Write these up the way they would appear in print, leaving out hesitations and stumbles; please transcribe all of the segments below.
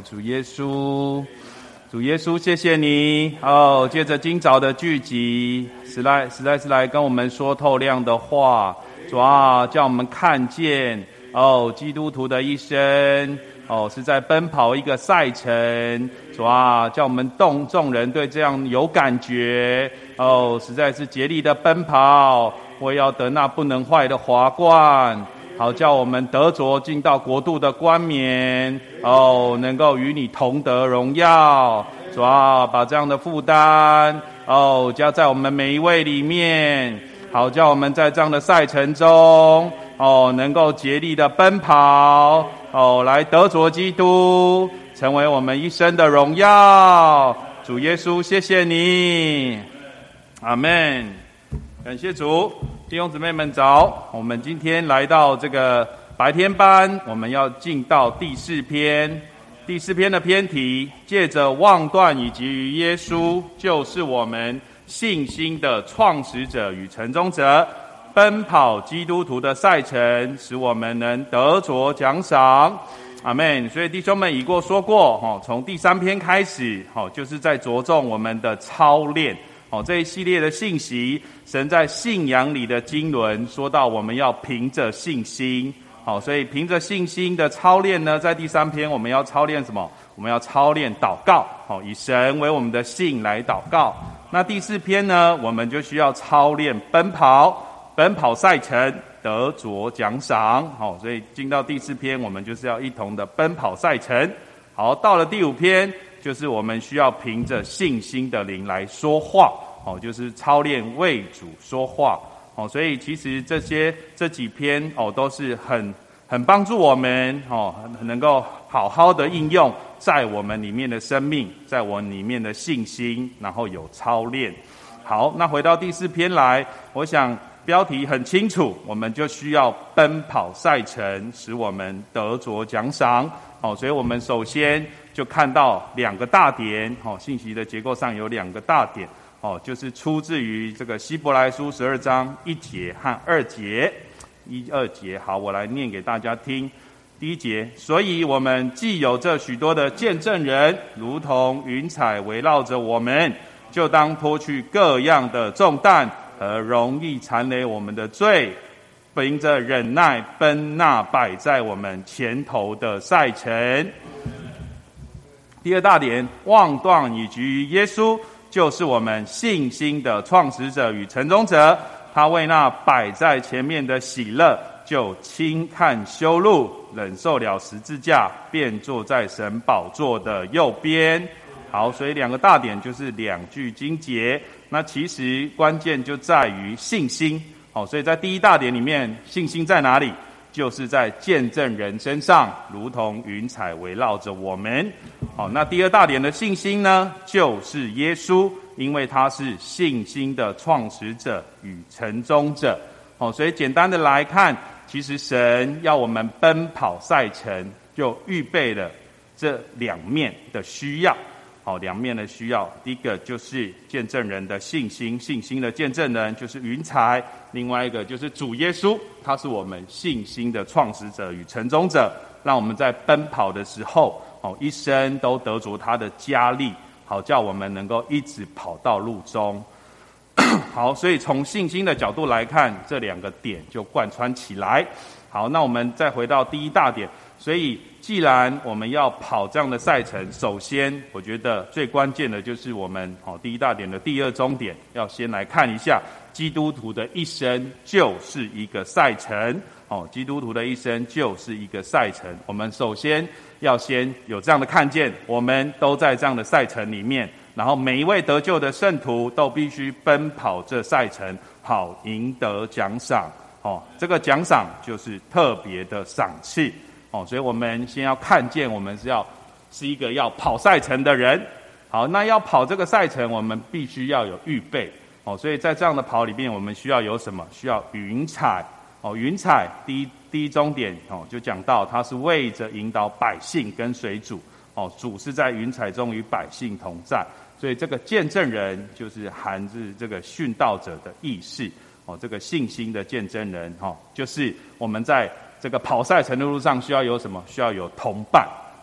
主耶稣，主耶稣，谢谢你借着今早的聚集，实在是来跟我们说透亮的话。主啊，叫我们看见基督徒的一生是在奔跑一个赛程。主啊，叫我们众人对这样有感觉实在是竭力的奔跑，我要得那不能坏的华冠，好叫我们得着进到国度的冠冕能够与你同得荣耀。主啊，把这样的负担加在我们每一位里面，好叫我们在这样的赛程中能够竭力的奔跑来得着基督，成为我们一生的荣耀。主耶稣，谢谢你，阿们。感谢主。弟兄姊妹们早，我们今天来到这个白天班，我们要进到第4篇。第4篇的篇题，借着望断以及于耶稣，就是我们信心的创始者与成终者，奔跑基督徒的赛程，使我们能得着奖赏。阿们。所以弟兄们已过说过从第3篇开始就是在着重我们的操练这一系列的信息，神在信仰里的经纶说到我们要凭着信心所以凭着信心的操练呢，在第3篇我们要操练什么？我们要操练祷告以神为我们的信来祷告。那第4篇呢，我们就需要操练奔跑赛程，得着奖赏所以进到第4篇，我们就是要一同的奔跑赛程。好，到了第5篇，就是我们需要凭着信心的灵来说话就是操练为主说话所以其实这几篇都是很帮助我们能够好好的应用在我们里面的生命，在我里面的信心，然后有操练。好，那回到第4篇来，我想标题很清楚，我们就需要奔跑赛程，使我们得着奖赏所以我们首先就看到2个大点信息的结构上有2个大点就是出自于这个希伯来书12章1节和2节1、2节。好，我来念给大家听。第1节，所以我们既有这许多的见证人，如同云彩围绕着我们，就当脱去各样的重担和容易缠累我们的罪，凭着忍耐奔那摆在我们前头的赛程。第2大点，望断以及于耶稣，就是我们信心的创始者与成终者，他为那摆在前面的喜乐，就轻看羞辱，忍受了十字架，便坐在神宝座的右边。好，所以2个大点就是2句经节。那其实关键就在于信心所以在第1大点里面，信心在哪里？就是在见证人身上，如同云彩围绕着我们那第2大点的信心呢，就是耶稣，因为他是信心的创始者与成终者所以简单的来看，其实神要我们奔跑赛程，就预备了这2面的需要2面的需要。第一个就是见证人的信心，信心的见证人就是云彩；另外一个就是主耶稣，他是我们信心的创始者与成终者，让我们在奔跑的时候一生都得着他的加力，好叫我们能够一直跑到路中。好，所以从信心的角度来看，这2个点就贯穿起来。好，那我们再回到第1大点。所以既然我们要跑这样的赛程，首先我觉得最关键的就是我们第1大点的第2终点，要先来看一下基督徒的一生就是一个赛程基督徒的一生就是一个赛程。我们首先要先有这样的看见，我们都在这样的赛程里面，然后每一位得救的圣徒都必须奔跑这赛程，好赢得奖赏这个奖赏就是特别的赏赐所以我们先要看见我们是一个要跑赛程的人。好，那要跑这个赛程，我们必须要有预备所以在这样的跑里面，我们需要有什么？需要云彩云彩第一终点就讲到它是为着引导百姓跟随主主是在云彩中与百姓同在，所以这个见证人就是含着这个殉道者的意识这个信心的见证人就是我们在这个跑赛程的路上需要有什么？需要有同伴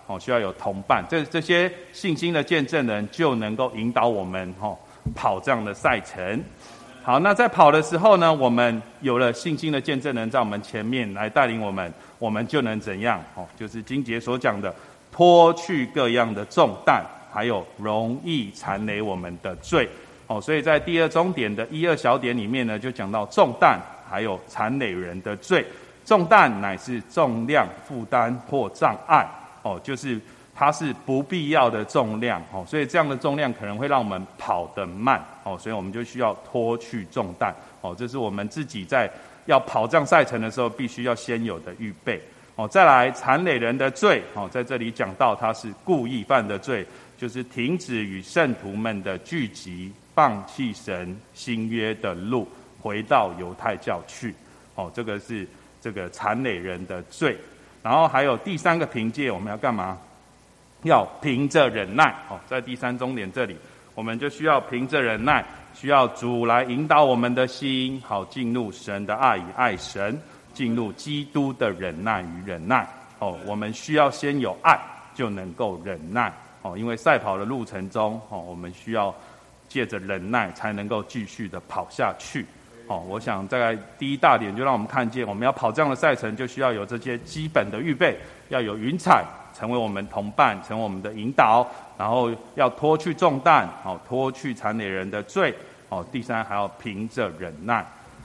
需要有同伴，这些信心的见证人就能够引导我们跑这样的赛程。好，那在跑的时候呢，我们有了信心的见证人在我们前面来带领我们，我们就能怎样？就是经节所讲的，脱去各样的重担，还有容易缠累我们的罪。所以在第二中点的1、2小点里面呢，就讲到重担，还有缠累人的罪。重担乃是重量、负担或障碍，就是它是不必要的重量，所以这样的重量可能会让我们跑得慢，所以我们就需要脱去重担，这是我们自己在要跑这样赛程的时候必须要先有的预备。再来缠累人的罪，在这里讲到它是故意犯的罪，就是停止与圣徒们的聚集，放弃神新约的路，回到犹太教去，这个是这个缠累人的罪。然后还有第3个凭借，我们要干嘛？要凭着忍耐，在第3中点这里，我们就需要凭着忍耐，需要主来引导我们的心，好进入神的爱与爱神，进入基督的忍耐与忍耐。我们需要先有爱，就能够忍耐。因为赛跑的路程中，我们需要借着忍耐，才能够继续的跑下去。我想在第1大点就让我们看见，我们要跑这样的赛程，就需要有这些基本的预备，要有云彩成为我们同伴，成为我们的引导，然后要脱去重担，脱去缠累人的罪。第3还要凭着忍耐。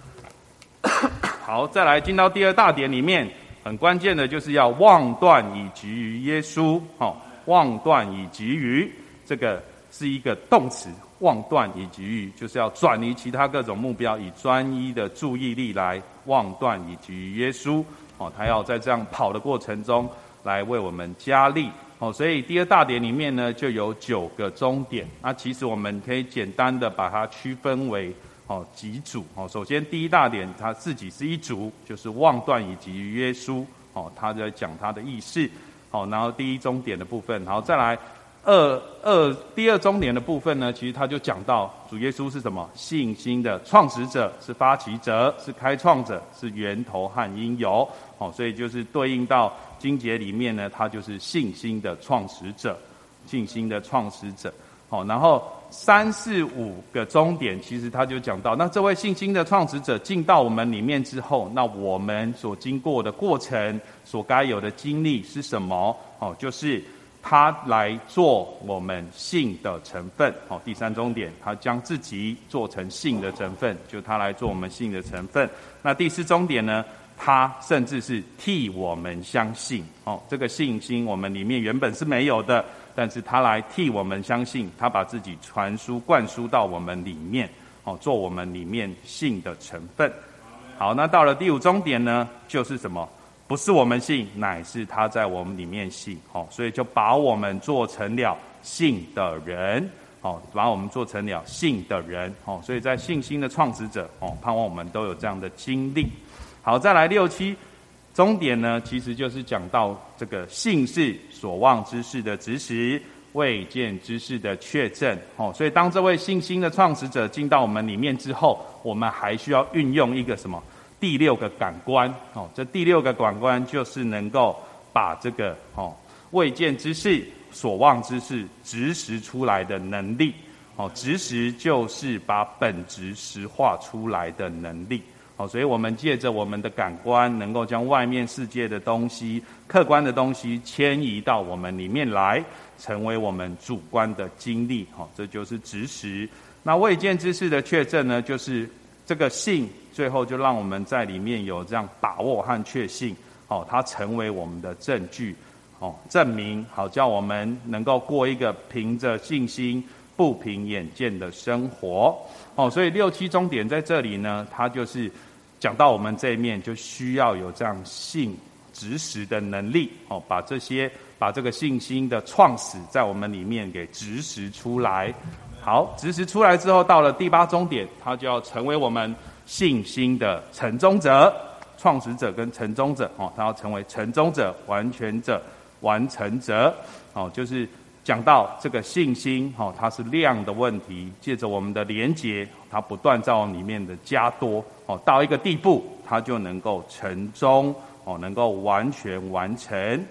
好，再来进到第2大点里面，很关键的就是要望断以及于耶稣。望断以及于，这个是一个动词，望断以及于就是要转移其他各种目标，以专一的注意力来望断以及于耶稣。他要在这样跑的过程中来为我们加力。所以第2大点里面呢，就有9个终点。那其实我们可以简单的把它区分为几组。首先第1大点它自己是一组，就是望断以及于耶稣。他在讲他的意思。然后第1终点的部分，然后再来第2终点的部分呢，其实他就讲到主耶稣是什么？信心的创始者，是发起者，是开创者，是源头和因由。所以就是对应到经节里面呢，他就是信心的创始者，信心的创始者。然后3、4、5个终点，其实他就讲到，那这位信心的创始者进到我们里面之后，那我们所经过的过程，所该有的经历是什么？就是他来做我们信的成分。第3终点，他将自己做成信的成分，就他来做我们信的成分。那第4终点呢，他甚至是替我们相信。这个信心我们里面原本是没有的，但是他来替我们相信，他把自己传输灌输到我们里面，做我们里面信的成分。好，那到了第5终点呢，就是什么？不是我们信，乃是他在我们里面信。所以就把我们做成了信的人，把我们做成了信的人。所以在信心的创始者，盼望我们都有这样的经历。好，再来6、7终点呢，其实就是讲到这个信是所望之事的执实，未见之事的确证。所以当这位信心的创始者进到我们里面之后，我们还需要运用一个什么？第6个感官。这第6个感官就是能够把这个未见之事、所望之事执实出来的能力。执实就是把本质实化出来的能力。所以我们借着我们的感官，能够将外面世界的东西、客观的东西迁移到我们里面来，成为我们主观的经历。这就是执实。那未见之事的确证呢，就是这个信，最后就让我们在里面有这样把握和确信。它成为我们的证据，证明，好叫我们能够过一个凭着信心不凭眼见的生活。所以6、7终点在这里呢，它就是讲到我们这一面就需要有这样信执实的能力，把这个信心的创始在我们里面给执实出来。好，执实出来之后，到了第8终点，它就要成为我们信心的成终者、创始者跟成终者。它要成为成终者、完全者、完成者。就是讲到这个信心，它是量的问题，借着我们的连结，它不断在我们里面的加多，到一个地步，它就能够成终，能够完全完成。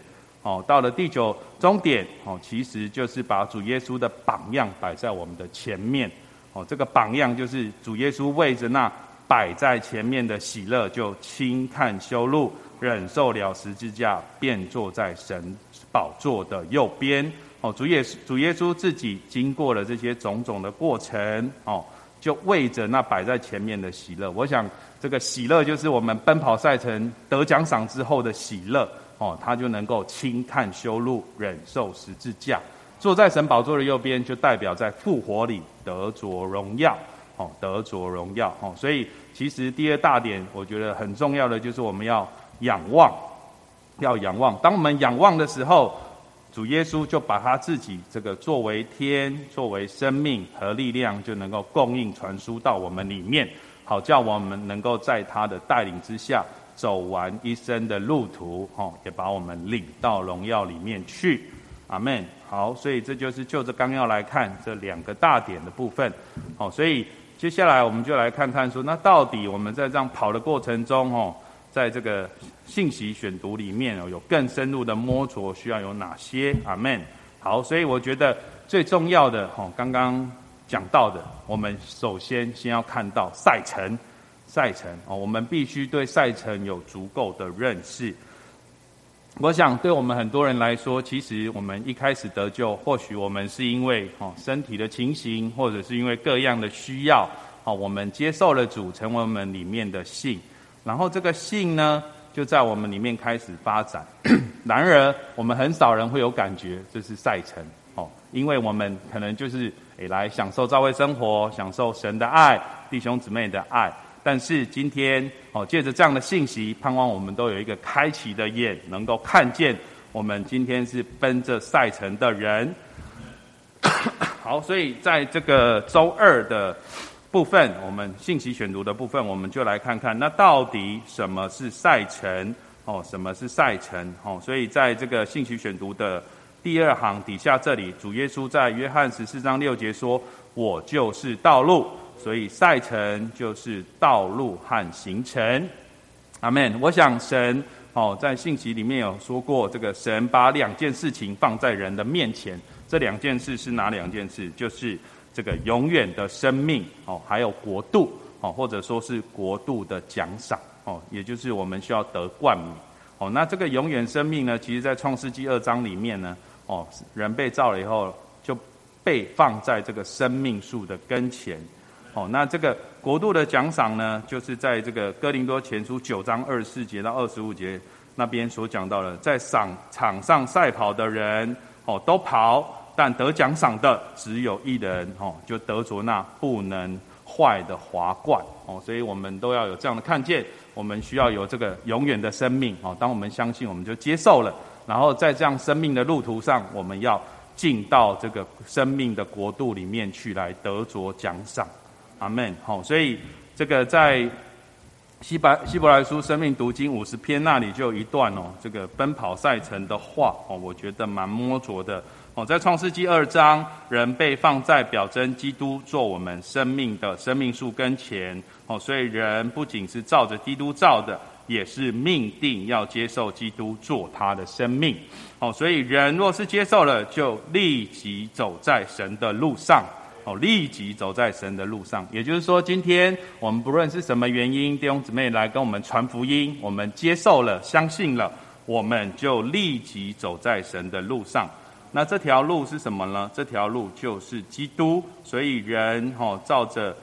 到了第9终点，其实就是把主耶稣的榜样摆在我们的前面。这个榜样就是主耶稣为着那摆在前面的喜乐，就轻看羞辱，忍受了十字架，便坐在神宝座的右边。主耶稣自己经过了这些种种的过程，就为着那摆在前面的喜乐。我想这个喜乐就是我们奔跑赛程得奖赏之后的喜乐，他就能够轻看羞辱，忍受十字架，坐在神宝座的右边，就代表在复活里得着荣耀，得着荣耀。所以其实第2大点我觉得很重要的就是我们要仰望，要仰望。当我们仰望的时候，主耶稣就把他自己这个作为天，作为生命和力量，就能够供应传输到我们里面，好叫我们能够在他的带领之下走完一生的路途，也把我们领到荣耀里面去。阿们。好，所以这就是就着纲要来看这2个大点的部分。所以接下来我们就来看看说，那到底我们在这样跑的过程中，在这个信息选读里面有更深入的摸着，需要有哪些？阿们。好，所以我觉得最重要的，刚刚讲到的，我们首先要看到赛程，我们必须对赛程有足够的认识。我想对我们很多人来说，其实我们一开始得救，或许我们是因为身体的情形，或者是因为各样的需要，我们接受了主，成为我们里面的信。然后这个信呢，就在我们里面开始发展。然而我们很少人会有感觉这是赛程，因为我们可能就是来享受教会生活，享受神的爱，弟兄姊妹的爱。但是今天借着这样的信息，盼望我们都有一个开启的眼，能够看见我们今天是奔着赛程的人。好，所以在这个周2的部分，我们信息选读的部分，我们就来看看那到底什么是赛程，什么是赛程。所以在这个信息选读的第2行底下这里，主耶稣在约翰14章6节说，我就是道路。所以赛程就是道路和行程。阿们。我想神在信息里面有说过，这个神把2件事情放在人的面前，这2件事是哪2件事？就是这个永远的生命，还有国度，或者说是国度的奖赏，也就是我们需要得冠冕。那这个永远生命呢，其实在创世纪2章里面呢，人被造了以后，就被放在这个生命树的跟前。那这个国度的奖赏呢，就是在这个哥林多前书9章24节到25节那边所讲到的，在场上赛跑的人，都跑，但得奖赏的只有一人，就得着那不能坏的华冠。所以我们都要有这样的看见，我们需要有这个永远的生命。当我们相信，我们就接受了，然后在这样生命的路途上，我们要进到这个生命的国度里面去，来得着奖赏。阿们。所以这个在希伯来书生命读经50篇那里就有一段这个奔跑赛程的话，我觉得蛮摸着的。在创世纪2章，人被放在表征基督做我们生命的生命树跟前，所以人不仅是照着基督造的，也是命定要接受基督做他的生命。所以人若是接受了，就立即走在神的路上。立即走在神的路上。也就是说，今天我们不论是什么原因，弟兄姊妹来跟我们传福音，我们接受了，相信了，我们就立即走在神的路上。那这条路是什么呢？这条路就是基督。所以人照着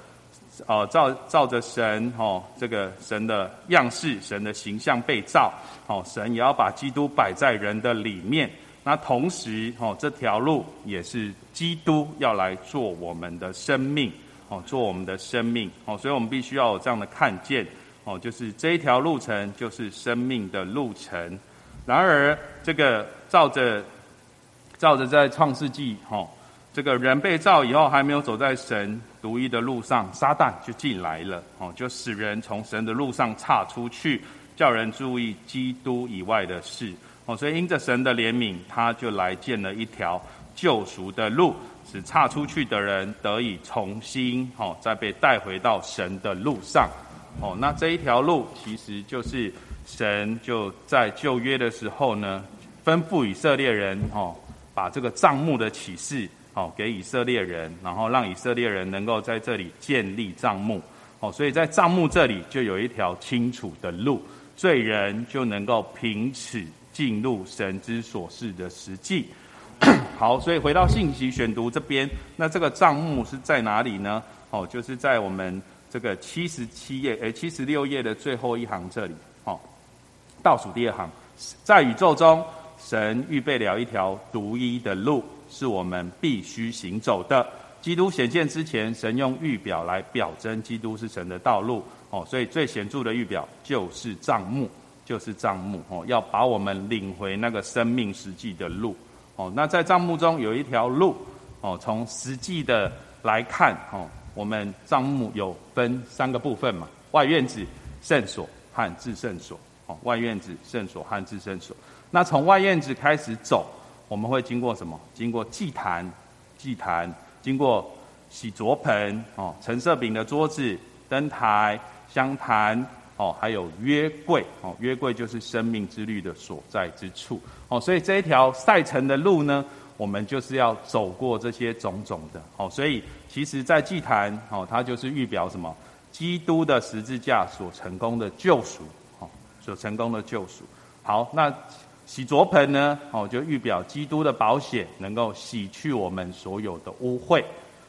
神这个神的样式，神的形象被造，神也要把基督摆在人的里面。那同时这条路也是基督要来做我们的生命，做我们的生命。所以我们必须要有这样的看见，就是这一条路程就是生命的路程。然而这个照着在创世纪，这个人被造以后还没有走在神独一的路上，撒旦就进来了，就使人从神的路上岔出去，叫人注意基督以外的事。所以因着神的怜悯，他就来建了一条救赎的路，使岔出去的人得以重新再被带回到神的路上。那这一条路其实就是神就在旧约的时候呢， 吩咐以色列人把这个帐幕的启示给以色列人，然后让以色列人能够在这里建立帐幕。所以在帐幕这里就有一条清楚的路，罪人就能够凭此进入神之所示的实际。好，所以回到信息选读这边，那这个帐幕是在哪里呢？就是在我们这个76页的最后一行这里，倒数第二行，在宇宙中，神预备了一条独一的路，是我们必须行走的。基督显现之前，神用预表来表征基督是神的道路。所以最显著的预表就是帐幕，要把我们领回那个生命实际的路。那在帐幕中有一条路，从实际的来看，我们帐幕有分3个部分嘛，外院子、圣所和至圣所。外院子、圣所和至圣所。那从外院子开始走，我们会经过什么？经过祭坛，经过洗濯盆，陈设饼的桌子、灯台、香坛，还有约柜，约柜就是生命之律的所在之处。所以这一条赛程的路呢，我们就是要走过这些种种的。所以其实在祭坛，它就是预表什么？基督的十字架所成功的救赎。好，那洗濯盆呢？就预表基督的宝血能够洗去我们所有的污秽。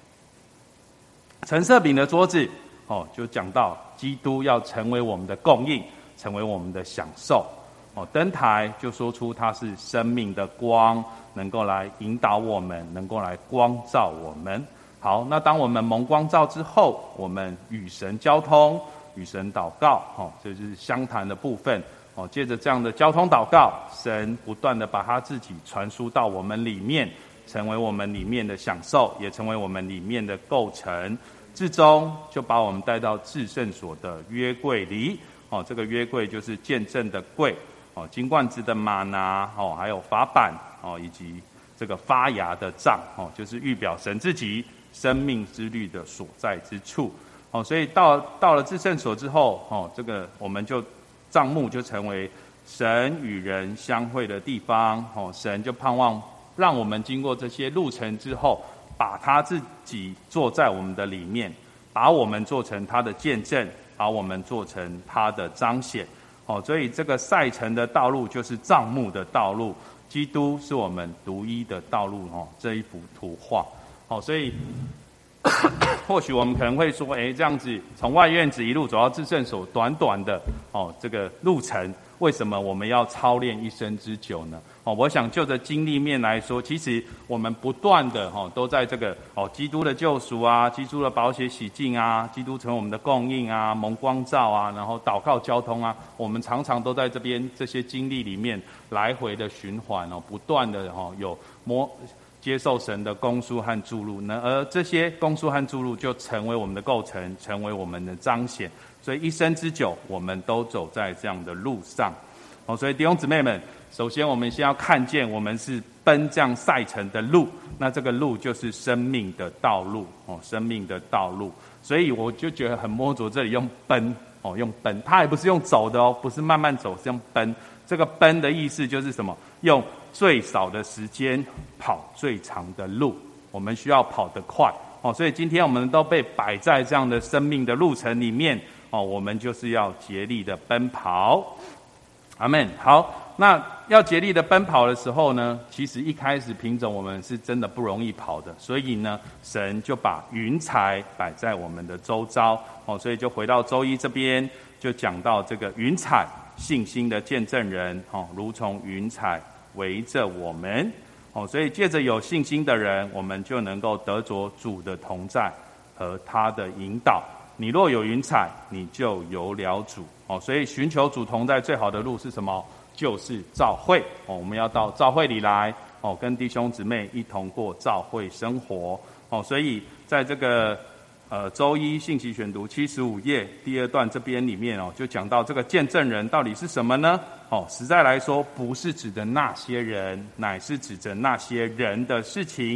陈设饼的桌子，就讲到基督要成为我们的供应，成为我们的享受。灯台就说出它是生命的光，能够来引导我们，能够来光照我们。好，那当我们蒙光照之后，我们与神交通，与神祷告，这就是相谈的部分。借着这样的交通祷告，神不断的把他自己传输到我们里面，成为我们里面的享受，也成为我们里面的构成。至终就把我们带到至圣所的约柜里。这个约柜就是见证的柜，金冠子的玛拿，还有法版，以及这个发芽的杖，就是预表神自己生命之律的所在之处。所以到了至圣所之后，这个我们就帐幕就成为神与人相会的地方。神就盼望让我们经过这些路程之后，把他自己坐在我们的里面，把我们做成他的见证，把我们做成他的彰显。所以这个赛程的道路就是帐幕的道路，基督是我们独一的道路。这一幅图画。所以或许我们可能会说，这样子从外院子一路走到至圣所，短短的这个路程，为什么我们要操练一生之久呢？我想就着经历面来说，其实我们不断的都在这个基督的救赎啊，基督的宝血洗净啊，基督成为我们的供应啊，蒙光照啊，然后祷告交通啊，我们常常都在这边这些经历里面来回的循环，不断的有接受神的供书和注入呢，而这些供书和注入就成为我们的构成，成为我们的彰显。所以一生之久，我们都走在这样的路上。所以弟兄姊妹们，首先我们先要看见，我们是奔这样赛程的路，那这个路就是生命的道路，生命的道路。所以我就觉得很摸着这里用奔，用奔，它也不是用走的不是慢慢走，是用奔。这个奔的意思就是什么？用最少的时间跑最长的路，我们需要跑得快。所以今天我们都被摆在这样的生命的路程里面，我们就是要竭力的奔跑。阿们。好，那要竭力的奔跑的时候呢，其实一开始凭着我们是真的不容易跑的，所以呢，神就把云彩摆在我们的周遭。所以就回到周一这边，就讲到这个云彩，信心的见证人，如同云彩围着我们。所以借着有信心的人，我们就能够得着主的同在和他的引导。你若有云彩，你就有了主。所以寻求主同在最好的路是什么？就是召会。我们要到召会里来，跟弟兄姊妹一同过召会生活。所以在这个周一信息选读75页第2段这边里面就讲到这个见证人到底是什么呢？实在来说，不是指的那些人，乃是指着那些人的事情，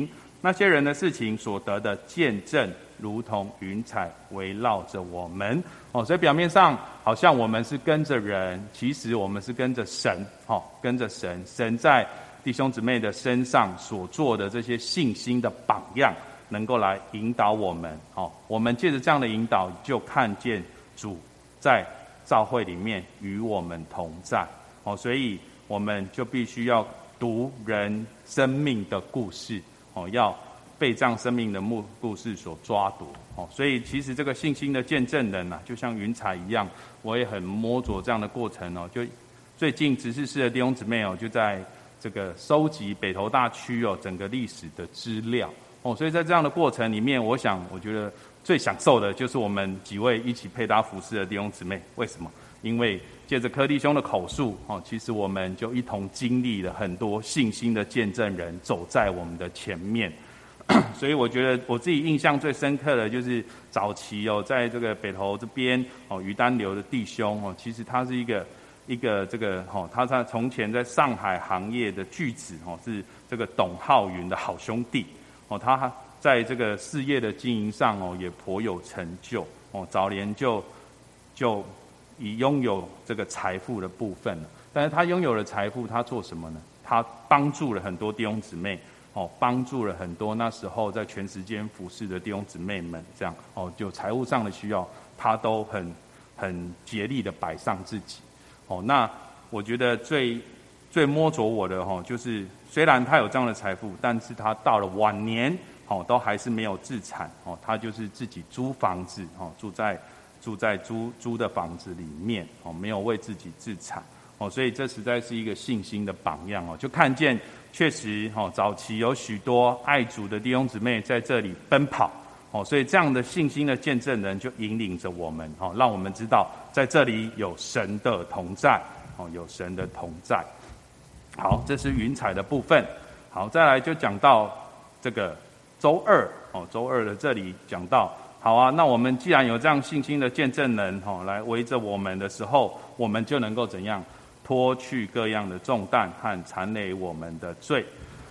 那些人的事情所得的见证，如同云彩围绕着我们。所以表面上好像我们是跟着人，其实我们是跟着神，跟着神。神在弟兄姊妹的身上所做的这些信心的榜样，能够来引导我们。我们借着这样的引导，就看见主在教会里面与我们同在。所以我们就必须要读人生命的故事，要被这样生命的故事所抓夺。所以其实这个信心的见证人就像云彩一样，我也很摸着这样的过程。就最近执事室的弟兄姊妹就在这个收集北投大区整个历史的资料。所以在这样的过程里面，我觉得最享受的就是我们几位一起配搭服侍的弟兄姊妹。为什么？因为借着柯弟兄的口述，其实我们就一同经历了很多信心的见证人走在我们的前面。所以我觉得我自己印象最深刻的就是早期在这个北投这边于丹流的弟兄其实他是一个这个他在从前在上海行业的巨子是这个董浩云的好兄弟他在这个事业的经营上也颇有成就早年就已拥有这个财富的部分了。但是他拥有了财富，他做什么呢？他帮助了很多弟兄姊妹帮助了很多那时候在全时间服侍的弟兄姊妹们，这样就财务上的需要，他都很竭力的摆上自己那我觉得最摸着我的就是虽然他有这样的财富，但是他到了晚年都还是没有自产他就是自己租房子住在租的房子里面没有为自己自产所以这实在是一个信心的榜样就看见确实早期有许多爱主的弟兄姊妹在这里奔跑所以这样的信心的见证人就引领着我们让我们知道在这里有神的同在有神的同在。好，这是云彩的部分。好，再来就讲到这个周二周二的这里讲到，好啊，那我们既然有这样信心的见证人来围着我们的时候，我们就能够怎样脱去各样的重担和缠累我们的罪。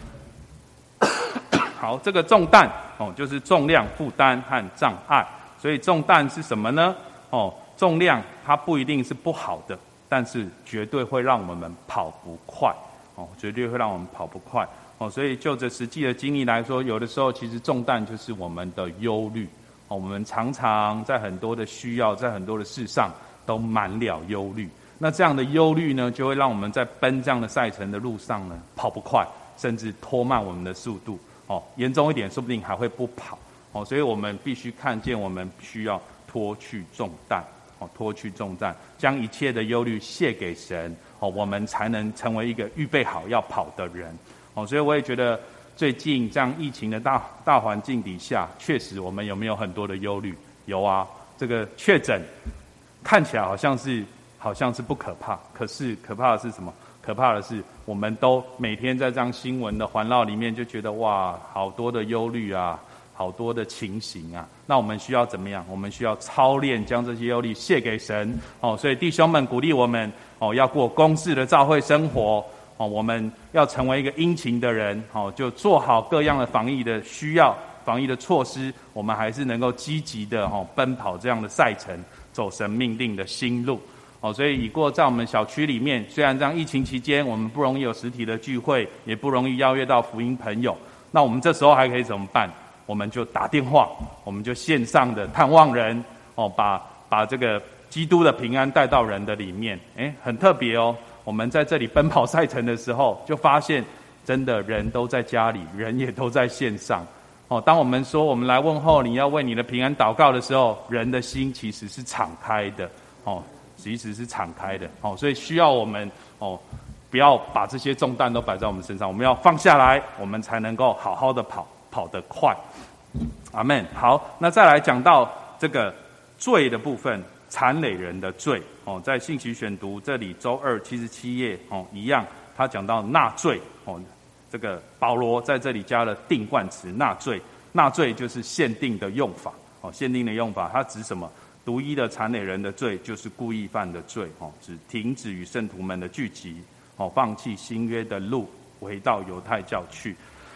好，这个重担就是重量、负担和障碍。所以重担是什么呢？重量它不一定是不好的，但是绝对会让我们跑不快绝对会让我们跑不快所以就着实际的经历来说，有的时候其实重担就是我们的忧虑我们常常在很多的需要，在很多的事上都满了忧虑。那这样的忧虑呢，就会让我们在奔这样的赛程的路上呢跑不快，甚至拖慢我们的速度严重一点说不定还会不跑所以我们必须看见我们需要脱去重担脱去重担，将一切的忧虑卸给神我们才能成为一个预备好要跑的人所以我也觉得最近这样疫情的大环境底下，确实我们有没有很多的忧虑？有啊，这个确诊看起来好像是不可怕，可是可怕的是什么？可怕的是我们都每天在这样新闻的环绕里面，就觉得哇，好多的忧虑啊，好多的情形啊。那我们需要怎么样？我们需要操练将这些忧虑卸给神所以弟兄们鼓励我们要过公事的教会生活我们要成为一个殷勤的人就做好各样的防疫的需要、防疫的措施，我们还是能够积极的奔跑这样的赛程，走神命令的新路所以在我们小区里面，虽然这样疫情期间我们不容易有实体的聚会，也不容易邀约到福音朋友，那我们这时候还可以怎么办？我们就打电话，我们就线上的探望人把这个基督的平安带到人的里面很特别我们在这里奔跑赛程的时候，就发现真的人都在家里，人也都在线上当我们说我们来问候你，要为你的平安祷告的时候，人的心其实是敞开的其实是敞开的所以需要我们不要把这些重担都摆在我们身上，我们要放下来，我们才能够好好的跑得快。阿们。好，那再来讲到这个罪的部分，缠累人的罪在信息选读这里周二77页一样，他讲到纳罪这个保罗在这里加了定冠词纳罪。纳罪就是限定的用法限定的用法，它指什么？独一的缠累人的罪就是故意犯的罪指停止与圣徒们的聚集放弃新约的路，回到犹太教去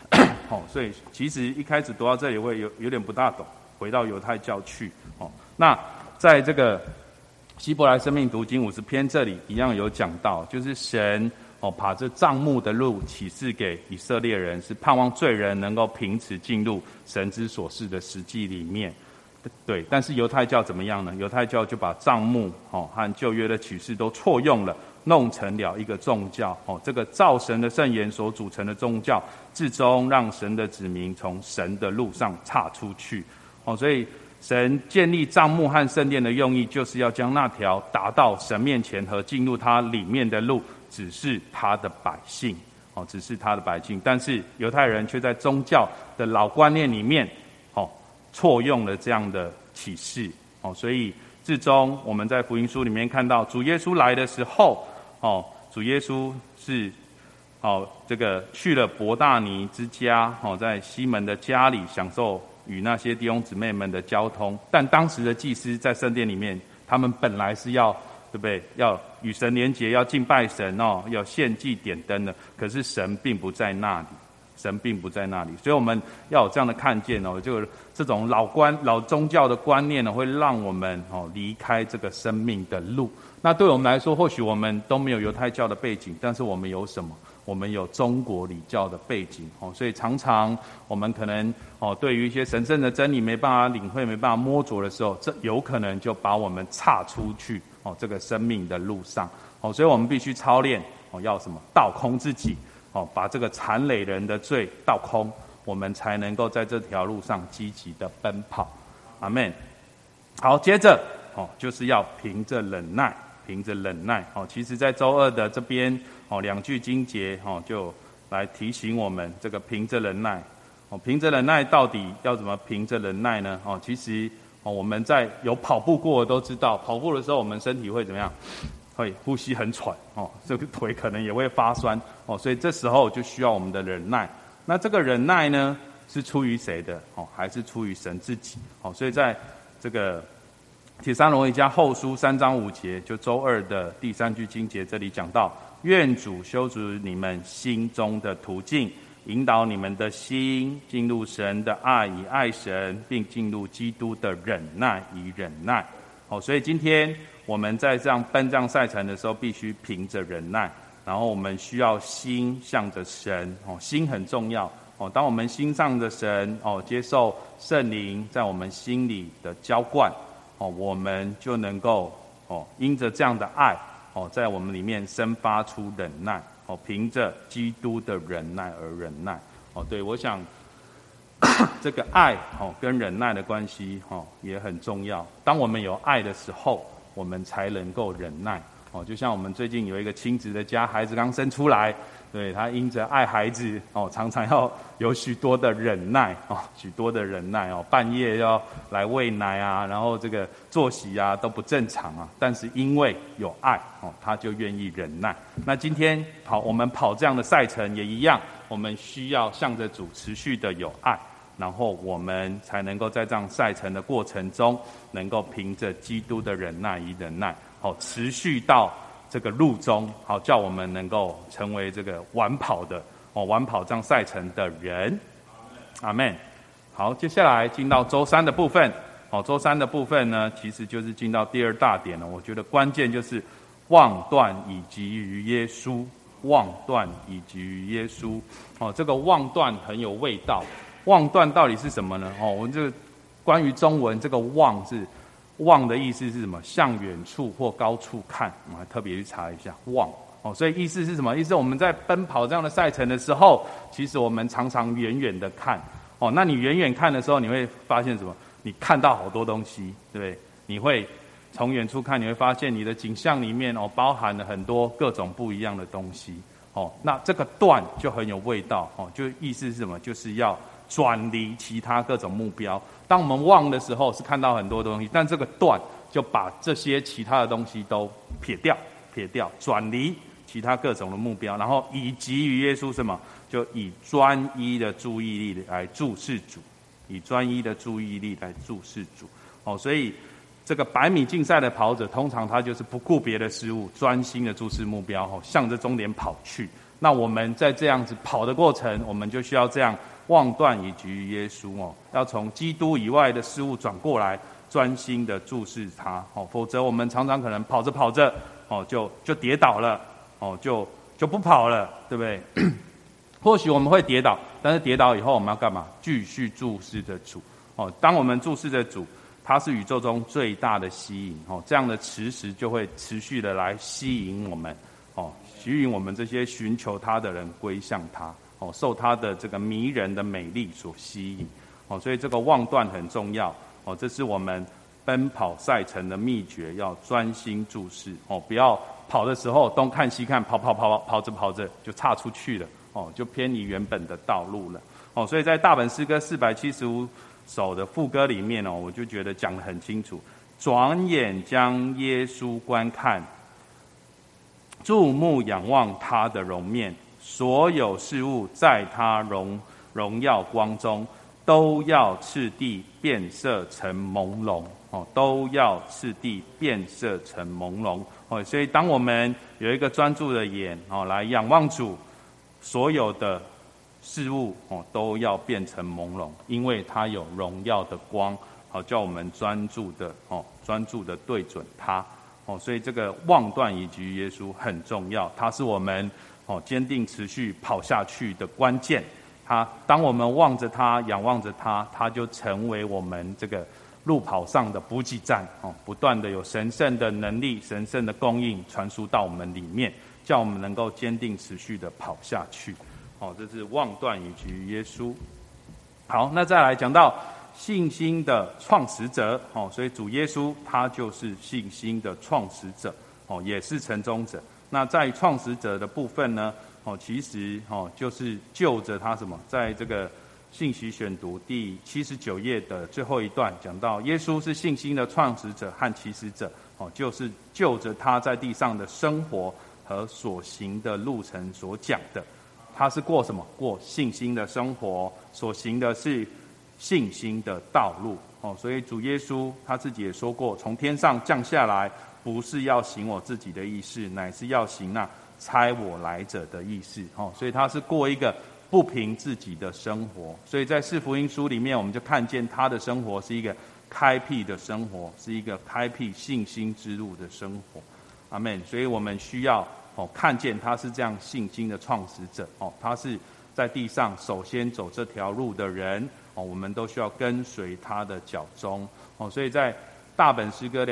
所以其实一开始读到这里会有点不大懂，回到犹太教去。那在这个希伯来生命读经50篇这里一样有讲到，就是神把这帐幕的路启示给以色列人，是盼望罪人能够凭此进入神之所示的实际里面。对，但是犹太教怎么样呢？犹太教就把帐幕和旧约的启示都错用了，弄成了一个宗教。这个照神的圣言所组成的宗教，至终让神的子民从神的路上岔出去。所以神建立帐幕和圣殿的用意，就是要将那条达到神面前和进入他里面的路指示他的百姓。指示他的百姓，但是犹太人却在宗教的老观念里面错用了这样的启示。所以至终我们在福音书里面看到，主耶稣来的时候，主耶稣是这个去了伯大尼之家，在西门的家里享受与那些弟兄姊妹们的交通。但当时的祭司在圣殿里面，他们本来是要，对不对？要与神连结，要敬拜神要献祭点灯的。可是神并不在那里，神并不在那里。所以我们要有这样的看见就这种老宗教的观念会让我们离开这个生命的路。那对我们来说，或许我们都没有犹太教的背景，但是我们有什么？我们有中国礼教的背景。所以常常我们可能对于一些神圣的真理没办法领会，没办法摸着的时候，这有可能就把我们岔出去这个生命的路上。所以我们必须操练要什么？倒空自己，把这个残累人的罪倒空，我们才能够在这条路上积极的奔跑。阿们。好，接着就是要凭着忍耐，凭着忍耐。其实在周二的这边2句经节就来提醒我们这个凭着忍耐。凭着忍耐到底要怎么凭着忍耐呢？其实我们在有跑步过的都知道，跑步的时候我们身体会怎么样？会呼吸很喘这个腿可能也会发酸所以这时候就需要我们的忍耐。那这个忍耐呢，是出于谁的还是出于神自己所以在这个帖撒罗尼迦后书3章5节，就周二的第3句经节，这里讲到：愿主修筑你们心中的途径，引导你们的心进入神的爱以爱神，并进入基督的忍耐以忍耐。所以今天我们在这样奔这样赛程的时候，必须凭着忍耐，然后我们需要心向着神心很重要当我们心上的神接受圣灵在我们心里的浇灌我们就能够因着这样的爱在我们里面生发出忍耐凭着基督的忍耐而忍耐对，我想这个爱跟忍耐的关系也很重要。当我们有爱的时候，我们才能够忍耐就像我们最近有一个亲子的家，孩子刚生出来，对，他因着爱孩子常常要有许多的忍耐许多的忍耐半夜要来喂奶啊，然后这个作息啊都不正常但是因为有爱他就愿意忍耐。那今天我们跑这样的赛程也一样，我们需要向着主持续的有爱，然后我们才能够在这样赛程的过程中，能够凭着基督的忍耐以忍耐持续到这个路中叫我们能够成为这个完跑的完跑这样赛程的人。阿们。好，接下来进到周3的部分周3的部分呢，其实就是进到第2大点了。我觉得关键就是望断以及于耶稣，望断以及于耶稣这个望断很有味道。望断到底是什么呢我们这个关于中文这个望是望的意思是什么？向远处或高处看，我们还特别去查一下望所以意思是什么？意思我们在奔跑这样的赛程的时候，其实我们常常远远的看那你远远看的时候，你会发现什么？你看到好多东西，对不对？你会从远处看，你会发现你的景象里面包含了很多各种不一样的东西那这个断就很有味道就意思是什么？就是要转离其他各种目标。当我们望的时候是看到很多东西，但这个断就把这些其他的东西都撇掉，转离其他各种的目标，然后以及于耶稣什么？就以专一的注意力来注视主，以专一的注意力来注视主所以这个100米竞赛的跑者，通常他就是不顾别的事物，专心的注视目标向着终点跑去。 那我们在这样子跑的过程，我们就需要这样望断以及于耶稣哦，要从基督以外的事物转过来，专心的注视他哦，否则我们常常可能跑着跑着哦，就跌倒了哦，就不跑了，对不对？或许我们会跌倒，但是跌倒以后我们要干嘛？继续注视着主哦。当我们注视着主，他是宇宙中最大的吸引哦，这样的磁石就会持续的来吸引我们哦，吸引我们这些寻求他的人归向他哦，受他的这个迷人的美丽所吸引哦，所以这个望断很重要哦，这是我们奔跑赛程的秘诀，要专心注视哦，不要跑的时候东看西看，跑着就岔出去了哦，就偏离原本的道路了哦，所以在大本诗歌475首的副歌里面哦，我就觉得讲得很清楚，转眼将耶稣观看，注目仰望他的容面，所有事物在他荣耀光中都要次第变色成朦胧哦，都要次第变色成朦胧哦，所以当我们有一个专注的眼哦，来仰望主，所有的事物哦都要变成朦胧，因为它有荣耀的光，好叫我们专注的对准它哦，所以这个望断以及耶稣很重要，它是我们坚定持续跑下去的关键。当我们望着它，仰望着它，它就成为我们这个路跑上的补给站哦，不断的有神圣的能力、神圣的供应传输到我们里面，叫我们能够坚定持续的跑下去。哦，这是望断以及耶稣。好，那再来讲到信心的创始者哦，所以主耶稣他就是信心的创始者哦，也是成终者。那在创始者的部分呢？哦，其实就是就着他什么，在这个信息选读第79页的最后一段，讲到耶稣是信心的创始者和起始者哦，就是就着他在地上的生活和所行的路程所讲的，他是过什么？过信心的生活，所行的是信心的道路哦。所以主耶稣他自己也说过，从天上降下来，不是要行我自己的意思，乃是要行那差我来者的意思哦，所以他是过一个不凭自己的生活，所以在四福音书里面，我们就看见他的生活是一个开辟的生活，是一个开辟信心之路的生活。阿们。所以我们需要看见他是这样信心的创始者哦，他是在地上首先走这条路的人哦，我们都需要跟随他的脚踪哦。所以在大本诗歌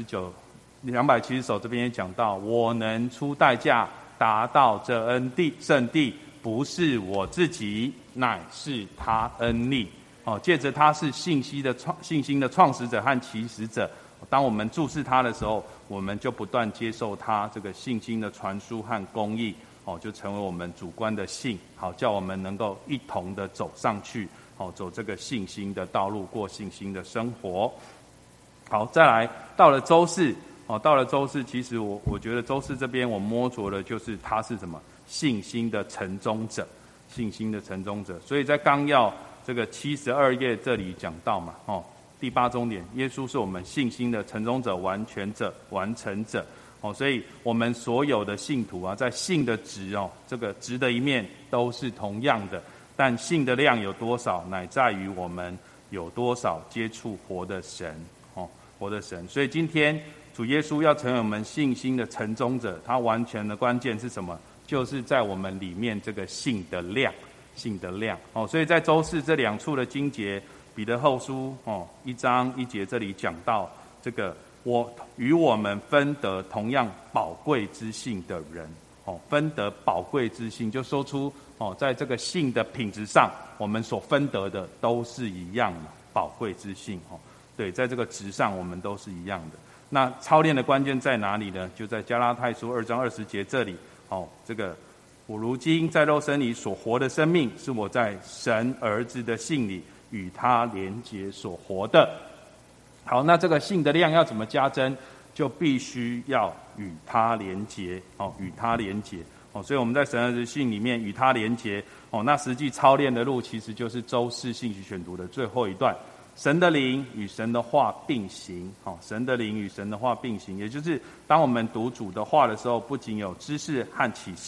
270首这边也讲到，我能出代价达到这恩地圣地，不是我自己，乃是他恩力哦。借着他是信心的创始者和起始者，当我们注视他的时候，我们就不断接受他这个信心的传输和公义哦，就成为我们主观的信，好叫我们能够一同的走上去哦，走这个信心的道路，过信心的生活。好，再来到了周四。到了周四，其实我觉得周四这边我摸着的就是他是什么信心的成终者，信心的成终者。所以在纲要这个72页这里讲到嘛，第8重点，耶稣是我们信心的成终者、完全者、完成者。所以我们所有的信徒啊，在信的值这个值的一面都是同样的，但信的量有多少，乃在于我们有多少接触活的神，活的神。所以今天主耶稣要成为我们信心的成终者，他完全的关键是什么？就是在我们里面这个信的量，信的量所以在周四这2处的经节，彼得后书1章1节这里讲到这个与我们分得同样宝贵之信的人分得宝贵之信，就说出在这个信的品质上，我们所分得的都是一样的宝贵之信对，在这个值上我们都是一样的。那操练的关键在哪里呢？就在加拉太书2章20节这里这个我如今在肉身里所活的生命，是我在神儿子的信里与他连结所活的。好，那这个信的量要怎么加增？就必须要与他连结与他连结所以我们在神儿子信里面与他连结那实际操练的路其实就是周四信息选读的最后一段，神的灵与神的话并行神的灵与神的话并行，也就是当我们读主的话的时候，不仅有知识和启示，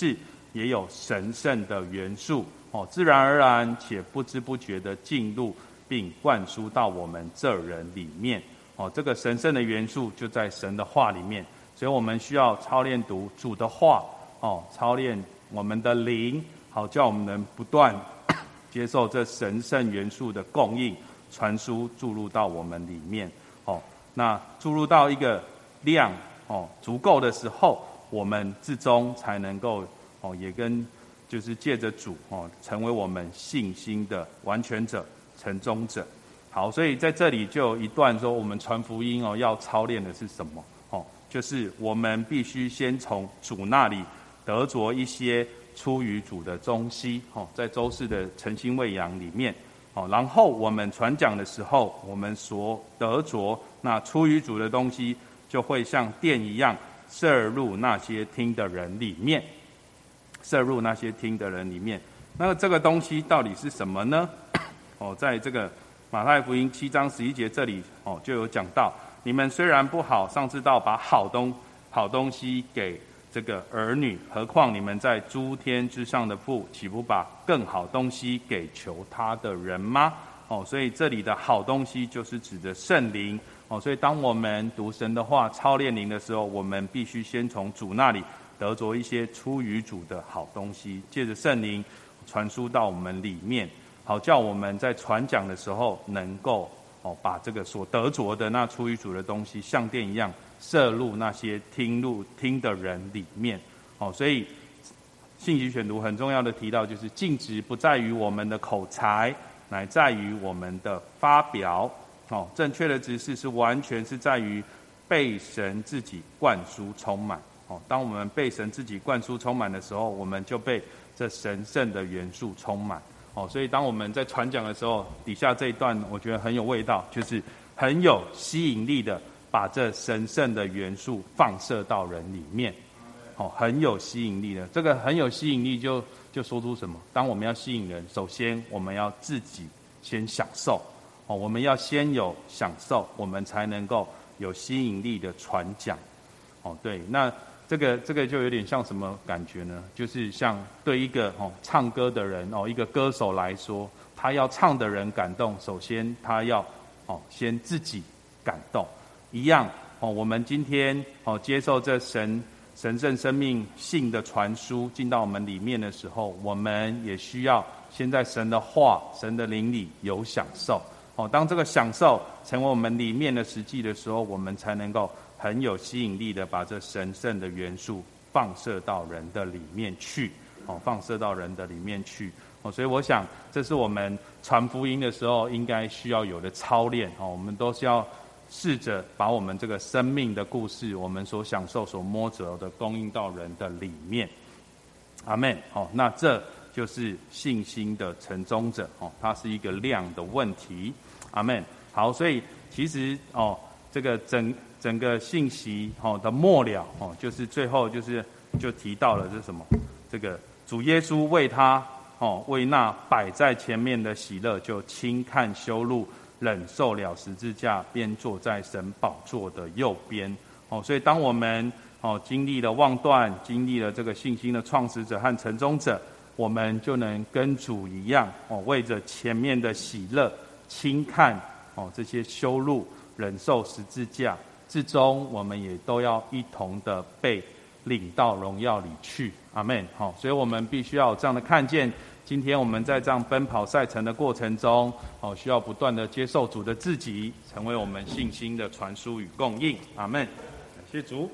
也有神圣的元素自然而然且不知不觉的进入并灌输到我们这人里面这个神圣的元素就在神的话里面，所以我们需要操练读主的话操练我们的灵，好叫我们能不断接受这神圣元素的供应传输注入到我们里面那注入到一个量足够的时候，我们至终才能够也跟就是借着主成为我们信心的完全者、成终者。好，所以在这里就有一段说，我们传福音要操练的是什么就是我们必须先从主那里得着一些出于主的东西在周四的诚心喂养里面然后我们传讲的时候，我们所得着那出于主的东西就会像电一样射入那些听的人里面，射入那些听的人里面。那这个东西到底是什么呢在这个马太福音7章11节这里就有讲到，你们虽然不好，上知道把好东西给这个儿女，何况你们在诸天之上的父，岂不把更好东西给求他的人吗所以这里的好东西就是指的圣灵所以当我们读神的话操练灵的时候，我们必须先从主那里得着一些出于主的好东西，借着圣灵传输到我们里面，好叫我们在传讲的时候能够把这个所得着的那出于主的东西像电一样射入那些听的人里面所以信息选读很重要的提到，就是尽职不在于我们的口才，乃在于我们的发表正确的指示是完全是在于被神自己灌输充满当我们被神自己灌输充满的时候，我们就被这神圣的元素充满所以当我们在传讲的时候，底下这一段我觉得很有味道，就是很有吸引力的把这神圣的元素放射到人里面很有吸引力的。这个很有吸引力就说出什么？当我们要吸引人，首先我们要自己先享受我们要先有享受，我们才能够有吸引力的传讲对，那这个就有点像什么感觉呢？就是像对一个唱歌的人一个歌手来说，他要唱的人感动，首先他要先自己感动一样我们今天接受这神圣生命性的传输进到我们里面的时候，我们也需要先在神的话、神的灵里有享受当这个享受成为我们里面的实际的时候，我们才能够很有吸引力的把这神圣的元素放射到人的里面去放射到人的里面去所以我想这是我们传福音的时候应该需要有的操练我们都是要试着把我们这个生命的故事，我们所享受所摸着的供应到人的里面。阿们那这就是信心的成终者它是一个量的问题。阿们。好，所以其实这个整个信息的末了就是最后就提到了是什么？这个主耶稣为那摆在前面的喜乐，就轻看羞辱，忍受了十字架，便坐在神宝座的右边所以当我们经历了望断，经历了这个信心的创始者和成终者，我们就能跟主一样为着前面的喜乐轻看这些羞辱，忍受十字架，至终我们也都要一同的被领到荣耀里去。阿们。所以我们必须要有这样的看见。今天我们在这样奔跑赛程的过程中需要不断的接受主的自己，成为我们信心的传输与供应。阿们。感谢主。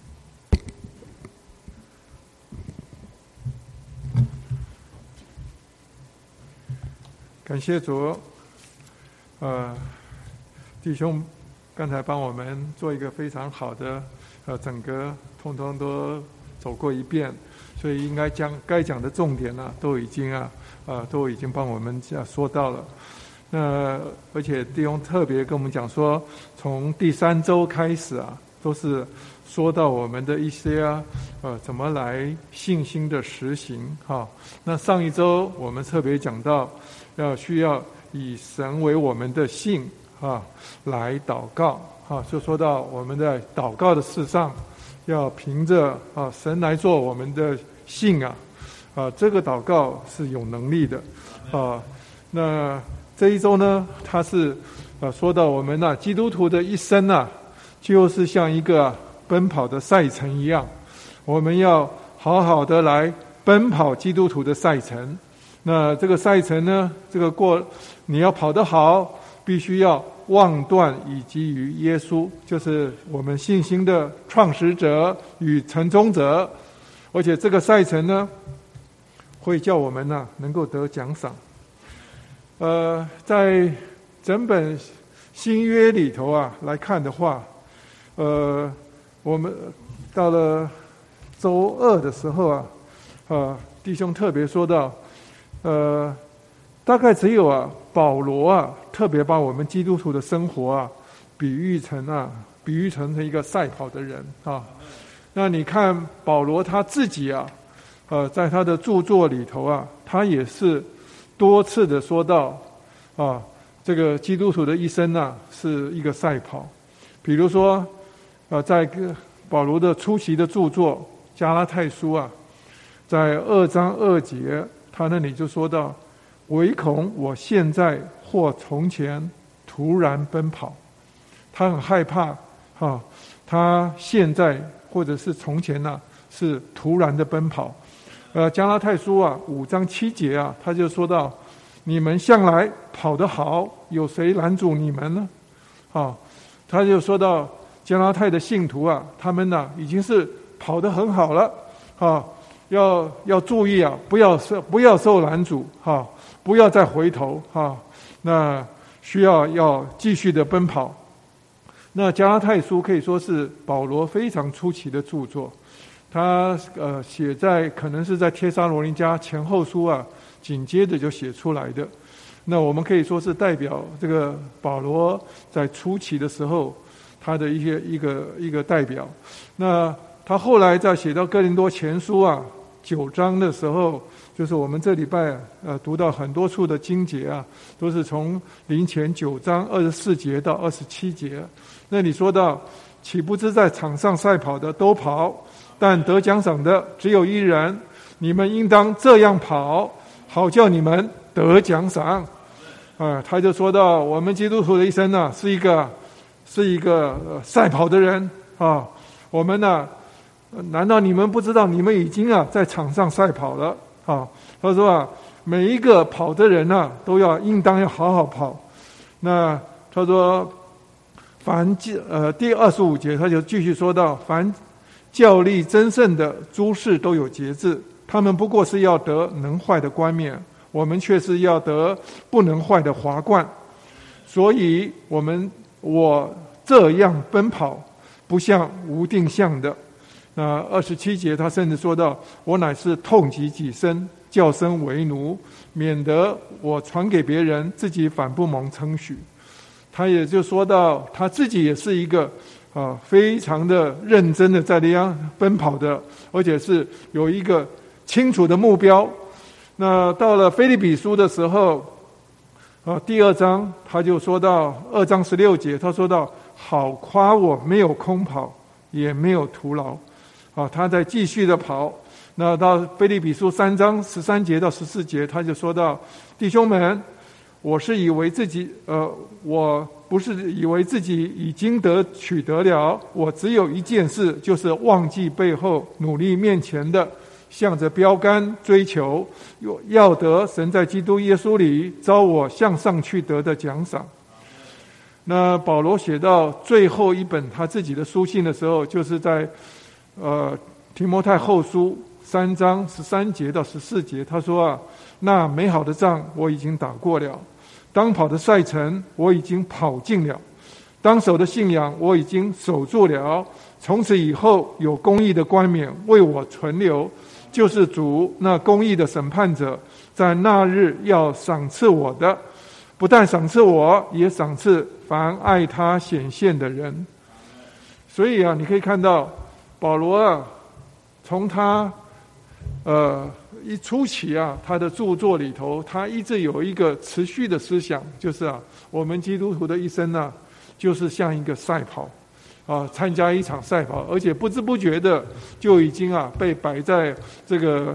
感谢主。弟兄刚才帮我们做一个非常好的整个通通都走过一遍，所以应该该讲的重点呢都已经帮我们说到了。那而且弟兄特别跟我们讲说，从第3周开始都是说到我们的一些怎么来信心的实行那上一周我们特别讲到需要以神为我们的信来祷告就说到我们在祷告的事上要凭着神来做我们的信这个祷告是有能力的那这一周呢，他是说到我们基督徒的一生就是像一个奔跑的赛程一样，我们要好好的来奔跑基督徒的赛程。那这个赛程呢，你要跑得好，必须要望断以及于耶稣，就是我们信心的创始者与成终者。而且这个赛程呢，会叫我们能够得奖赏。在整本新约里头来看的话，我们到了周二的时候弟兄特别说到，大概只有保罗特别把我们基督徒的生活比喻成一个赛跑的人那你看保罗他自己在他的著作里头他也是多次的说到这个基督徒的一生是一个赛跑。比如说在保罗的初期的著作加拉太书在2章2节，他那里就说到，唯恐我现在或从前突然奔跑。他很害怕他现在或者是从前是突然的奔跑。加拉太书5章7节他就说到，你们向来跑得好，有谁拦阻你们呢？他就说到加拉太的信徒他们已经是跑得很好了要注意不要受拦阻不要再回头那需要继续的奔跑。那加拉太书可以说是保罗非常初期的著作，他写在可能是在帖撒罗尼迦前后书紧接着就写出来的。那我们可以说是代表这个保罗在初期的时候他的一个代表。那他后来在写到哥林多前书9章的时候，就是我们这礼拜读到很多处的经节都是从林前9章24节到27节。那你说到，岂不知在场上赛跑的都跑，但得奖赏的只有一人，你们应当这样跑，好叫你们得奖赏。他就说到我们基督徒的一生是一个赛跑的人我们难道你们不知道你们已经在场上赛跑了他说每一个跑的人都应当要好好跑。那他说第25节他就继续说到，凡较力争胜的诸事都有节制，他们不过是要得能坏的冠冕，我们却是要得不能坏的华冠。所以我这样奔跑，不像无定向的。那27节他甚至说到，我乃是痛击己身，叫身为奴，免得我传给别人，自己反不蒙称许。他也就说到他自己也是一个非常的认真的在这样奔跑的，而且是有一个清楚的目标。那到了腓立比书的时候第2章他就说到2章16节，他说到，好夸我没有空跑，也没有徒劳他在继续的跑。那到腓立比书3章13节到14节，他就说到，弟兄们，我不是以为自己已经取得了，我只有一件事，就是忘记背后，努力面前的，向着标杆追求，要得神在基督耶稣里召我向上去得的奖赏。那保罗写到最后一本他自己的书信的时候，就是在提摩太后书3章13节到14节，他说那美好的仗我已经打过了，当跑的赛程我已经跑尽了，当守的信仰我已经守住了，从此以后有公义的冠冕为我存留，就是主那公义的审判者在那日要赏赐我的，不但赏赐我，也赏赐凡爱他显现的人。所以你可以看到保罗从他一初期他的著作里头，他一直有一个持续的思想，就是我们基督徒的一生就是像一个赛跑参加一场赛跑，而且不知不觉的就已经被摆在这个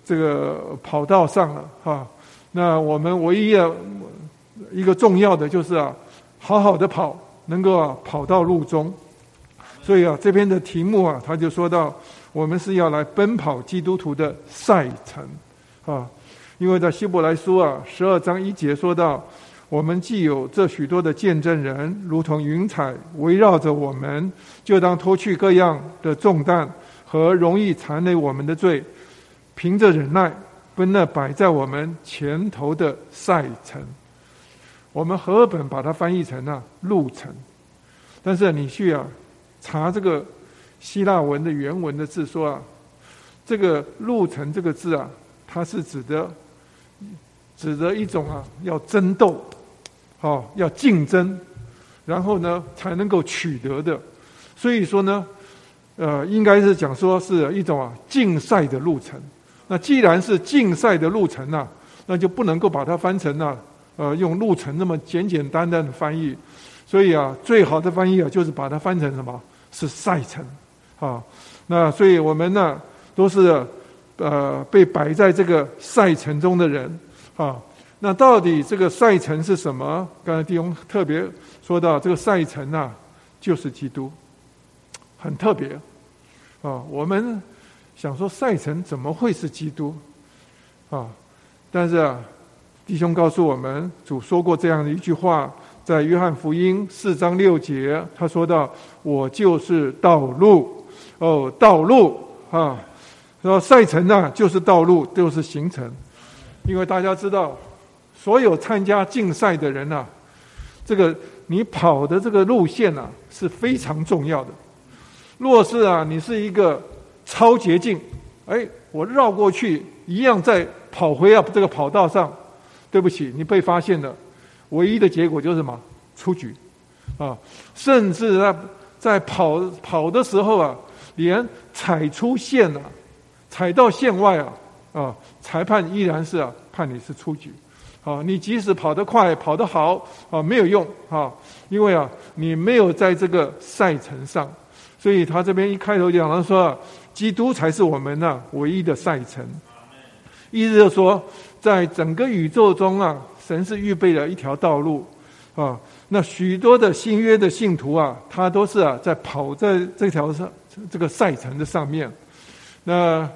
这个跑道上了哈。那我们唯一的一个重要的就是好好的跑，能够跑到路中。所以这边的题目他就说到，我们是要来奔跑基督徒的赛程因为在希伯来书12章1节说到，我们既有这许多的见证人，如同云彩围绕着我们，就当脱去各样的重担和容易缠累我们的罪，凭着忍耐奔那摆在我们前头的赛程。我们和合本把它翻译成路程，但是你去查这个希腊文的原文的字说这个路程这个字它是指的一种要争斗要竞争，然后呢才能够取得的。所以说呢应该是讲说是一种竞赛的路程。那既然是竞赛的路程那就不能够把它翻成用路程那么简简单单的翻译。所以最好的翻译就是把它翻成什么？是赛程那所以我们都是被摆在这个赛程中的人那到底这个赛程是什么？刚才弟兄特别说到，这个赛程就是基督，很特别我们想说赛程怎么会是基督但是弟兄告诉我们，主说过这样的一句话，在约翰福音4章6节，他说到，我就是道路道路说赛程就是道路，就是行程。因为大家知道，所有参加竞赛的人这个你跑的这个路线是非常重要的。若是你是一个超捷径，我绕过去一样再跑回这个跑道上，对不起，你被发现了，唯一的结果就是什么？出局甚至在跑的时候连踩出线踩到线外裁判依然是判你是出局你即使跑得快跑得好没有用因为你没有在这个赛程上。所以他这边一开头讲到说，基督才是我们唯一的赛程。意思就是说，在整个宇宙中神是预备了一条道路那许多的新约的信徒他都是在跑在这条上这个赛程的上面。那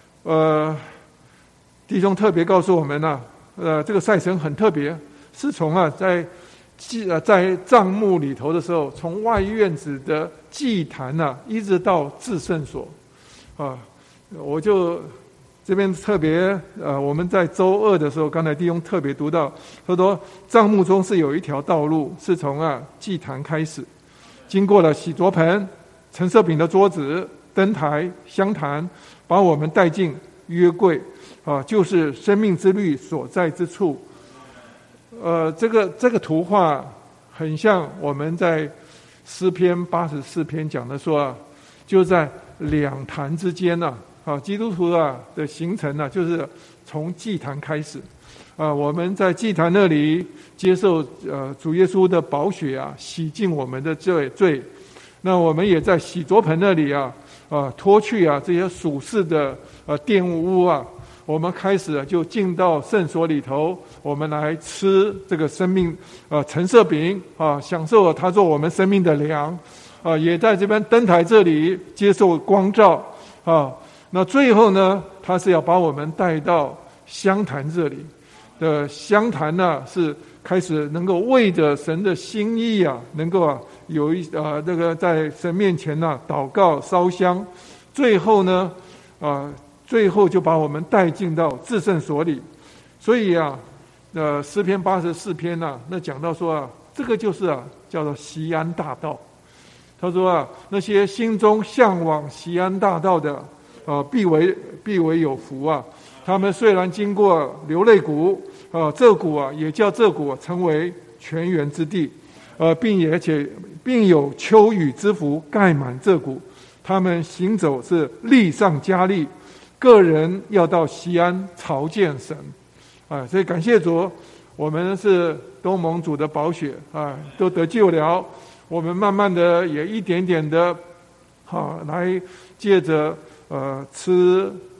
弟兄特别告诉我们这个赛程很特别，是从在帐幕里头的时候，从外院子的祭坛一直到至圣所我就这边特别我们在周2的时候，刚才弟兄特别读到，他说帐幕中是有一条道路，是从祭坛开始，经过了洗濯盆、陈设饼的桌子、灯台、香坛，把我们带进约柜就是生命之律所在之处。这个图画很像我们在诗篇84篇讲的说就在两坛之间基督徒的行程就是从祭坛开始我们在祭坛那里接受主耶稣的宝血洗净我们的罪。那我们也在洗濯盆那里脱去这些属世的玷污我们开始就进到圣所里头，我们来吃这个生命陈设饼享受它做我们生命的粮也在这边灯台这里接受光照那最后呢，他是要把我们带到香坛这里的香坛是开始能够为着神的心意能够有这个在神面前祷告烧香，最后呢最后就把我们带进到至圣所里。所以诗篇84篇那讲到说这个就是叫做锡安大道。他说那些心中向往锡安大道的必为有福他们虽然经过流泪谷这谷也叫这谷成为泉源之地并有秋雨之福盖满这谷，他们行走是力上加力，个人要到锡安朝见神所以感谢主，我们是都蒙主的宝血都得救了。我们慢慢的也一点点的来借着吃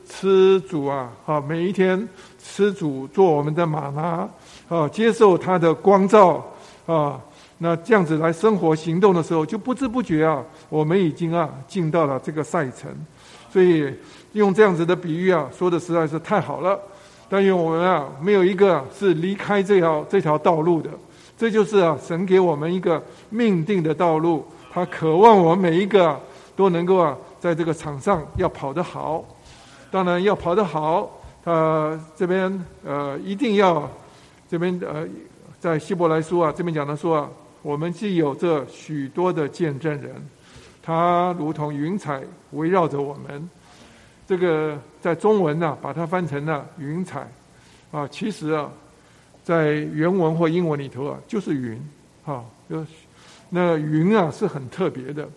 吃主每一天吃主做我们的玛拿接受他的光照那这样子来生活行动的时候，就不知不觉我们已经进到了这个赛程。所以用这样子的比喻说的实在是太好了。但愿我们没有一个是离开这条道路的。这就是神给我们一个命定的道路，他渴望我们每一个都能够在这个场上要跑得好。当然要跑得好，这边一定要这边在希伯来书这边讲的说我们既有这许多的见证人，他如同云彩围绕着我们。这个在中文把它翻成了云彩其实在原文或英文里头就是云那云是很特别的。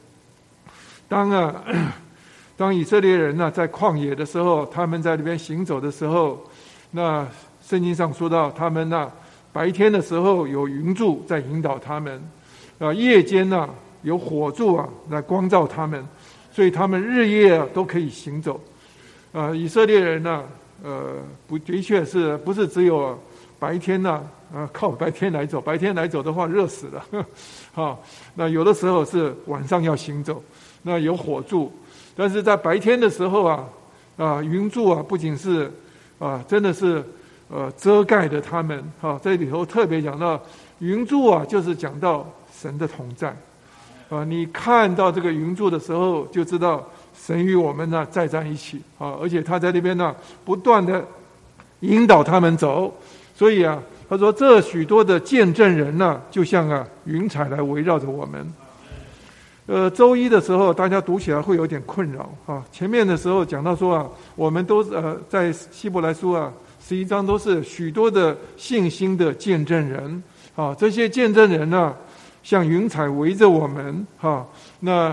当以色列人在旷野的时候，他们在那边行走的时候，那圣经上说到他们白天的时候有云柱在引导他们夜间有火柱来光照他们，所以他们日夜都可以行走以色列人的确是不是只有白天靠白天来走，白天来走的话热死了那有的时候是晚上要行走，那有火柱。但是在白天的时候云柱不仅是真的是遮盖的他们这里头特别讲到云柱就是讲到神的同在你看到这个云柱的时候，就知道神与我们再在一起而且他在那边不断的引导他们走。所以他说这许多的见证人就像云彩来围绕着我们。周一的时候大家读起来会有点困扰前面的时候讲到说我们都在希伯来书11章都是许多的信心的见证人这些见证人像云彩围着我们那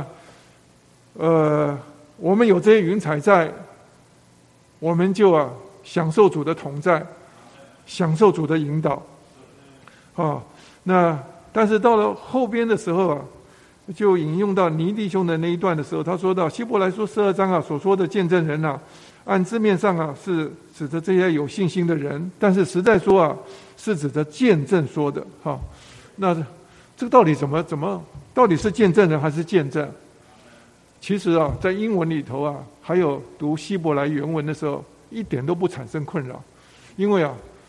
我们有这些云彩在，我们就享受主的同在，享受主的引导那但是到了后边的时候就引用到尼弟兄的那一段的时候，他说到希伯来书12章所说的见证人按字面上是指着这些有信心的人，但是实在说是指着见证说的那这个到底怎么到底是见证人还是见证？其实在英文里头还有读希伯来原文的时候一点都不产生困扰，因为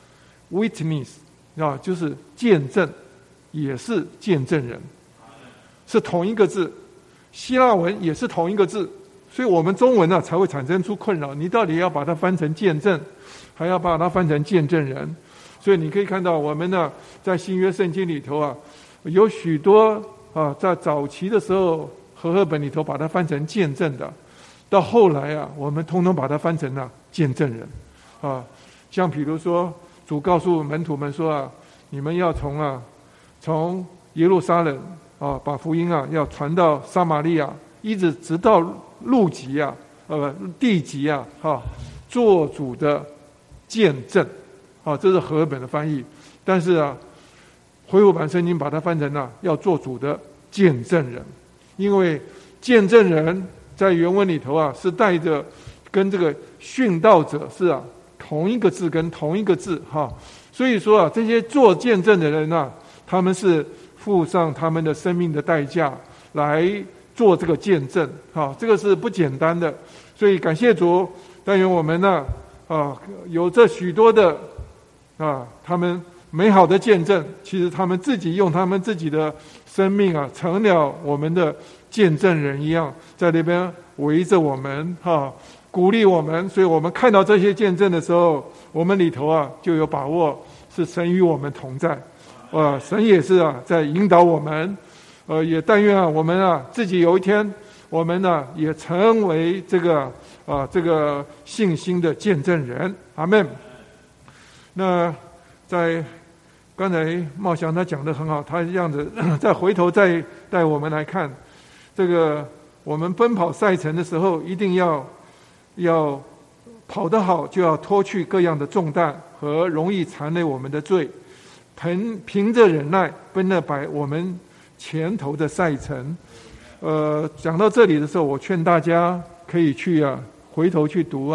witness 就是见证，也是见证人，是同一个字，希腊文也是同一个字，所以我们中文才会产生出困扰，你到底要把它翻成见证，还要把它翻成见证人。所以你可以看到我们在新约圣经里头有许多在早期的时候和合本里头把它翻成见证的，到后来我们通通把它翻成了见证人像比如说主告诉门徒们说你们要从耶路撒冷把福音要传到撒玛利亚，一直到路极地极做主的见证这是和合本的翻译。但是恢复版圣经把它翻成要做主的见证人，因为见证人在原文里头是带着跟这个殉道者是同一个字跟同一个字所以说这些做见证的人他们是付上他们的生命的代价来做这个见证这个是不简单的。所以感谢主，但愿我们有这许多的他们美好的见证，其实他们自己用他们自己的生命成了我们的见证人一样，在那边围着我们鼓励我们。所以我们看到这些见证的时候，我们里头就有把握是神与我们同在神也是在引导我们也但愿我们自己有一天我们也成为这个信心的见证人。阿们。那在刚才茂祥他讲得很好，他这样子再回头再带我们来看这个我们奔跑赛程的时候，一定要跑得好，就要脱去各样的重担和容易缠累我们的罪，凭着忍耐奔了我们前头的赛程。讲到这里的时候，我劝大家可以去回头去读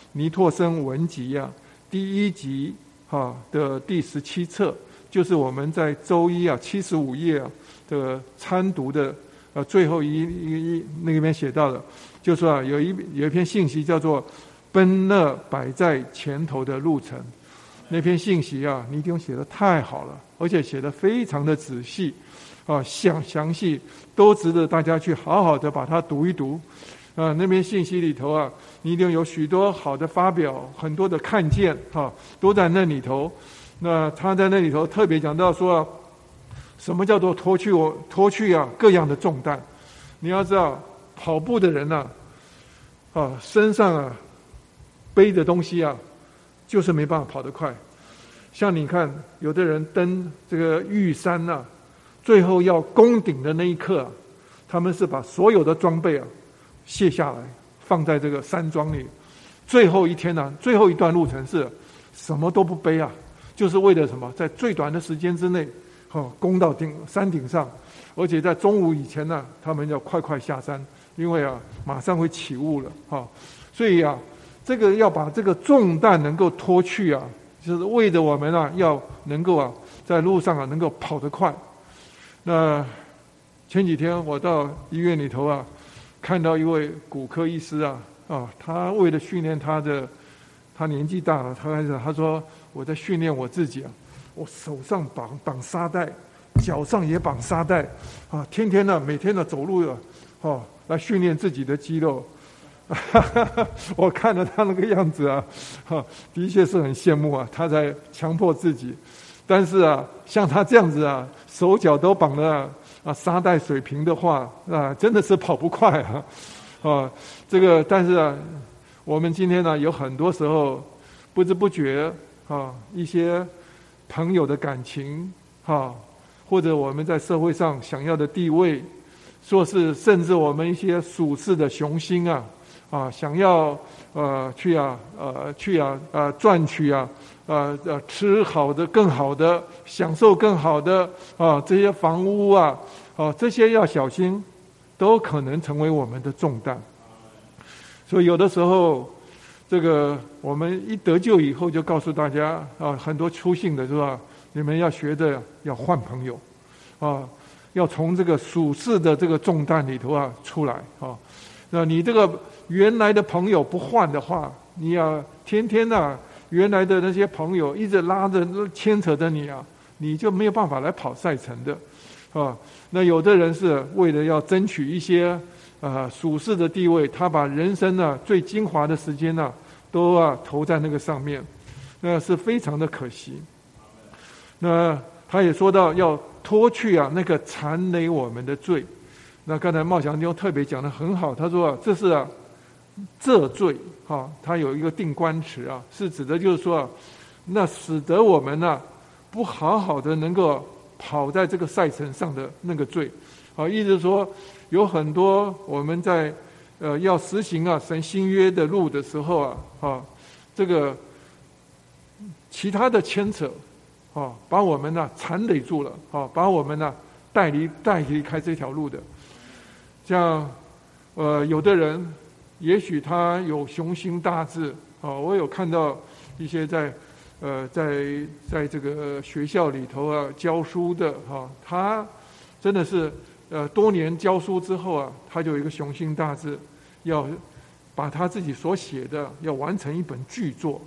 尼拓生文集第一集的第17册，就是我们在周一75页的参读的最后一那边写到的，就说有一篇信息叫做奔那摆在前头的路程。那篇信息尼丁写得太好了，而且写得非常的仔细详细，都值得大家去好好的把它读一读。那篇信息里头尼丁有许多好的发表，很多的看见都在那里头。那他在那里头特别讲到说什么叫做脱去各样的重担。你要知道，跑步的人身上背的东西就是没办法跑得快。像你看，有的人登这个玉山最后要攻顶的那一刻他们是把所有的装备卸下来，放在这个山庄里。最后一天最后一段路程是什么都不背就是为了什么？在最短的时间之内攻到山顶上，而且在中午以前他们要快下山，因为马上会起雾了所以这个要把这个重担能够脱去就是为着我们要能够在路上能够跑得快。那前几天我到医院里头看到一位骨科医师他为了训练他年纪大了，他说我在训练我自己我手上绑沙袋，脚上也绑沙袋天天每天的走路来训练自己的肌肉。我看了他那个样子的确是很羡慕他在强迫自己。但是像他这样子手脚都绑了沙袋水平的话真的是跑不快这个但是我们今天有很多时候不知不觉一些朋友的感情或者我们在社会上想要的地位，说是甚至我们一些属世的雄心想要去赚取吃好的更好的，享受更好的这些房屋这些要小心，都可能成为我们的重担。所以有的时候这个我们一得救以后就告诉大家很多初信的是吧，你们要学着要换朋友要从这个属世的这个重担里头出来那你这个原来的朋友不换的话，你天天原来的那些朋友一直拉着牵扯着你就没有办法来跑赛程的那有的人是为了要争取一些属世的地位，他把人生最精华的时间都投在那个上面，那是非常的可惜。那他也说到要脱去那个缠累我们的罪。那刚才茂祥弟兄特别讲得很好，他说这是这罪他有一个定冠词是指的就是说那使得我们不好好的能够跑在这个赛程上的那个罪意思说有很多我们在要实行神新约的路的时候这个其他的牵扯把我们缠累住了把我们带离开这条路的。像有的人也许他有雄心大志我有看到一些在这个学校里头教书的他真的是多年教书之后他就有一个雄心大志，要把他自己所写的要完成一本巨作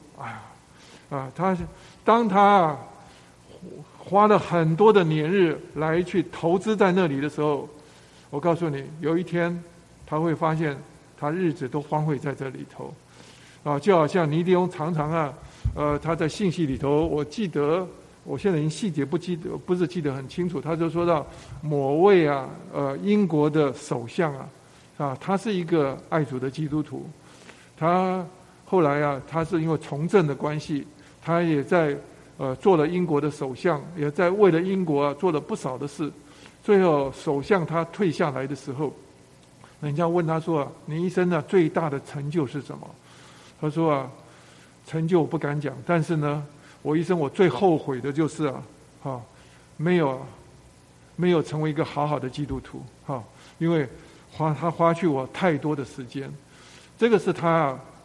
当他花了很多的年日来去投资在那里的时候，我告诉你，有一天他会发现他日子都荒废在这里头就好像尼迪翁常常他在信息里头，我记得我现在已经细节不是记得很清楚，他就说到某位英国的首相他是一个爱主的基督徒，他后来他是因为从政的关系，他也在做了英国的首相，也在为了英国做了不少的事。最后首相他退下来的时候，人家问他说你一生最大的成就是什么？他说成就我不敢讲，但是呢我一生我最后悔的就是没有成为一个好好的基督徒因为他花去我太多的时间。这个是他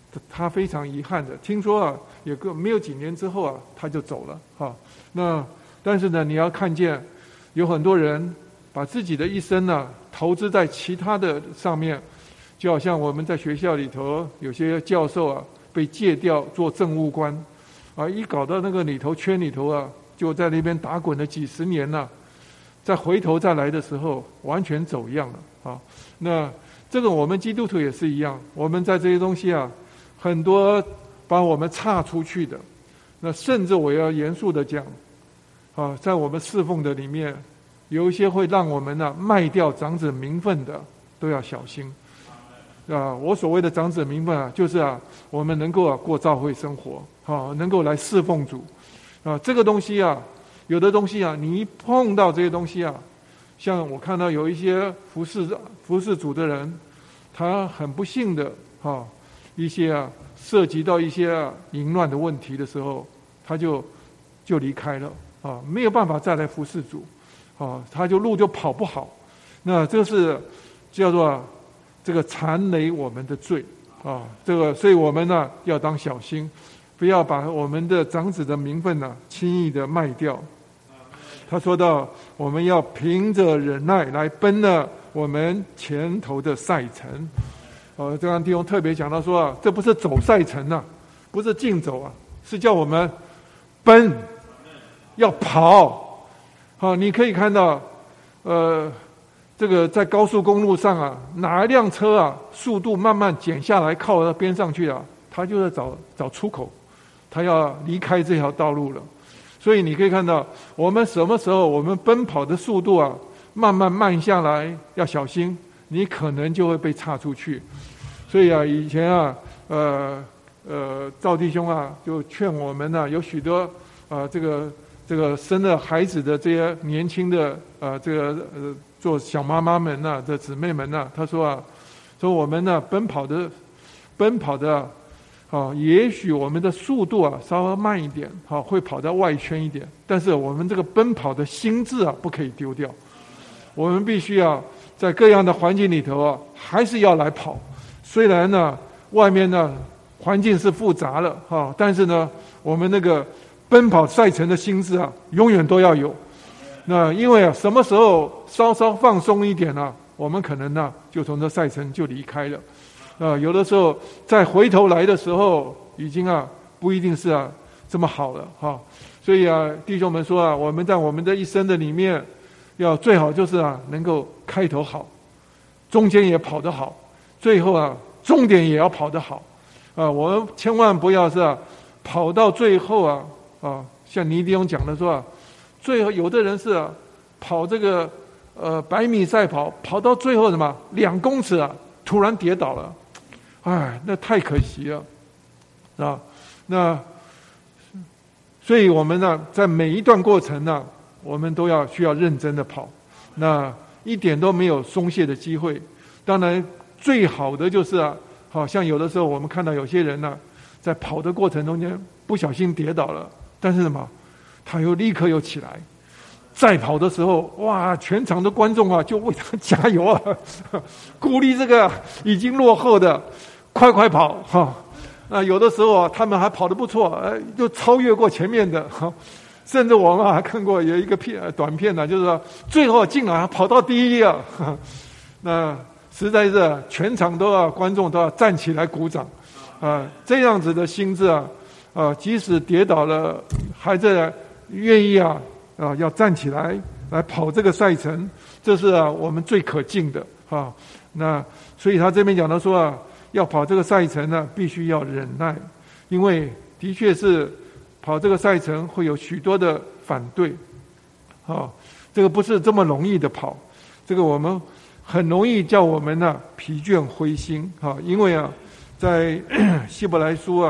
他非常遗憾的，听说啊，没有几年之后啊，他就走了哈。那但是呢，你要看见有很多人把自己的一生呢投资在其他的上面，就好像我们在学校里头有些教授啊被借调做政务官啊，一搞到那个圈里头啊，就在那边打滚了几十年了，再回头再来的时候，完全走样了啊。那这个我们基督徒也是一样，我们在这些东西啊，很多把我们岔出去的。那甚至我要严肃的讲，啊，在我们侍奉的里面，有一些会让我们呢卖掉长子名分的，都要小心。啊，我所谓的长子名分啊，就是啊，我们能够过教会生活，啊，能够来侍奉主，啊，这个东西啊，有的东西啊，你一碰到这些东西啊，像我看到有一些服侍主的人，他很不幸的啊，一些啊涉及到一些淫乱的问题的时候，他就离开了啊，没有办法再来服侍主啊，他路就跑不好。那这是叫做这个缠累我们的罪啊，这个所以我们呢要当小心，不要把我们的长子的名分呢轻易的卖掉。他说到，我们要凭着忍耐来奔了我们前头的赛程。这样弟兄特别讲到说啊，这不是走赛程啊，不是竞走啊，是叫我们奔，要跑。好，你可以看到，这个在高速公路上啊，哪一辆车啊，速度慢慢减下来，靠到边上去啊，他就在找出口，他要离开这条道路了。所以你可以看到，我们什么时候我们奔跑的速度啊，慢下来，要小心，你可能就会被岔出去。所以啊，以前啊，赵弟兄啊，就劝我们呢，有许多这个生了孩子的这些年轻的做小妈妈们呐，这姊妹们呐，他说我们呢奔跑的也许我们的速度啊稍微慢一点，会跑到外圈一点，但是我们这个奔跑的心智啊不可以丢掉。我们必须要在各样的环境里头啊，还是要来跑。虽然呢外面呢环境是复杂了但是呢我们那个奔跑赛程的心智啊，永远都要有。那因为什么时候稍稍放松一点呢，我们可能呢就从这赛程就离开了。有的时候再回头来的时候，已经不一定是这么好了所以弟兄们说我们在我们的一生的里面，要最好就是能够开头好，中间也跑得好，最后终点也要跑得好我们千万不要是跑到最后像倪弟兄讲的说最后有的人是跑这个100米赛跑到最后什么2公尺突然跌倒了，那太可惜了那所以我们呢在每一段过程呢，我们都需要认真的跑，那一点都没有松懈的机会。当然最好的就是好像有的时候我们看到有些人呢在跑的过程中间不小心跌倒了，但是什么他又立刻又起来，再跑的时候哇，全场的观众就为他加油鼓励这个已经落后的快跑有的时候他们还跑得不错，就超越过前面的甚至我们还看过有一个短片呢，就是说最后竟然跑到第一那实在是全场观众都要站起来鼓掌这样子的心智即使跌倒了，还在愿意要站起来跑这个赛程，这是我们最可敬的那所以他这边讲到说要跑这个赛程呢，必须要忍耐，因为的确是跑这个赛程会有许多的反对这个不是这么容易的跑，这个我们很容易叫我们疲倦灰心因为在希伯来书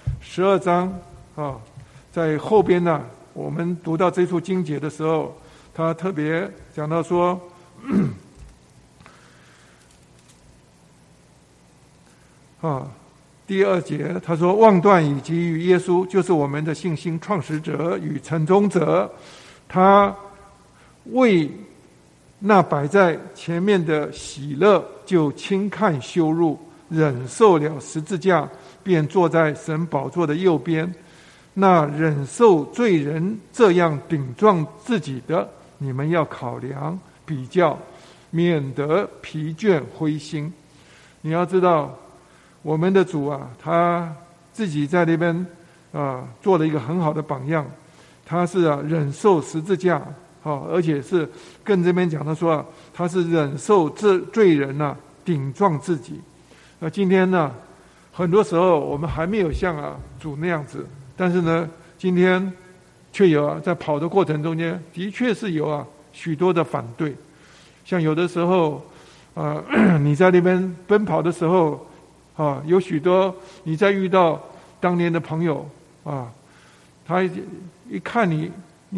12章在后边呢，我们读到这处经节的时候，他特别讲到说第2节他说，望断以及于耶稣，就是我们的信心创始者与成终者，他为那摆在前面的喜乐，就轻看羞辱，忍受了十字架， 便坐在神宝座的右边。那忍受罪人这样顶撞自己的，你们要考量比较，免得疲倦灰心。你要知道，我们的主啊，他自己在那边做了一个很好的榜样。他是忍受十字架，而且是跟这边讲的说他是忍受罪人顶撞自己。那今天呢，很多时候我们还没有像主那样子，但是呢，今天却有在跑的过程中间，的确是有许多的反对。像有的时候你在那边奔跑的时候有许多你在遇到当年的朋友他一看你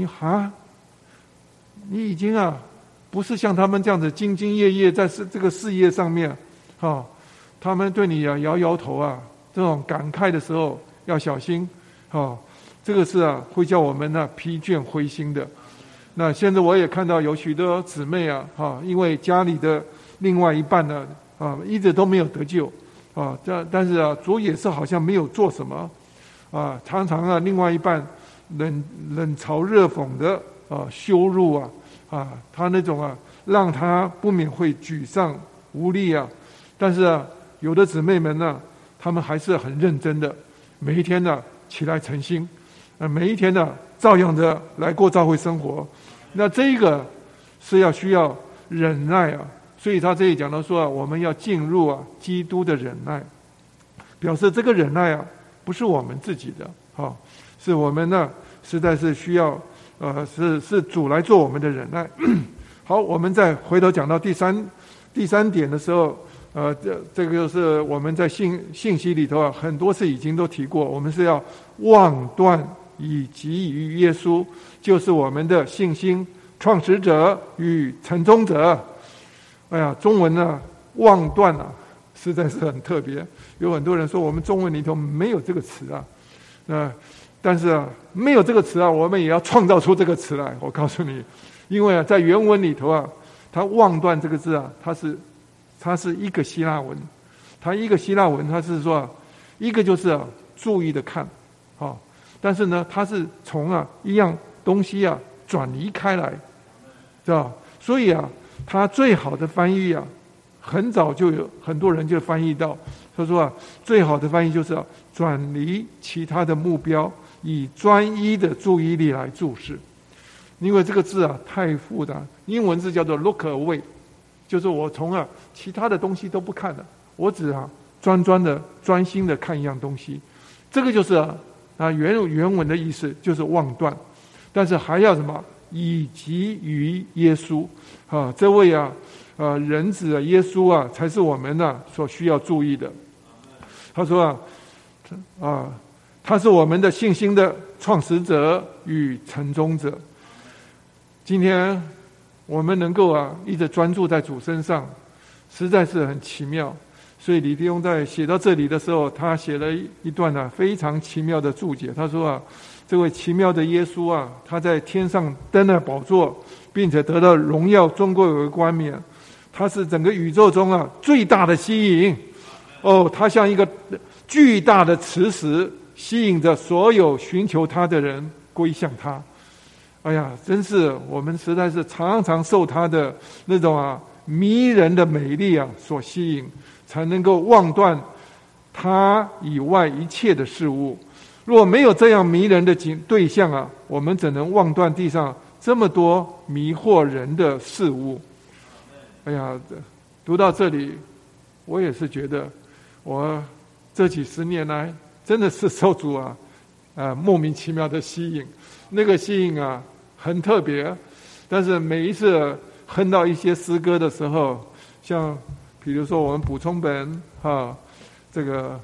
已经不是像他们这样子兢兢业业在这个事业上面他们对你摇摇头这种感慨的时候要小心这个是会叫我们疲倦灰心的。那现在我也看到有许多姊妹因为家里的另外一半呢一直都没有得救但是主也是好像没有做什么常常另外一半冷嘲热讽的羞辱他那种让他不免会沮丧无力但是有的姊妹们呢，他们还是很认真的，每一天呢起来诚心每一天呢照样的来过教会生活。那这个是需要忍耐所以他这里讲到说我们要进入基督的忍耐，表示这个忍耐不是我们自己的是我们呢实在是需要是主来做我们的忍耐。好，我们再回头讲到第三点的时候这个就是我们在信息里头很多次已经都提过，我们是要忘断以及于耶稣，就是我们的信心创始者与成终者。中文呢忘断实在是很特别，有很多人说我们中文里头没有这个词但是没有这个词我们也要创造出这个词来。我告诉你，因为在原文里头它忘断这个字它是一个希腊文，它一个希腊文它是说一个就是注意的看但是呢它是从一样东西转移开来，知道？所以它最好的翻译很早就有很多人就翻译到，他说最好的翻译就是转离其他的目标，以专一的注意力来注视。因为这个字太复杂，英文字叫做 look away， 就是我从其他的东西都不看了，我只专心的看一样东西。这个就是原文的意思，就是忘断。但是还要什么？以及于耶稣这位人子耶稣才是我们所需要注意的。他说他是我们的信心的创始者与成终者。今天我们能够一直专注在主身上，实在是很奇妙。所以李弟兄在写到这里的时候，他写了一段非常奇妙的注解。他说这位奇妙的耶稣他在天上登了宝座，并且得到荣耀尊贵为冠冕。他是整个宇宙中最大的吸引他像一个巨大的磁石，吸引着所有寻求他的人归向他。哎呀，真是我们实在是常常受他的那种迷人的美丽所吸引，才能够忘断他以外一切的事物。如果没有这样迷人的对象我们怎能忘断地上这么多迷惑人的事物？哎呀，读到这里，我也是觉得我这几十年来真的是受主莫名其妙的吸引。那个吸引很特别，但是每一次哼到一些诗歌的时候，像比如说我们补充本这个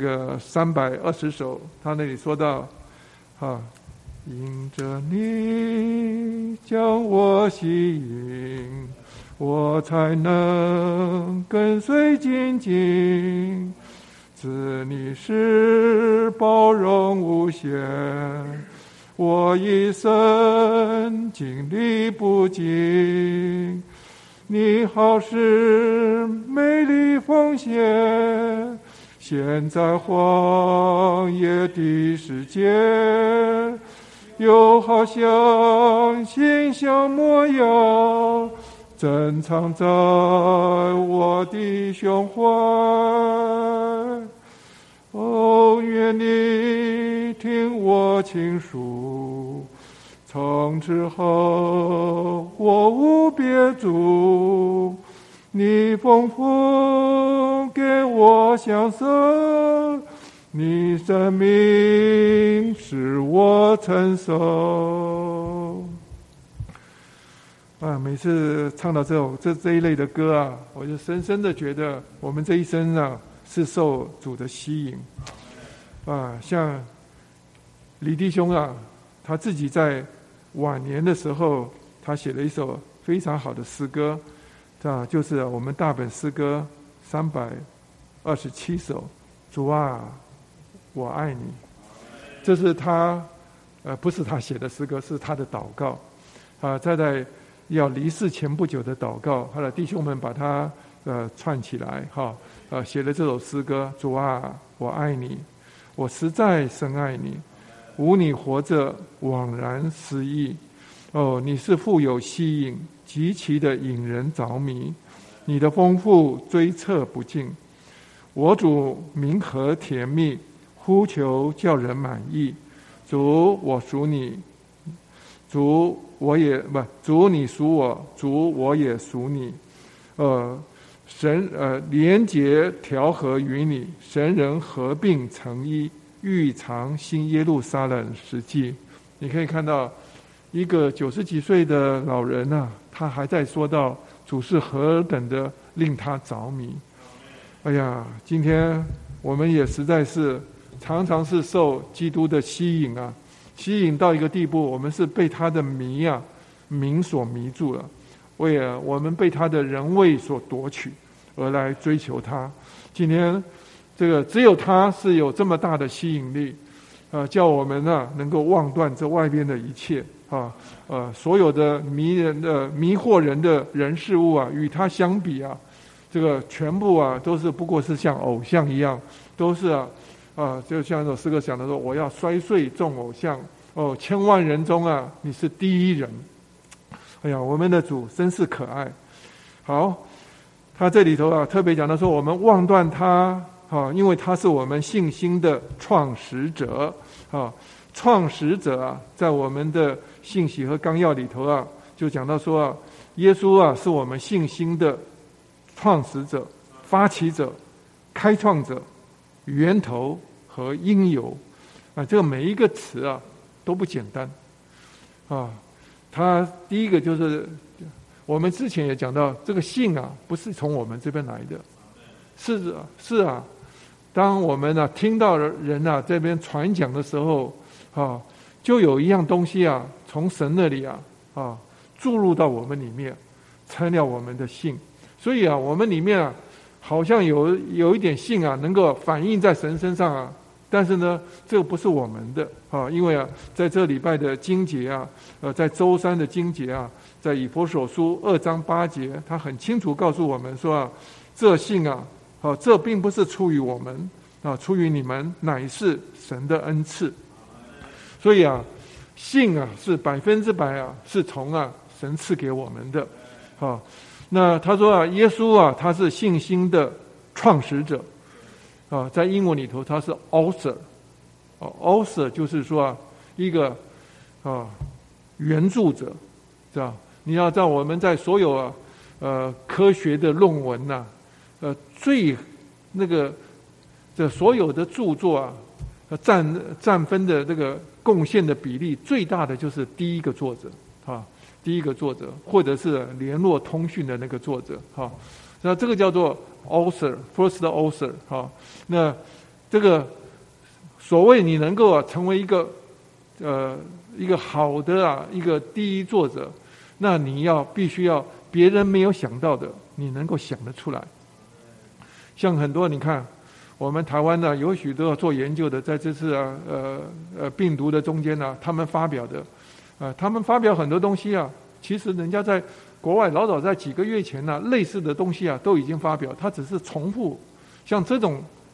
320首，他那里说到因着你将我吸引，我才能跟随紧紧，自你是包容无限，我一生经历不尽，你好是美丽奉献， 现在荒野的世界，又好像形象模样，珍藏在我的胸怀。哦，愿你听我倾诉，从此后我无别主，你丰富给我享受，你生命使我承受。每次唱到这一类的歌啊，我就深深的觉得我们这一生啊是受主的吸引。像李弟兄啊，他自己在晚年的时候，他写了一首非常好的诗歌，就是我们大本诗歌327首，主啊，我爱你。这是他不是他写的诗歌，是他的祷告在要离世前不久的祷告，他的弟兄们把他串起来写了这首诗歌，主啊，我爱你，我实在深爱你，无你活着枉然失意。你是富有吸引，极其的引人着迷，你的丰富追测不尽。我主名和甜蜜，呼求叫人满意。主，我属你；主你属我；主我也属你。神连结调和于你，神人合并成一，欲尝新耶路撒冷实际。你可以看到一个90几岁的老人啊，他还在说到主是何等的令他着迷。哎呀，今天我们也实在是常常是受基督的吸引啊，吸引到一个地步，我们是被他的名所迷住了，我们被他的人位所夺取而来追求他。今天这个只有他是有这么大的吸引力，叫我们能够忘断这外边的一切所有的迷惑人的人事物啊，与他相比啊，这个全部都是不过是像偶像一样，都是就像这首诗歌讲的说，我要摔碎众偶像千万人中你是第一人。哎呀，我们的主真是可爱。好，他这里头特别讲到说，我们忘断他因为他是我们信心的创始者创始者在我们的信息和纲要里头就讲到说耶稣是我们信心的创始者、发起者、开创者、源头和因由这个每一个词都不简单他第一个就是我们之前也讲到，这个信不是从我们这边来的，是当我们听到人这边传讲的时候就有一样东西从神那里注入到我们里面，成了我们的信。所以我们里面好像有一点信能够反映在神身上但是呢，这个不是我们的因为在这礼拜的经节在周三的经节在以弗所书2章8节，他很清楚告诉我们说这信这并不是出于我们出于你们，乃是神的恩赐。所以信是100%是从神赐给我们的那他说耶稣他是信心的创始者在英文里头他是 author 就是说一个原著者，知道？你要知道我们在所有科学的论文最那个这所有的著作占分的这个贡献的比例最大的就是第一个作者第一个作者，或者是联络通讯的那个作者那这个叫做 author first author 那这个所谓你能够成为一个好的一个第一作者，那你必须要别人没有想到的你能够想得出来。像很多你看我们台湾有许多做研究的，在这次病毒的中间他们发表很多东西其实人家在国外老早在几个月前类似的东西都已经发表，它只是重复。像这种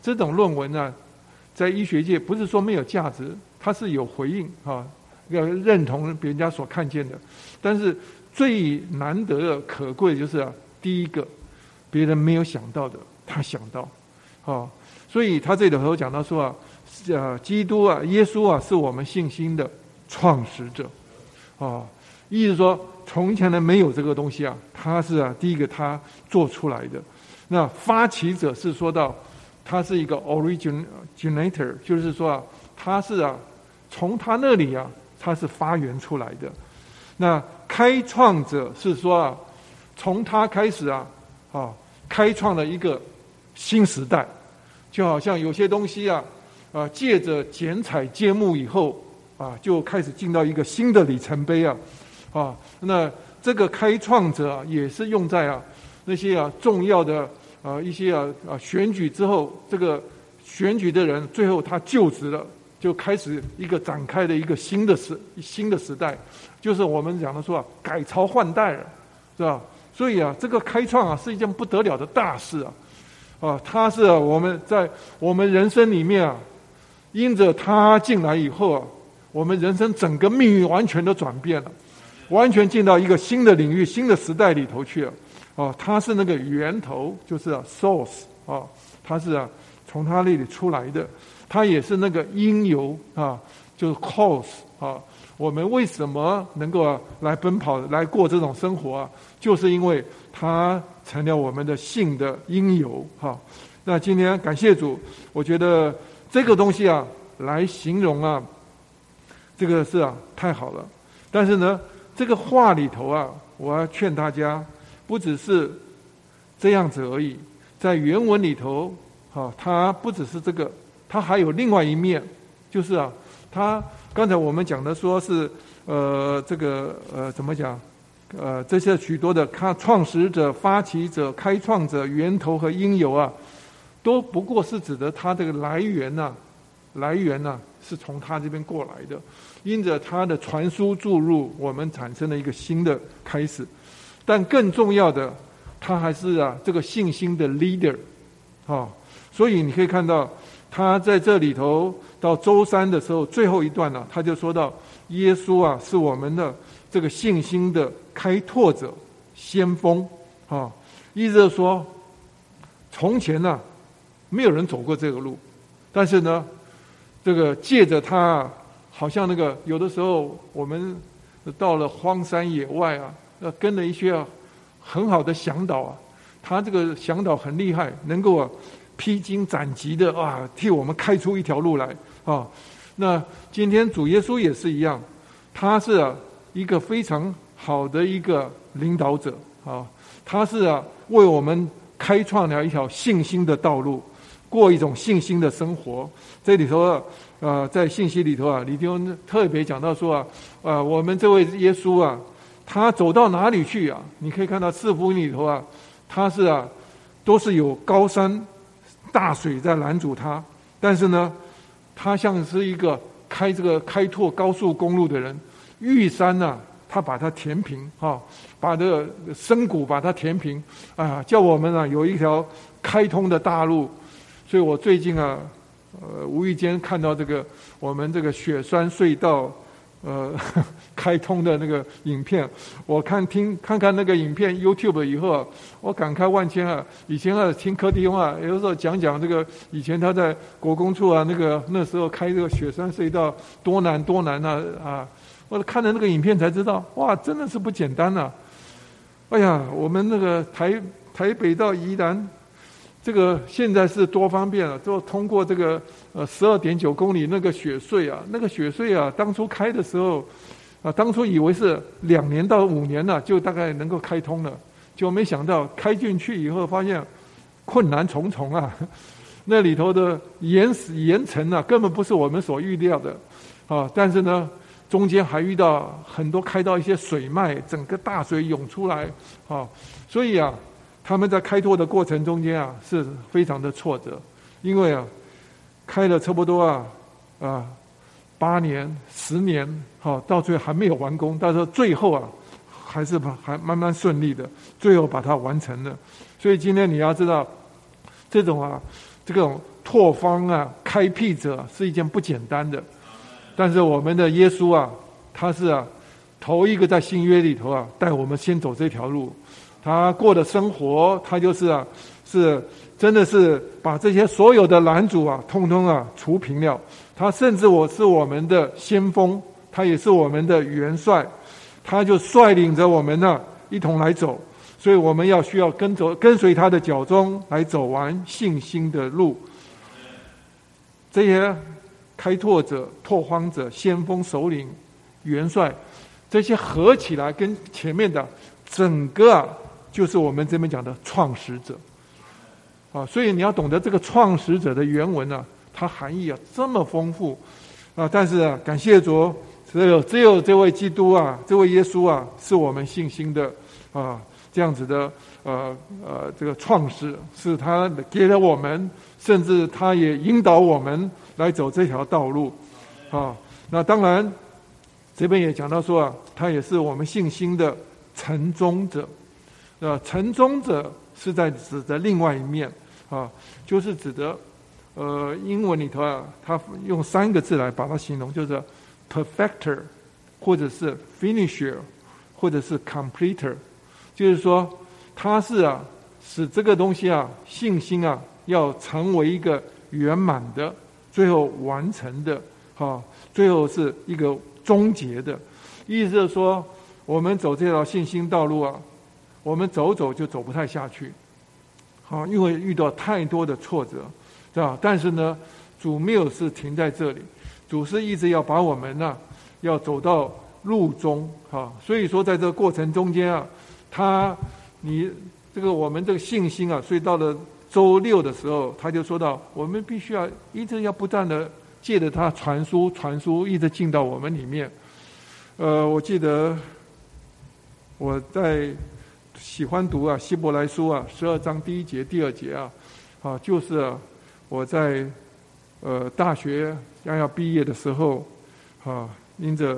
这种论文呢，在医学界不是说没有价值，它是有回应要认同别人家所看见的。但是最难得可贵的就是第一个，别人没有想到的，他想到，所以他这里头讲到说基督耶稣是我们信心的创始者，意思说从前呢没有这个东西他是第一个他做出来的。那发起者是说到他是一个 originator， 就是说他是从他那里他是发源出来的。那开创者是说从他开始开创了一个新时代，就好像有些东西借着剪彩揭幕以后就开始进到一个新的里程碑那这个开创者也是用在那些重要的一些选举之后，这个选举的人最后他就职了，就开始一个展开的一个新的时代，就是我们讲的说改朝换代了，是吧？所以这个开创是一件不得了的大事它是我们在我们人生里面因着他进来以后我们人生整个命运完全都转变了，完全进到一个新的领域、新的时代里头去了。他是那个源头，就是 source 他是从他那里出来的，他也是那个因由就是 cause 我们为什么能够来奔跑、来过这种生活就是因为他成了我们的信的因由那今天感谢主，我觉得这个东西来形容这个是太好了。但是呢，这个话里头我要劝大家，不只是这样子而已，在原文里头它不只是这个，它还有另外一面，就是它刚才我们讲的说是这个怎么讲这些许多的创始者、发起者、开创者、源头和因由都不过是指的它这个来源是从他这边过来的，因着他的传输注入，我们产生了一个新的开始。但更重要的，他还是这个信心的 leader 所以你可以看到他在这里头到周三的时候最后一段他就说到耶稣是我们的这个信心的开拓者、先锋意思就是说从前没有人走过这个路，但是呢这个借着他好像那个有的时候我们到了荒山野外跟了一些很好的向导他这个向导很厉害，能够披荆斩棘的替我们开出一条路来那今天主耶稣也是一样，他是一个非常好的一个领导者他是为我们开创了一条信心的道路，过一种信心的生活。这里头在信息里头李弟兄特别讲到说我们这位耶稣他走到哪里去你可以看到四福音里头他是都是有高山大水在拦阻他，但是呢他像是一个开拓高速公路的人，玉山他把它填平把这个深谷把它填平叫我们有一条开通的大路。所以我最近无意间看到这个我们这个雪山隧道开通的那个影片，我看看那个影片 YouTube 以后我感慨万千以前听柯弟兄有时候讲这个以前他在国工处那时候开这个雪山隧道多难我看了那个影片才知道，哇，真的是不简单哎呀，我们那个台北到宜兰这个现在是多方便了，就通过这个12.9公里那个雪隧那个雪隧当初开的时候当初以为是2年到5年就大概能够开通了，就没想到开进去以后发现困难重重那里头的岩层根本不是我们所预料的但是呢中间还遇到很多开到一些水脉，整个大水涌出来所以他们在开拓的过程中间是非常的挫折，因为开了差不多8年10年到最后还没有完工，但是最后还慢慢顺利的，最后把它完成了。所以今天你要知道，这种这种拓荒啊、开辟者是一件不简单的。但是我们的耶稣啊，他是头一个在新约里头带我们先走这条路。他过的生活，他就是是真的是把这些所有的拦阻通通除平了。他甚至是我们的先锋，他也是我们的元帅，他就率领着我们一同来走。所以我们需要跟随他的脚踪来走完信心的路。这些开拓者、拓荒者、先锋、首领、元帅，这些合起来跟前面的整个就是我们这边讲的创始者所以你要懂得这个创始者的原文它含义这么丰富但是感谢主，只有这位基督这位耶稣是我们信心的这样子的这个创始，是他给了我们，甚至他也引导我们来走这条道路那当然这边也讲到说他也是我们信心的承宗者承宗者是在指的另外一面就是指的英文里头他用3个字来把它形容，就是 perfecter 或者是 finisher 或者是 completer， 就是说他是使这个东西信心要成为一个圆满的，最后完成的最后是一个终结的。意思是说我们走这条信心道路我们走就走不太下去因为遇到太多的挫折但是呢，主没有是停在这里，主是一直要把我们要走到路中所以说在这个过程中间我们这个信心所以到了周6的时候，他就说到我们必须一直要不断的借着他传输，一直进到我们里面。我记得我在喜欢读希伯来书12章第1节第2节就是我在大学要毕业的时候因着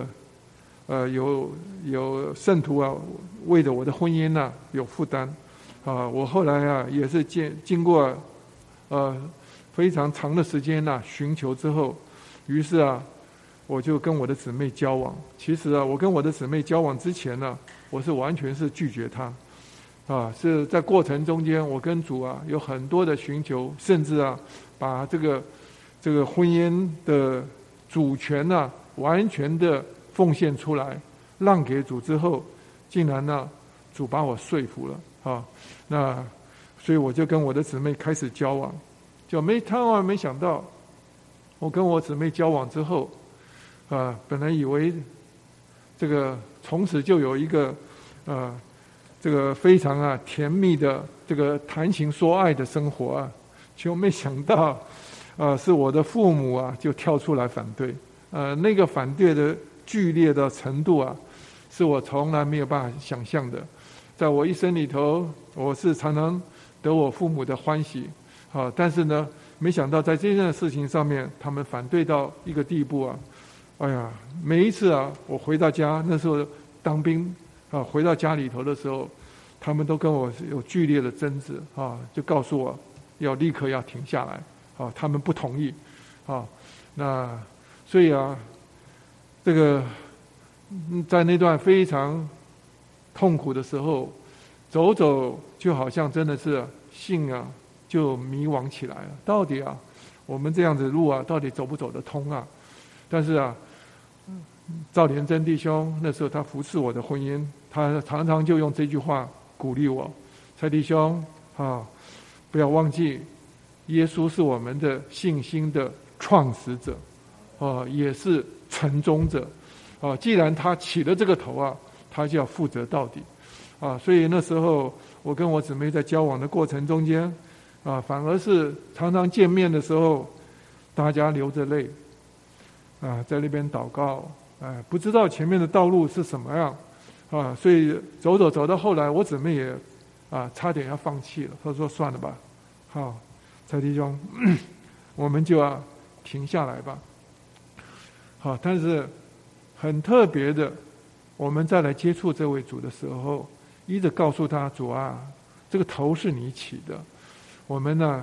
有圣徒为着我的婚姻有负担我后来也是经过非常长的时间寻求之后，于是我就跟我的姊妹交往。其实我跟我的姊妹交往之前我是完全是拒绝她是在过程中间我跟主有很多的寻求，甚至把这个婚姻的主权完全的奉献出来，让给主之后，竟然主把我说服了那所以我就跟我的姊妹开始交往，万万没想到，我跟我姊妹交往之后本来以为这个从此就有一个这个非常甜蜜的这个谈情说爱的生活就没想到是我的父母就跳出来反对那个反对的剧烈的程度是我从来没有办法想象的。在我一生里头，我是常常得我父母的欢喜但是呢，没想到在这件事情上面，他们反对到一个地步哎呀，每一次我回到家，那时候当兵回到家里头的时候，他们都跟我有剧烈的争执就告诉我立刻要停下来他们不同意那所以这个在那段非常痛苦的时候，走就好像真的是信就迷惘起来了。到底我们这样子路到底走不走得通但是赵连珍弟兄那时候他服侍我的婚姻，他常常就用这句话鼓励我：蔡弟兄不要忘记，耶稣是我们的信心的创始者也是承宗者既然他起了这个头他就要负责到底所以那时候我跟我姊妹在交往的过程中间反而是常常见面的时候，大家流着泪在那边祷告不知道前面的道路是什么样所以走到后来，我姊妹也差点要放弃了。她说算了吧蔡弟兄我们就停下来吧但是很特别的，我们再来接触这位主的时候，一直告诉他：主这个头是你起的，我们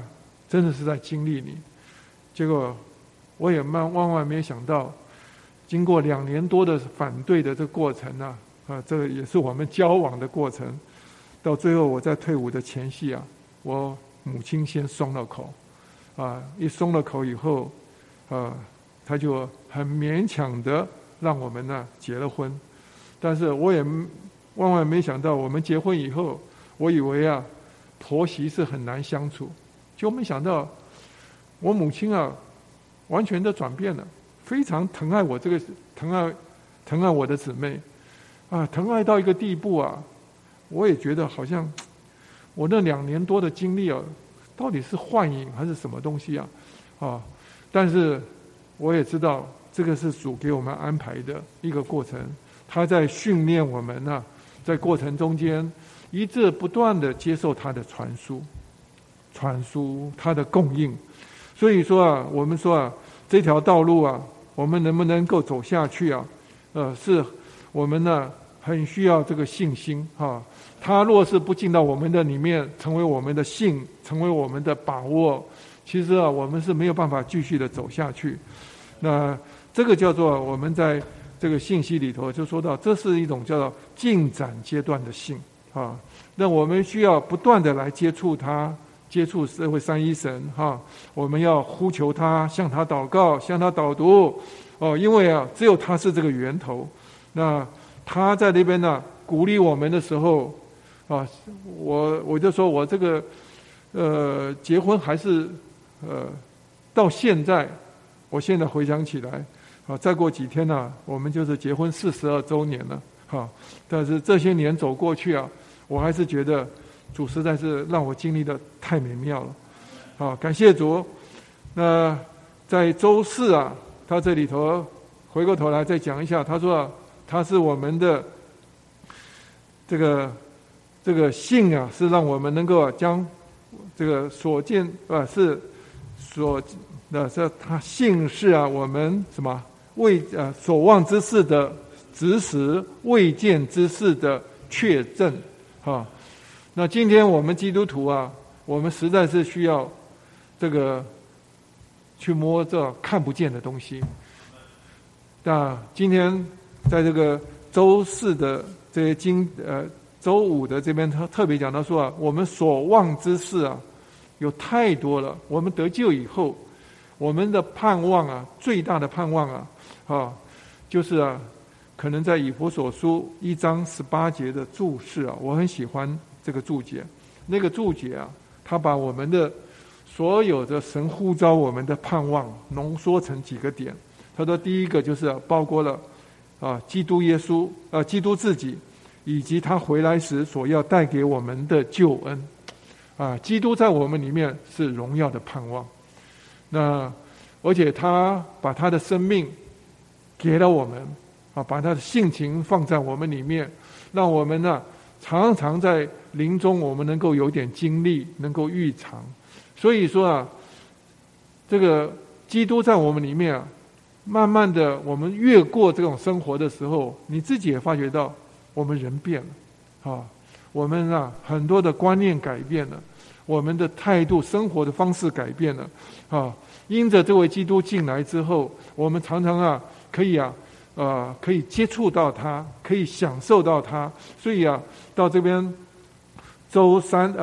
真的是在经历你。结果我也万万没想到，经过2年多的反对的这个过程这个也是我们交往的过程，到最后我在退伍的前夕我母亲先松了口，一松了口以后，她就很勉强的让我们结了婚。但是我也万万没想到，我们结婚以后，我以为婆媳是很难相处，就没想到我母亲完全的转变了，非常疼爱我疼爱我的姊妹疼爱到一个地步我也觉得好像我那2年多的经历到底是幻影还是什么东西但是我也知道这个是主给我们安排的一个过程，他在训练我们在过程中间一直不断的接受他的传输他的供应。所以说我们说这条道路我们能不能够走下去是我们很需要这个信心他若是不进到我们的里面，成为我们的信，成为我们的把握，其实我们是没有办法继续的走下去。那这个叫做我们在这个信息里头就说到，这是一种叫做进展阶段的信那我们需要不断的来接触他，接触这位三一神我们要呼求他，向他祷告，向他导读因为只有他是这个源头。那他在那边鼓励我们的时候我就说我这个结婚还是到现在，我现在回想起来再过几天我们就是结婚42周年了但是这些年走过去我还是觉得主实在是让我经历的太美妙了感谢主。那在周4他这里头回过头来再讲一下，他说他是我们的这个信是让我们能够将这个所见是所这他信是我们什么所望之事的指使，未见之事的确证那今天我们基督徒我们实在是需要这个去摸这看不见的东西。那今天在这个周4的这些周5的这边他特别讲到说我们所望之事有太多了。我们得救以后，我们的盼望最大的盼望就是可能在以弗所书1章18节的注释我很喜欢这个注解。那个注解他把我们的所有的神呼召我们的盼望浓缩成几个点。他说第一个就是包括了基督耶稣基督自己，以及他回来时所要带给我们的救恩基督在我们里面是荣耀的盼望。那而且他把他的生命给了我们把他的性情放在我们里面，让我们常常在灵中我们能够有点经历，能够预尝。所以说这个基督在我们里面慢慢的我们越过这种生活的时候，你自己也发觉到我们人变了我们很多的观念改变了，我们的态度生活的方式改变了因着这位基督进来之后，我们常常可以接触到他，可以享受到他。所以到这边周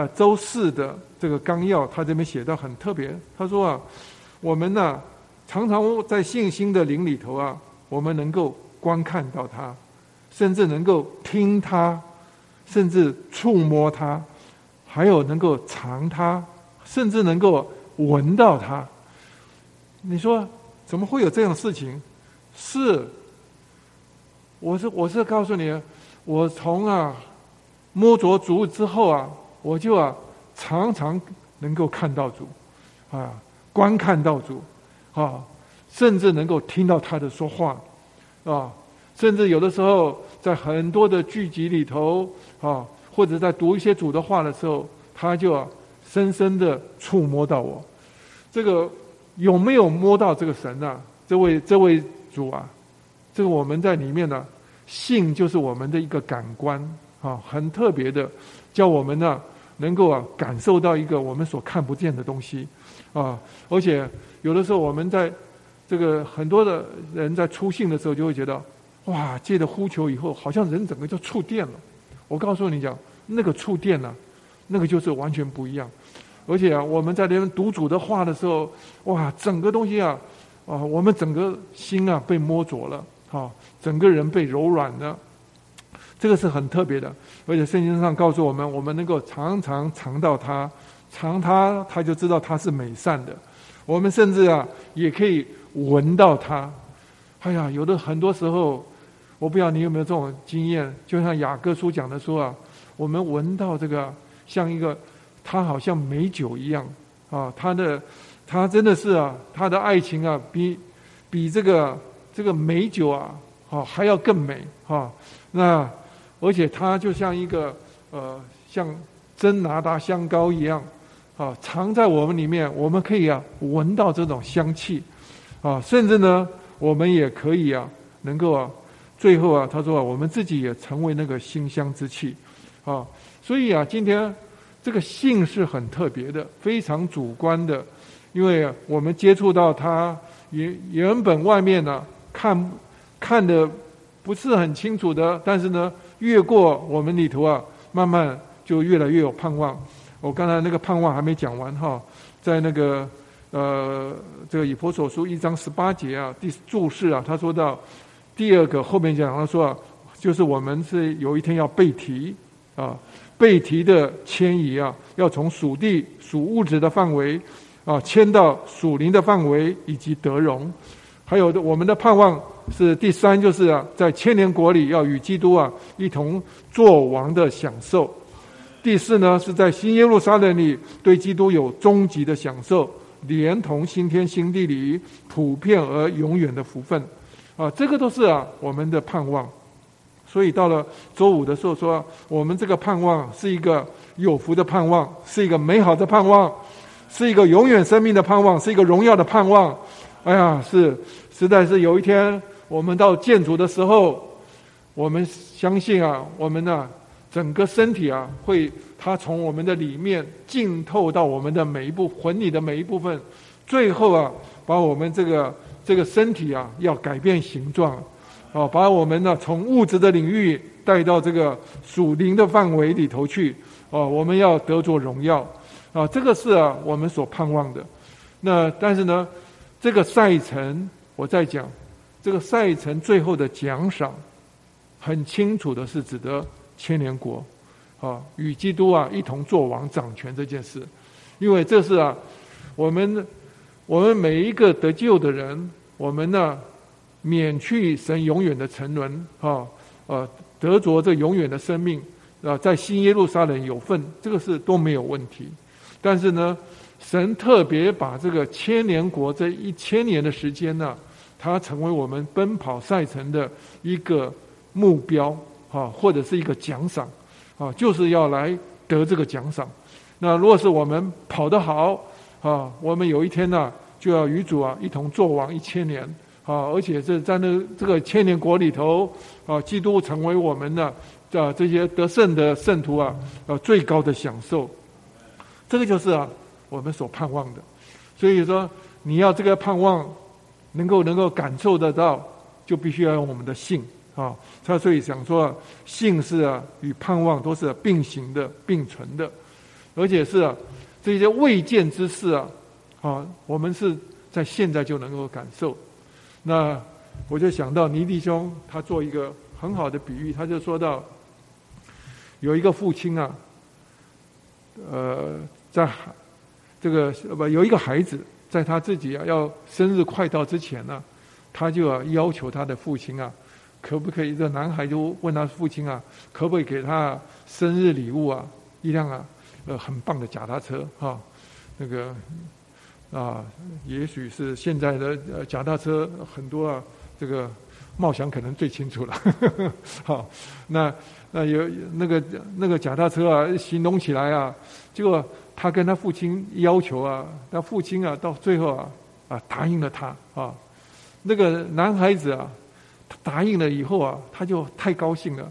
4的这个纲要，他这边写到很特别。他说我们常常在信心的灵里头我们能够观看到他，甚至能够听他，甚至触摸他，还有能够尝他，甚至能够闻到他。你说怎么会有这样的事情？我是告诉你，我从摸着主之后我就常常能够看到主观看到主甚至能够听到他的说话甚至有的时候在很多的聚集里头或者在读一些主的话的时候，他就深深的触摸到我。这个有没有摸到这个神这位主这个我们在里面信就是我们的一个感官很特别的，叫我们能够感受到一个我们所看不见的东西啊。而且有的时候我们在这个很多的人在初信的时候就会觉得，哇，借着呼求以后，好像人整个就触电了。我告诉你讲，那个触电啊，那个就是完全不一样。而且我们在那边读主的话的时候，哇，整个东西我们整个心被摸着了，整个人被柔软了。这个是很特别的，而且圣经上告诉我们，我们能够常常尝到它，尝它，他就知道它是美善的。我们甚至也可以闻到它。哎呀，有的很多时候，我不知道你有没有这种经验，就像雅各书讲的说我们闻到这个像一个，它好像美酒一样他真的是他的爱情比这个美酒还要更美那而且它就像一个像真拿达香膏一样藏在我们里面，我们可以闻到这种香气甚至呢，我们也可以能够最后他说我们自己也成为那个馨香之气所以今天这个信是很特别的，非常主观的，因为我们接触到它原本外面看的不是很清楚的，但是呢，越过我们里头慢慢就越来越有盼望。我刚才那个盼望还没讲完在那个这个以弗所书1章18节第注释他说到第二个后面讲他说就是我们是有一天要被提被提的迁移要从属地属物质的范围迁到属灵的范围以及得荣。还有我们的盼望是第三，就是在千年国里要与基督一同作王的享受。第四呢，是在新耶路撒冷里对基督有终极的享受，连同新天新地里普遍而永远的福分这个都是我们的盼望。所以到了周五的时候说，我们这个盼望是一个有福的盼望，是一个美好的盼望，是一个永远生命的盼望，是一个荣耀的盼望。哎呀，实在是有一天我们到见主的时候，我们相信我们整个身体会它从我们的里面浸透到我们的每一部魂里的每一部分，最后把我们这个身体要改变形状把我们从物质的领域带到这个属灵的范围里头去我们要得着荣耀这个是我们所盼望的。那但是呢，这个赛程我在讲，这个赛程最后的奖赏很清楚的是指的千年国与基督一同作王掌权这件事。因为这是我们每一个得救的人，我们免去神永远的沉沦得着这永远的生命在新耶路撒冷有份，这个是都没有问题。但是呢，神特别把这个千年国这1000年的时间它成为我们奔跑赛程的一个目标或者是一个奖赏就是要来得这个奖赏。那如果是我们跑得好我们有一天就要与主一同作王1000年而且是在这个千年国里头基督成为我们的这些得胜的圣徒最高的享受。这个就是我们所盼望的。所以说你要这个盼望能够感受得到，就必须要用我们的信他所以想说信是与盼望都是并行的并存的，而且是这些未见之事我们是在现在就能够感受。那我就想到倪弟兄他做一个很好的比喻，他就说到有一个父亲在这个有一个孩子在他自己要生日快到之前他就要求他的父亲可不可以，这男孩就问他父亲可不可以给他生日礼物一辆很棒的脚踏车那个也许是现在的脚踏车很多这个茂祥可能最清楚了好，那有那个脚踏车行动起来结果他跟他父亲要求他父亲到最后答应了他那个男孩子他答应了以后他就太高兴了，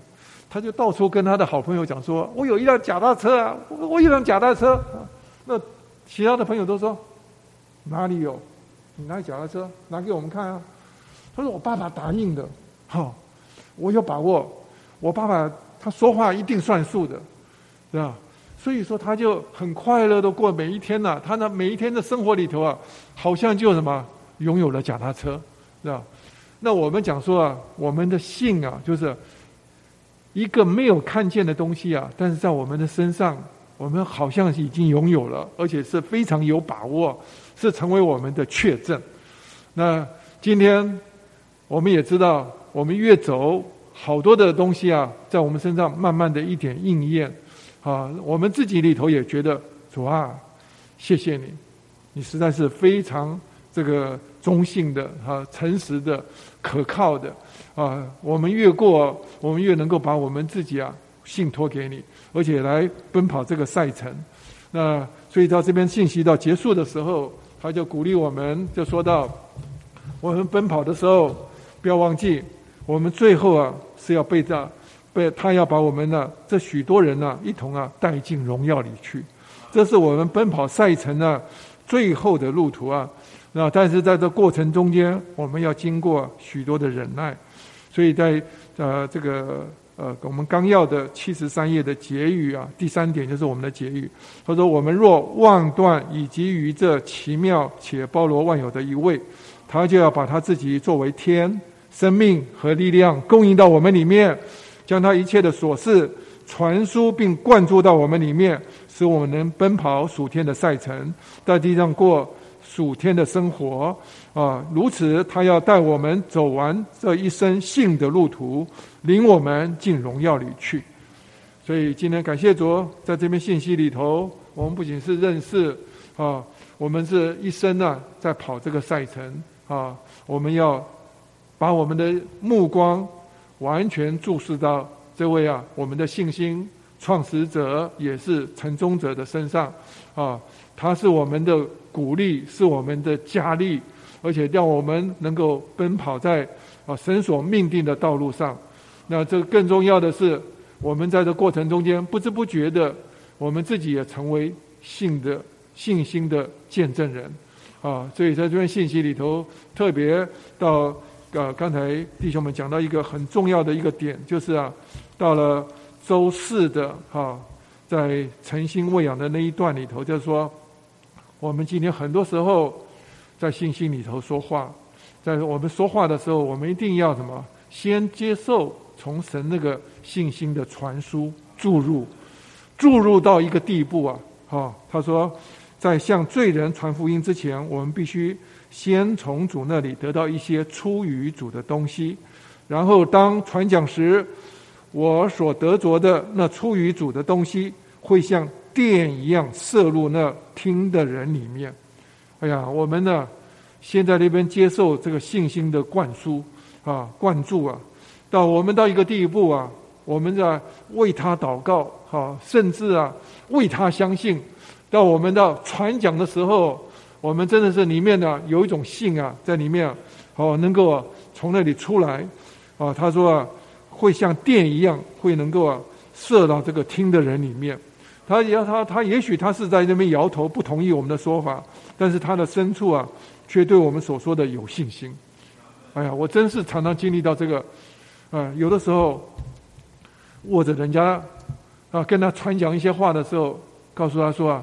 他就到处跟他的好朋友讲说：“我有一辆脚踏车啊，我有一辆脚踏车。”那其他的朋友都说：“哪里有？你拿脚踏车拿给我们看啊！”他说：“我爸爸答应的，我有把握，我爸爸他说话一定算数的，对吧？”所以说他就很快乐的过每一天呐，他每一天的生活里头啊，好像就什么拥有了脚踏车，对吧？那我们讲说啊，我们的信啊，就是一个没有看见的东西啊，但是在我们的身上，我们好像已经拥有了，而且是非常有把握，是成为我们的确证。那今天我们也知道，我们越走，好多的东西啊，在我们身上慢慢的一点应验啊，我们自己里头也觉得主啊，谢谢你，你实在是非常这个忠信的诚实的、可靠的啊。我们越过，我们越能够把我们自己啊信托给你，而且来奔跑这个赛程。那所以到这边信息到结束的时候，他就鼓励我们，就说到我们奔跑的时候，不要忘记，我们最后啊是要被他要把我们呢这许多人呢一同啊带进荣耀里去。这是我们奔跑赛程呢最后的路途啊。那但是在这过程中间，我们要经过许多的忍耐。所以在这个我们纲要的73页的结语啊，第3点就是我们的结语。他说：“我们若妄断以及于这奇妙且包罗万有的一位，他就要把他自己作为天、生命和力量供应到我们里面，将他一切的所事传输并灌注到我们里面，使我们能奔跑属天的赛程，在地上过属天的生活啊！如此，他要带我们走完这一生信的路途，领我们进荣耀里去。”所以今天感谢主，在这边信息里头，我们不仅是认识啊，我们是一生啊在跑这个赛程啊，我们要把我们的目光完全注视到这位啊我们的信心创始者也是成终者的身上啊，他是我们的鼓励，是我们的加力，而且让我们能够奔跑在神所命定的道路上。那这更重要的是，我们在这过程中间不知不觉的，我们自己也成为信心的见证人啊。所以在这段信息里头，特别到刚才弟兄们讲到一个很重要的一个点，就是啊，到了周4的在诚心喂养的那一段里头，就是说，我们今天很多时候在信心里头说话，在我们说话的时候，我们一定要什么？先接受从神那个信心的传输注入到一个地步啊！他说，在向罪人传福音之前，我们必须先从主那里得到一些出于主的东西，然后当传讲时，我所得着的那出于主的东西，会像电一样射入那听的人里面。哎呀，我们呢，先在那边接受这个信心的灌输灌注啊，到我们到一个地步啊，我们在为他祷告甚至啊为他相信。到我们到传讲的时候，我们真的是里面呢有一种信啊在里面能够从那里出来他说会像电一样，会能够射到这个听的人里面。他也许他是在那边摇头不同意我们的说法，但是他的深处啊却对我们所说的有信心。哎呀，我真是常常经历到这个有的时候握着人家跟他传讲一些话的时候，告诉他说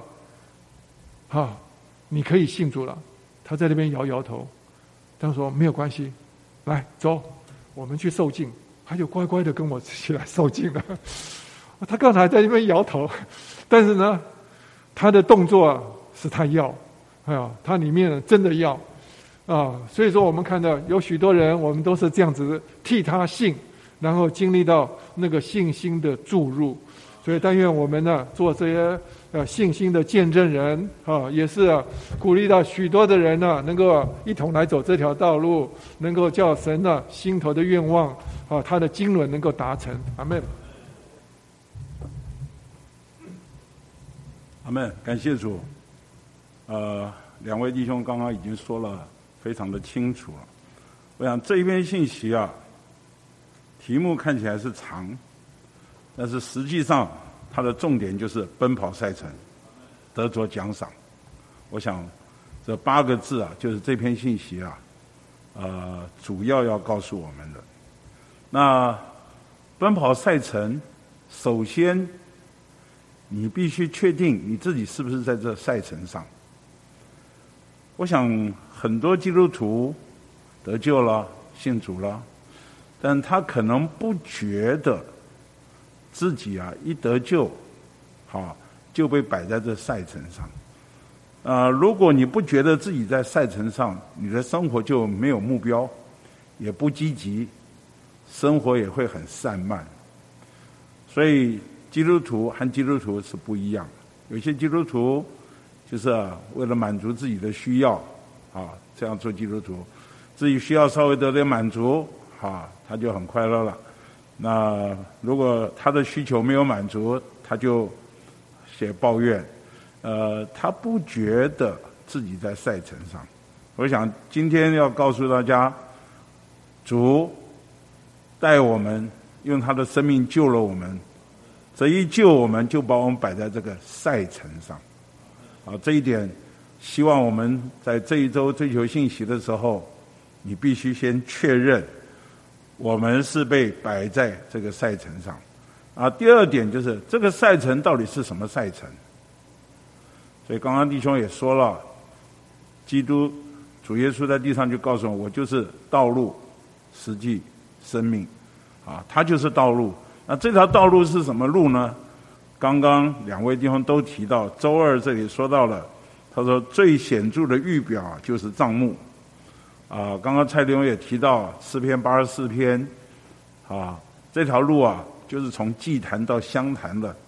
你可以信主了。他在那边摇摇头，他说没有关系，来走，我们去受尽。他就乖乖的跟我一起来受尽了。他刚才在那边摇头，但是呢，他的动作是他要，他里面真的要所以说我们看到有许多人，我们都是这样子替他信，然后经历到那个信心的注入。所以但愿我们呢做这些信心的见证人也是鼓励到许多的人呢能够一同来走这条道路，能够叫神呢心头的愿望他的经纶能够达成。阿们， 阿们，感谢主。两位弟兄刚刚已经说了非常的清楚了。我想这一篇信息题目看起来是长， 但是实际上它的重点就是奔跑赛程，得着奖赏。我想这8个字啊，就是这篇信息啊，主要告诉我们的。那奔跑赛程，首先你必须确定你自己是不是在这赛程上。我想很多基督徒得救了，信主了，但他可能不觉得自己啊一得救，就被摆在这赛程上。如果你不觉得自己在赛程上，你的生活就没有目标，也不积极，生活也会很散漫。所以基督徒和基督徒是不一样的。有些基督徒就是为了满足自己的需要，这样做基督徒，自己需要稍微得点满足，他就很快乐了。那如果他的需求没有满足，他就写抱怨，他不觉得自己在赛程上。我想今天要告诉大家，主带我们用他的生命救了我们，这一救我们就把我们摆在这个赛程上。这一点希望我们在这一周追求信息的时候，你必须先确认我们是被摆在这个赛程上。第二点就是这个赛程到底是什么赛程。所以刚刚弟兄也说了，基督主耶稣在地上就告诉我就是道路、实际、生命，他就是道路。那这条道路是什么路呢？刚刚2位弟兄都提到，周二这里说到了，他说最显著的预表就是帐幕。刚刚蔡弟兄也提到诗篇84篇，这条路就是从祭坛到香坛的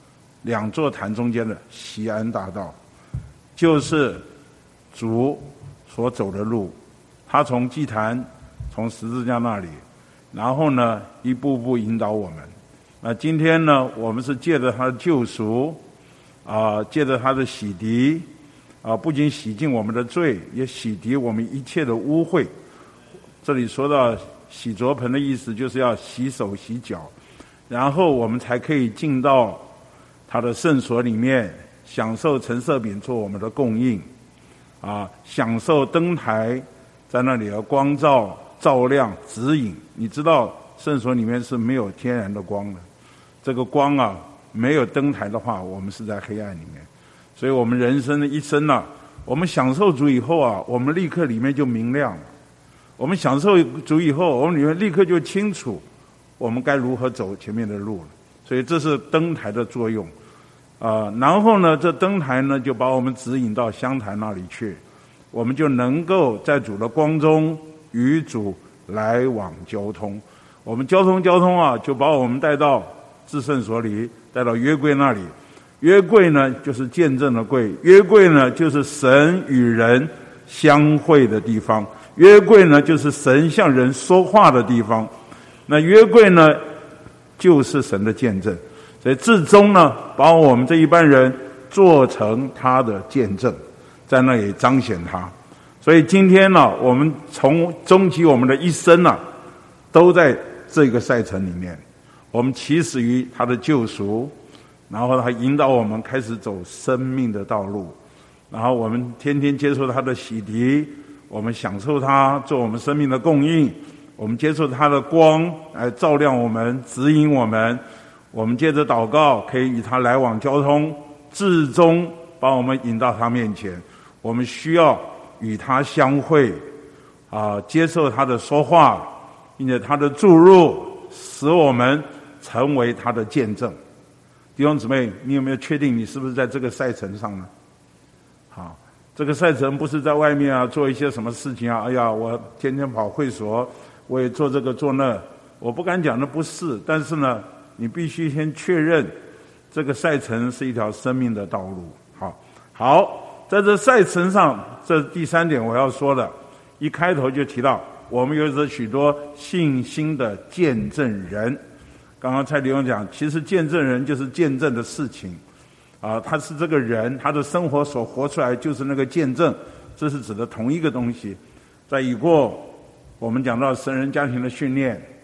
2座坛中间的锡安大道，就是主所走的路。他从祭坛，从十字架那里，然后呢一步步引导我们。那今天呢，我们是借着他的救赎，借着他的洗涤，不仅洗净我们的罪，也洗涤我们一切的污秽。这里说到洗濯盆的意思，就是要洗手洗脚，然后我们才可以进到他的圣所里面，享受陈设饼做我们的供应，享受灯台在那里的光照、照亮、指引。你知道圣所里面是没有天然的光的，这个光没有灯台的话，我们是在黑暗里面。所以我们人生的一生我们享受主以后我们立刻里面就明亮了。我们享受主以后，我们里面立刻就清楚我们该如何走前面的路了。所以这是灯台的作用。然后呢，这灯台呢就把我们指引到香坛那里去，我们就能够在主的光中与主来往交通。我们交通就把我们带到至圣所里，带到约柜那里。约柜呢就是见证的柜，约柜呢就是神与人相会的地方，约柜呢就是神向人说话的地方。那约柜呢就是神的见证，所以至终呢把我们这一般人做成他的见证，在那里彰显他。所以今天呢，我们从终极我们的一生都在这个赛程里面。我们起始于他的救赎，然后他引导我们开始走生命的道路，然后我们天天接受他的洗涤，我们享受他做我们生命的供应，我们接受他的光来照亮我们、指引我们。我们接着祷告，可以与他来往交通，至终把我们引到他面前。我们需要与他相会，接受他的说话，并且他的注入，使我们成为他的见证。弟兄姊妹，你有没有确定你是不是在这个赛程上呢？好，这个赛程不是在外面做一些什么事情哎呀，我天天跑会所，我也做这个做那，我不敢讲的不是，但是呢，你必须先确认这个赛程是一条生命的道路。好，在这赛程上，这第3点我要说的，一开头就提到我们有着许多信心的见证人。刚刚蔡弟兄讲，其实见证人就是见证的事情他是这个人，他的生活所活出来就是那个见证，这是指的同一个东西。在已过我们讲到神人家庭的训练，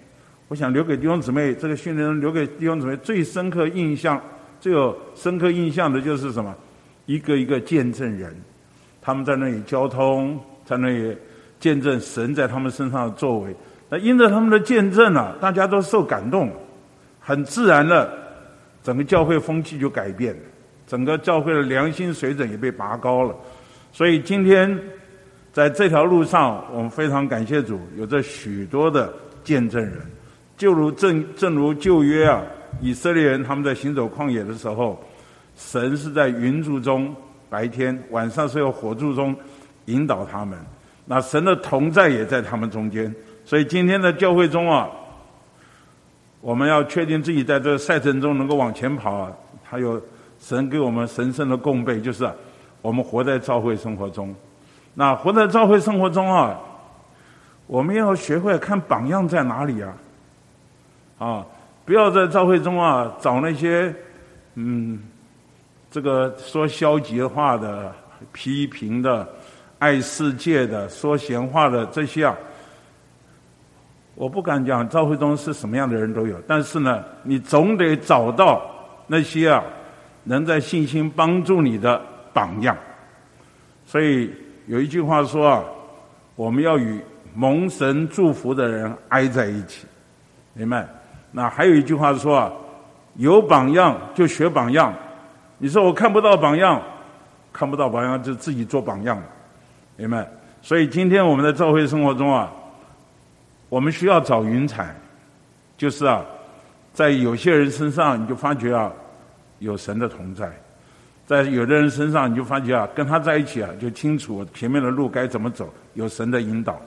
我想留给弟兄姊妹，这个训练留给弟兄姊妹最深刻印象、最有深刻印象的就是什么？一个一个见证人，他们在那里交通，在那里见证神在他们身上的作为。那因着他们的见证啊，大家都受感动，很自然的，整个教会风气就改变了，整个教会的良心水准也被拔高了。所以今天在这条路上，我们非常感谢主，有着许多的见证人。就如正如旧约啊，以色列人他们在行走旷野的时候，神是在云柱中白天，晚上是有火柱中引导他们。那神的同在也在他们中间。所以今天的教会中啊，我们要确定自己在这个赛程中能够往前跑啊，还有神给我们神圣的供备，就是我们活在教会生活中。那活在教会生活中啊，我们要学会看榜样在哪里啊，不要在教会中啊找那些这个说消极话的、批评的、爱世界的、说闲话的这些啊。我不敢讲教会中是什么样的人都有，但是呢，你总得找到那些啊能在信心帮助你的榜样。所以有一句话说啊，我们要与蒙神祝福的人挨在一起，明白？那还有一句话说啊，有榜样就学榜样。你说我看不到榜样，看不到榜样就自己做榜样了，明白？所以今天我们在教会生活中啊，我们需要找云彩，就是啊，在有些人身上你就发觉啊，有神的同在；在有的人身上你就发觉啊，跟他在一起啊，就清楚前面的路该怎么走，有神的引导。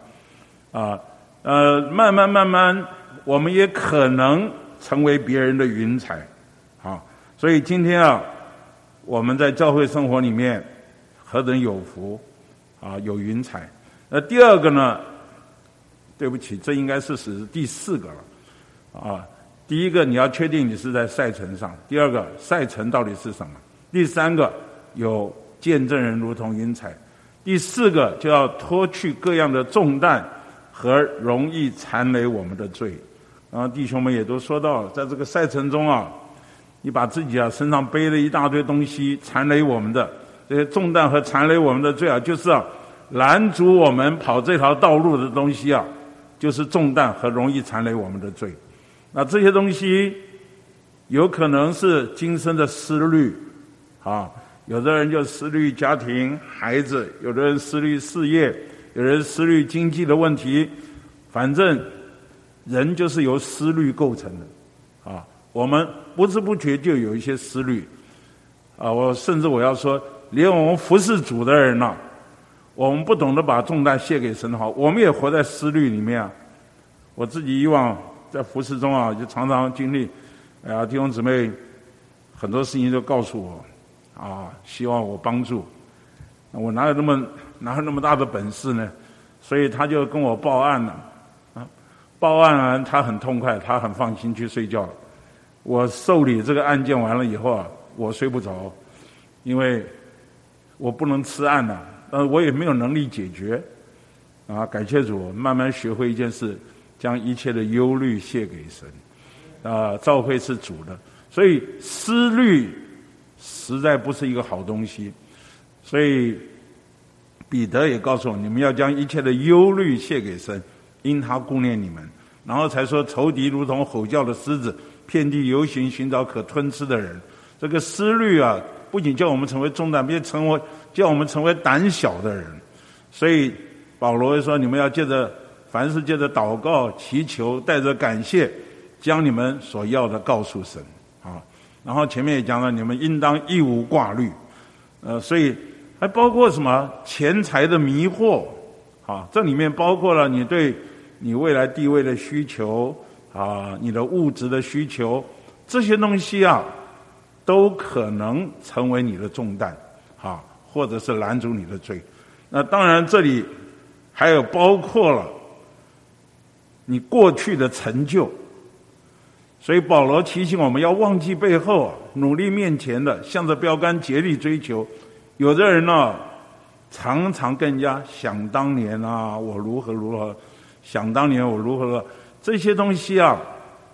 慢慢，我们也可能成为别人的云彩。所以今天啊，我们在教会生活里面何等有福有云彩。那第二个呢？对不起，这应该是第4个了第一个，你要确定你是在赛程上；第二个，赛程到底是什么；第三个，有见证人如同云彩；第4个，就要脱去各样的重担和容易缠累我们的罪。然后弟兄们也都说到了，在这个赛程中啊，你把自己身上背了一大堆东西，缠累我们的这些重担和缠累我们的罪啊，就是拦阻我们跑这条道路的东西啊，就是重担和容易缠累我们的罪。那这些东西有可能是今生的思虑有的人就思虑家庭孩子，有的人思虑事业，有人思虑经济的问题。反正人就是由思虑构成的我们不知不觉就有一些思虑甚至我要说，连我们服侍主的人我们不懂得把重担卸给神好，我们也活在思虑里面我自己以往在服侍中就常常经历弟兄姊妹很多事情都告诉我希望我帮助。我哪有那么大的本事呢？所以他就跟我报案了报案完他很痛快，他很放心去睡觉了。我受理这个案件完了以后我睡不着，因为我不能吃案但是我也没有能力解决感谢主，慢慢学会一件事，将一切的忧虑卸给神教会是主的，所以思虑实在不是一个好东西。所以彼得也告诉我，你们要将一切的忧虑卸给神，因他顾念你们。然后才说，仇敌如同吼叫的狮子，遍地游行，寻找可吞吃的人。这个思虑不仅叫我们成为重担，并叫我们成为胆小的人。所以保罗说，你们要凡事借着祷告祈求，带着感谢，将你们所要的告诉神然后前面也讲了，你们应当一无挂虑所以还包括什么钱财的迷惑这里面包括了你对你未来地位的需求你的物质的需求，这些东西都可能成为你的重担或者是拦阻你的罪。那当然这里还有包括了你过去的成就。所以保罗提醒我们要忘记背后努力面前的，向着标杆竭力追求。有的人常常更加想当年我如何如何，想当年我如何如何，这些东西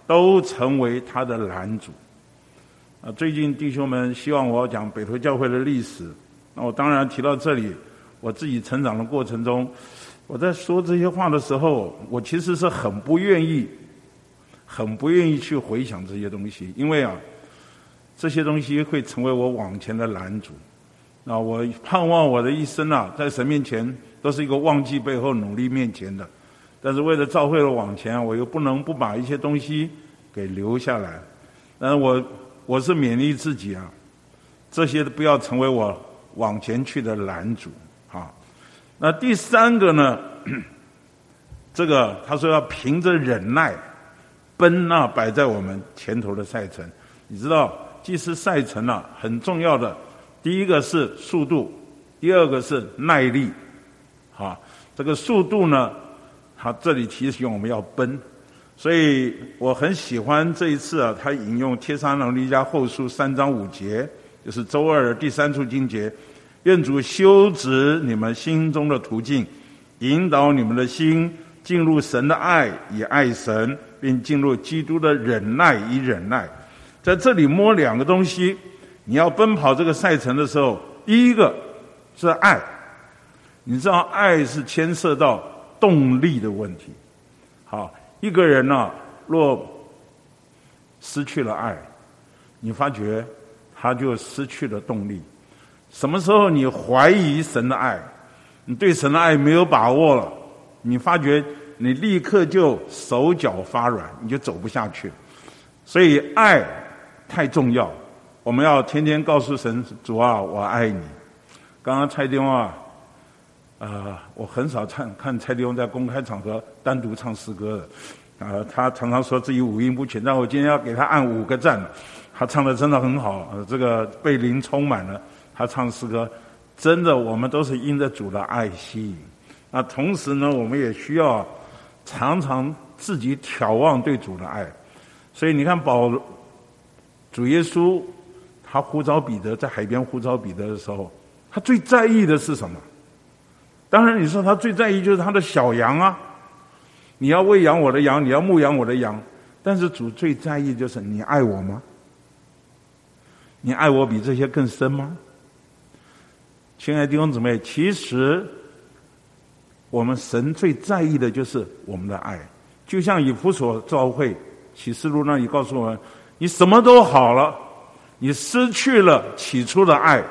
都成为他的拦阻。最近弟兄们希望我讲北投教会的历史，那我当然提到这里，我自己成长的过程中，我在说这些话的时候，我其实是很不愿意去回想这些东西，因为这些东西会成为我往前的拦阻。我盼望我的一生在神面前都是一个忘记背后努力面前的，但是为了教会的往前，我又不能不把一些东西给留下来。但是我是勉励自己这些不要成为我往前去的拦阻。那第三个呢，这个他说要凭着忍耐奔那摆在我们前头的赛程。你知道祭司赛程很重要的，第一个是速度，第二个是耐力。这个速度呢，他这里提醒我们要奔，所以我很喜欢这一次他引用帖撒罗尼迦后书3章5节，就是周二的第3处经节，愿主修直你们心中的途径，引导你们的心进入神的爱，以爱神，并进入基督的忍耐，以忍耐。在这里摸两个东西，你要奔跑这个赛程的时候，第一个是爱。你知道爱是牵涉到动力的问题。一个人若失去了爱，你发觉他就失去了动力。什么时候你怀疑神的爱，你对神的爱没有把握了，你发觉你立刻就手脚发软，你就走不下去。所以爱太重要，我们要天天告诉神，主我爱你。刚刚蔡弟兄我很少看蔡弟兄在公开场合单独唱诗歌的。他常常说自己五音不全，但我今天要给他按5个赞。他唱的真的很好，这个被灵充满了。他唱诗歌，真的我们都是因着主的爱吸引。那同时呢，我们也需要常常自己眺望对主的爱。所以你看主耶稣他呼召彼得，在海边呼召彼得的时候，他最在意的是什么？当然你说他最在意就是他的小羊你要喂养我的羊，你要牧养我的羊。但是主最在意就是你爱我吗？你爱我比这些更深吗？亲爱的弟兄姊妹，其实我们神最在意的就是我们的爱。就像以弗所教会启示录那里告诉我们，你什么都好了，你失去了起初的爱，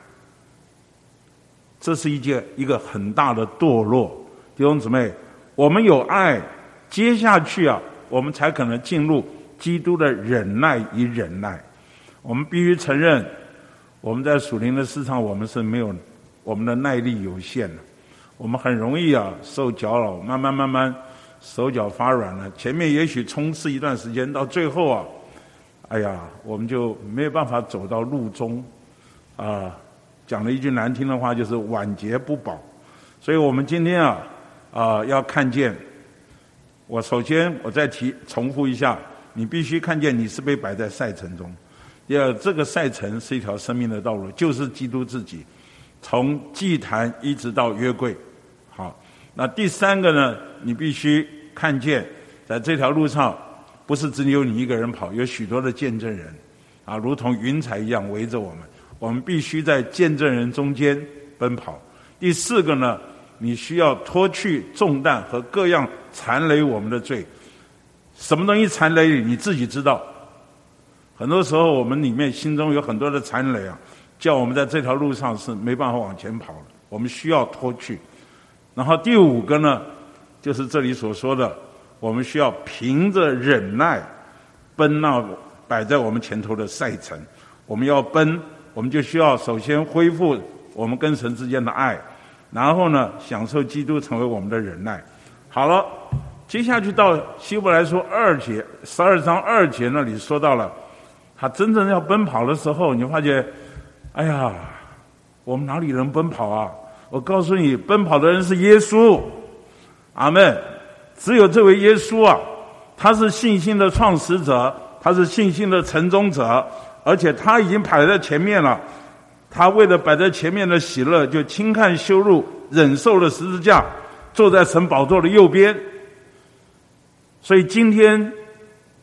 这是一个很大的堕落。弟兄姊妹，我们有爱，接下去我们才可能进入基督的忍耐与忍耐。我们必须承认，我们在属灵的市场，我们是没有，我们的耐力有限的，我们很容易受搅扰，慢慢手脚发软了。前面也许冲刺一段时间，到最后我们就没有办法走到路中讲了一句难听的话，就是晚节不保。所以我们今天要看见，首先我再重复一下，你必须看见你是被摆在赛程中。第二，这个赛程是一条生命的道路，就是基督自己，从祭坛一直到约柜。好，那第三个呢，你必须看见在这条路上不是只有你一个人跑，有许多的见证人如同云彩一样围着我们，我们必须在见证人中间奔跑。第四个呢，你需要脱去重担和各样缠累我们的罪。什么东西缠累你自己知道。很多时候我们里面心中有很多的缠累叫我们在这条路上是没办法往前跑的，我们需要脱去。然后第五个呢，就是这里所说的，我们需要凭着忍耐奔那摆在我们前头的赛程。我们要奔，我们就需要首先恢复我们跟神之间的爱，然后呢享受基督成为我们的忍耐。好了，接下去到希伯来书2节12章2节那里说到了他真正要奔跑的时候，你发觉我们哪里能奔跑我告诉你，奔跑的人是耶稣。阿们。只有这位耶稣他是信心的创始者，他是信心的成终者，而且他已经排在前面了。他为了摆在前面的喜乐，就轻看羞辱，忍受了十字架，坐在神宝座的右边。所以今天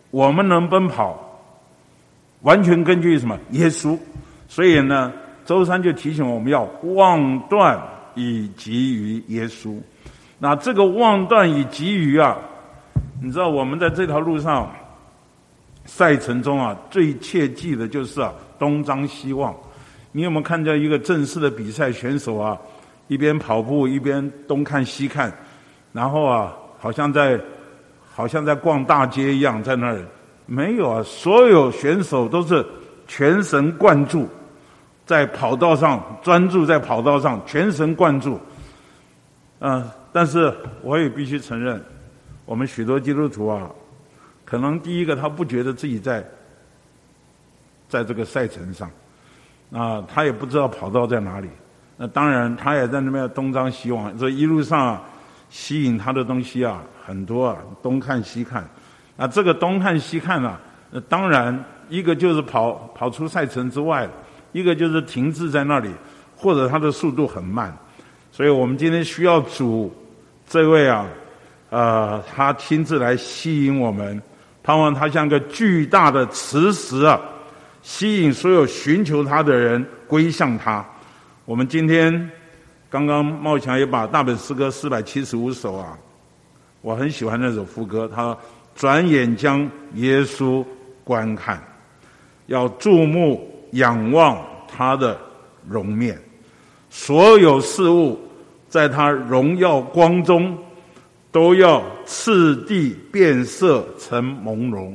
我们能奔跑，完全根据什么？耶稣。所以呢，周三就提醒我们要望断以及于耶稣。那这个望断以及于啊，你知道我们在这条路上赛程中啊，最切记的就是啊，东张西望。你有没有看到一个正式的比赛选手啊，一边跑步一边东看西看，然后啊，好像在逛大街一样，在那儿？没有啊，所有选手都是全神贯注在跑道上，专注在跑道上，全神贯注。但是我也必须承认，我们许多基督徒啊，可能第一个他不觉得自己在这个赛程上，他也不知道跑道在哪里。那当然，他也在那边东张西望，所以一路上啊，吸引他的东西啊很多啊，东看西看。这个东看西看啊，当然一个就是跑出赛程之外了，一个就是停滞在那里，或者他的速度很慢。所以我们今天需要主这位啊，他亲自来吸引我们，盼望他像个巨大的磁石啊，吸引所有寻求他的人归向他。我们今天刚刚茂强也把大本诗歌475首啊，我很喜欢那首副歌，他转眼将耶稣观看，要注目仰望他的容面，所有事物在他荣耀光中都要次第变色成朦胧。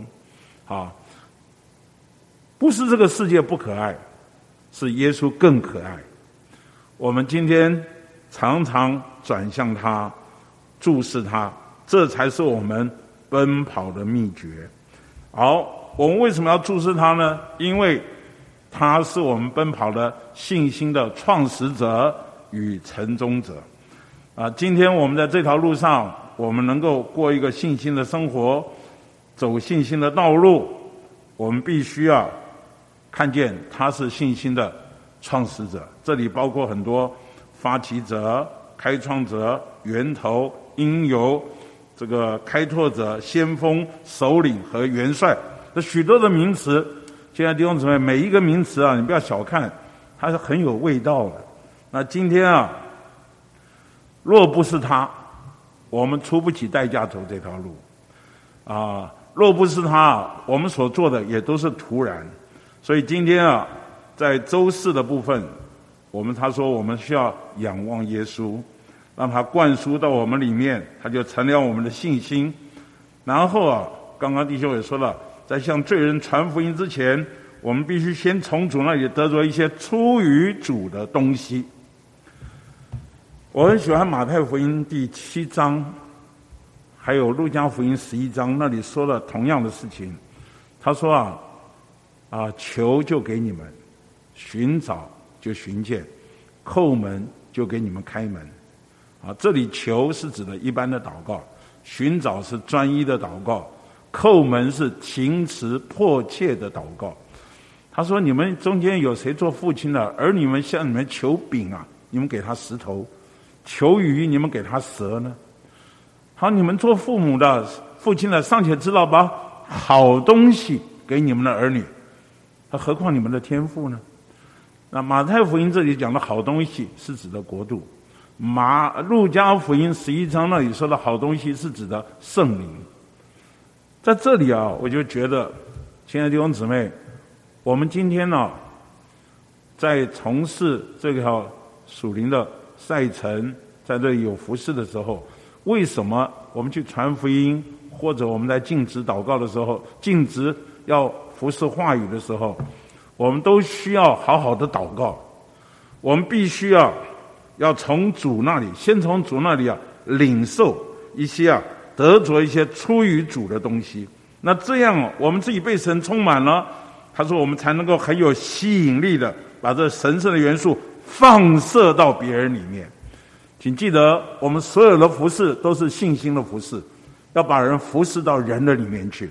不是这个世界不可爱，是耶稣更可爱。我们今天常常转向他，注视他，这才是我们奔跑的秘诀。好，我们为什么要注视他呢？因为他是我们奔跑的信心的创始者与成终者。今天我们在这条路上，我们能够过一个信心的生活，走信心的道路，我们必须要看见他是信心的创始者。这里包括很多发起者、开创者、源头、因由，这个开拓者、先锋、首领和元帅，这许多的名词。现在弟兄姊妹，每一个名词啊，你不要小看，它是很有味道的。那今天啊，若不是他，我们出不起代价走这条路若不是他，我们所做的也都是徒然。所以今天啊，在周四的部分，他说我们需要仰望耶稣，让他灌输到我们里面，他就成了我们的信心。然后啊，刚刚弟兄也说了，在向罪人传福音之前，我们必须先从主那里得着一些出于主的东西。我很喜欢马太福音第7章，还有路加福音11章，那里说了同样的事情。他说求就给你们，寻找就寻见，叩门就给你们开门。这里求是指的一般的祷告，寻找是专一的祷告，叩门是情辞迫切的祷告。他说你们中间有谁做父亲的，儿女们向你们求饼啊，你们给他石头；求鱼，你们给他蛇呢？好，你们做父母的、父亲的尚且知道把好东西给你们的儿女，何况你们的天父呢？那马太福音这里讲的好东西是指的国度，路加福音11章那里说的好东西是指的圣灵。在这里啊，我就觉得，亲爱的弟兄姊妹，我们今天呢，在从事这条属灵的赛程，在这里有服事的时候，为什么我们去传福音，或者我们在尽职祷告的时候，尽职要服事话语的时候，我们都需要好好的祷告。我们必须要从主那里，先从主那里领受一些得着一些出于主的东西。那这样我们自己被神充满了，他说我们才能够很有吸引力的把这神圣的元素放射到别人里面。请记得，我们所有的服事都是信心的服事，要把人服事到人的里面去。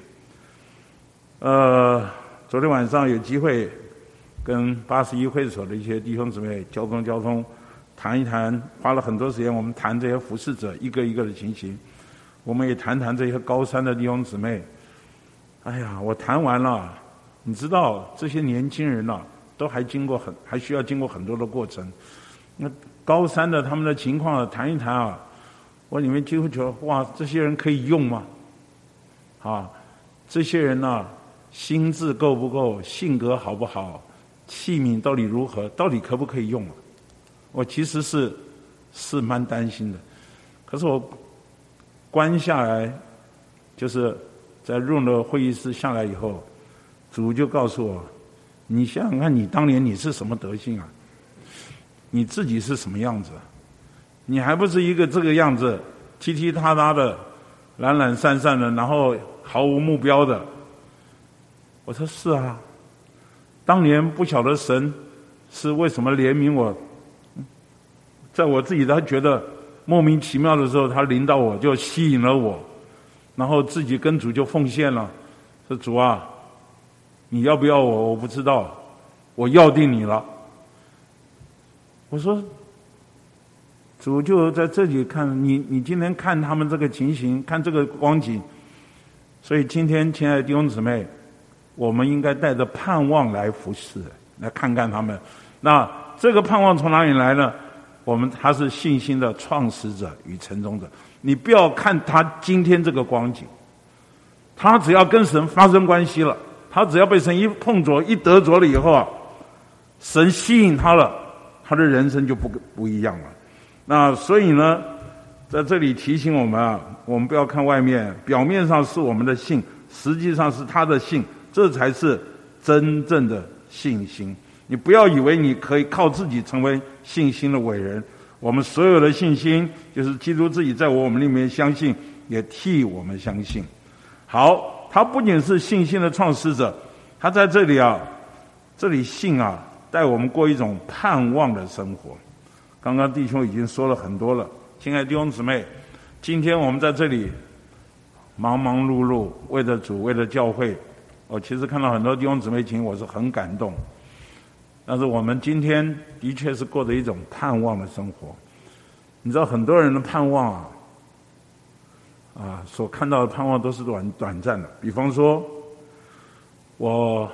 昨天晚上有机会跟81会所的一些弟兄姊妹交通谈一谈，花了很多时间，我们谈这些服事者一个一个的情形，我们也谈谈这些高三的弟兄姊妹。 哎呀，我谈完了，你知道这些年轻人啊，都还需要经过很多的过程。那高三的他们的情况谈一谈啊，我里面几乎觉得哇，这些人可以用吗？啊，这些人呢，心智够不够，性格好不好，器皿到底如何，到底可不可以用啊？我其实是蛮担心的。可是我关下来，就是在润的会议室下来以后，主就告诉我，你想想看，你当年你是什么德性啊？你自己是什么样子？你还不是一个这个样子，踢踢踏踏的，懒懒散散的，然后毫无目标的。我说是啊，当年不晓得神是为什么怜悯我，在我自己他觉得莫名其妙的时候，他临到我就吸引了我，然后自己跟主就奉献了，说主啊，你要不要我不知道，我要定你了。我说主就在这里看你今天看他们这个情形，看这个光景，所以今天亲爱的弟兄姊妹，我们应该带着盼望来服侍，来看看他们。那这个盼望从哪里来呢？他是信心的创始者与成终者。你不要看他今天这个光景，他只要跟神发生关系了，他只要被神一碰着一得着了以后啊，神吸引他了，他的人生就不一样了。那所以呢，在这里提醒我们啊，我们不要看外面，表面上是我们的信，实际上是他的信，这才是真正的信心。你不要以为你可以靠自己成为信心的伟人，我们所有的信心就是基督自己在我们里面相信，也替我们相信。好，他不仅是信心的创始者，他在这里信啊，带我们过一种盼望的生活。刚刚弟兄已经说了很多了，亲爱的弟兄姊妹，今天我们在这里忙忙碌碌，为了主，为了教会，我其实看到很多弟兄姊妹情，我是很感动。但是我们今天的确是过着一种盼望的生活。你知道很多人的盼望所看到的盼望都是短暂的。比方说，我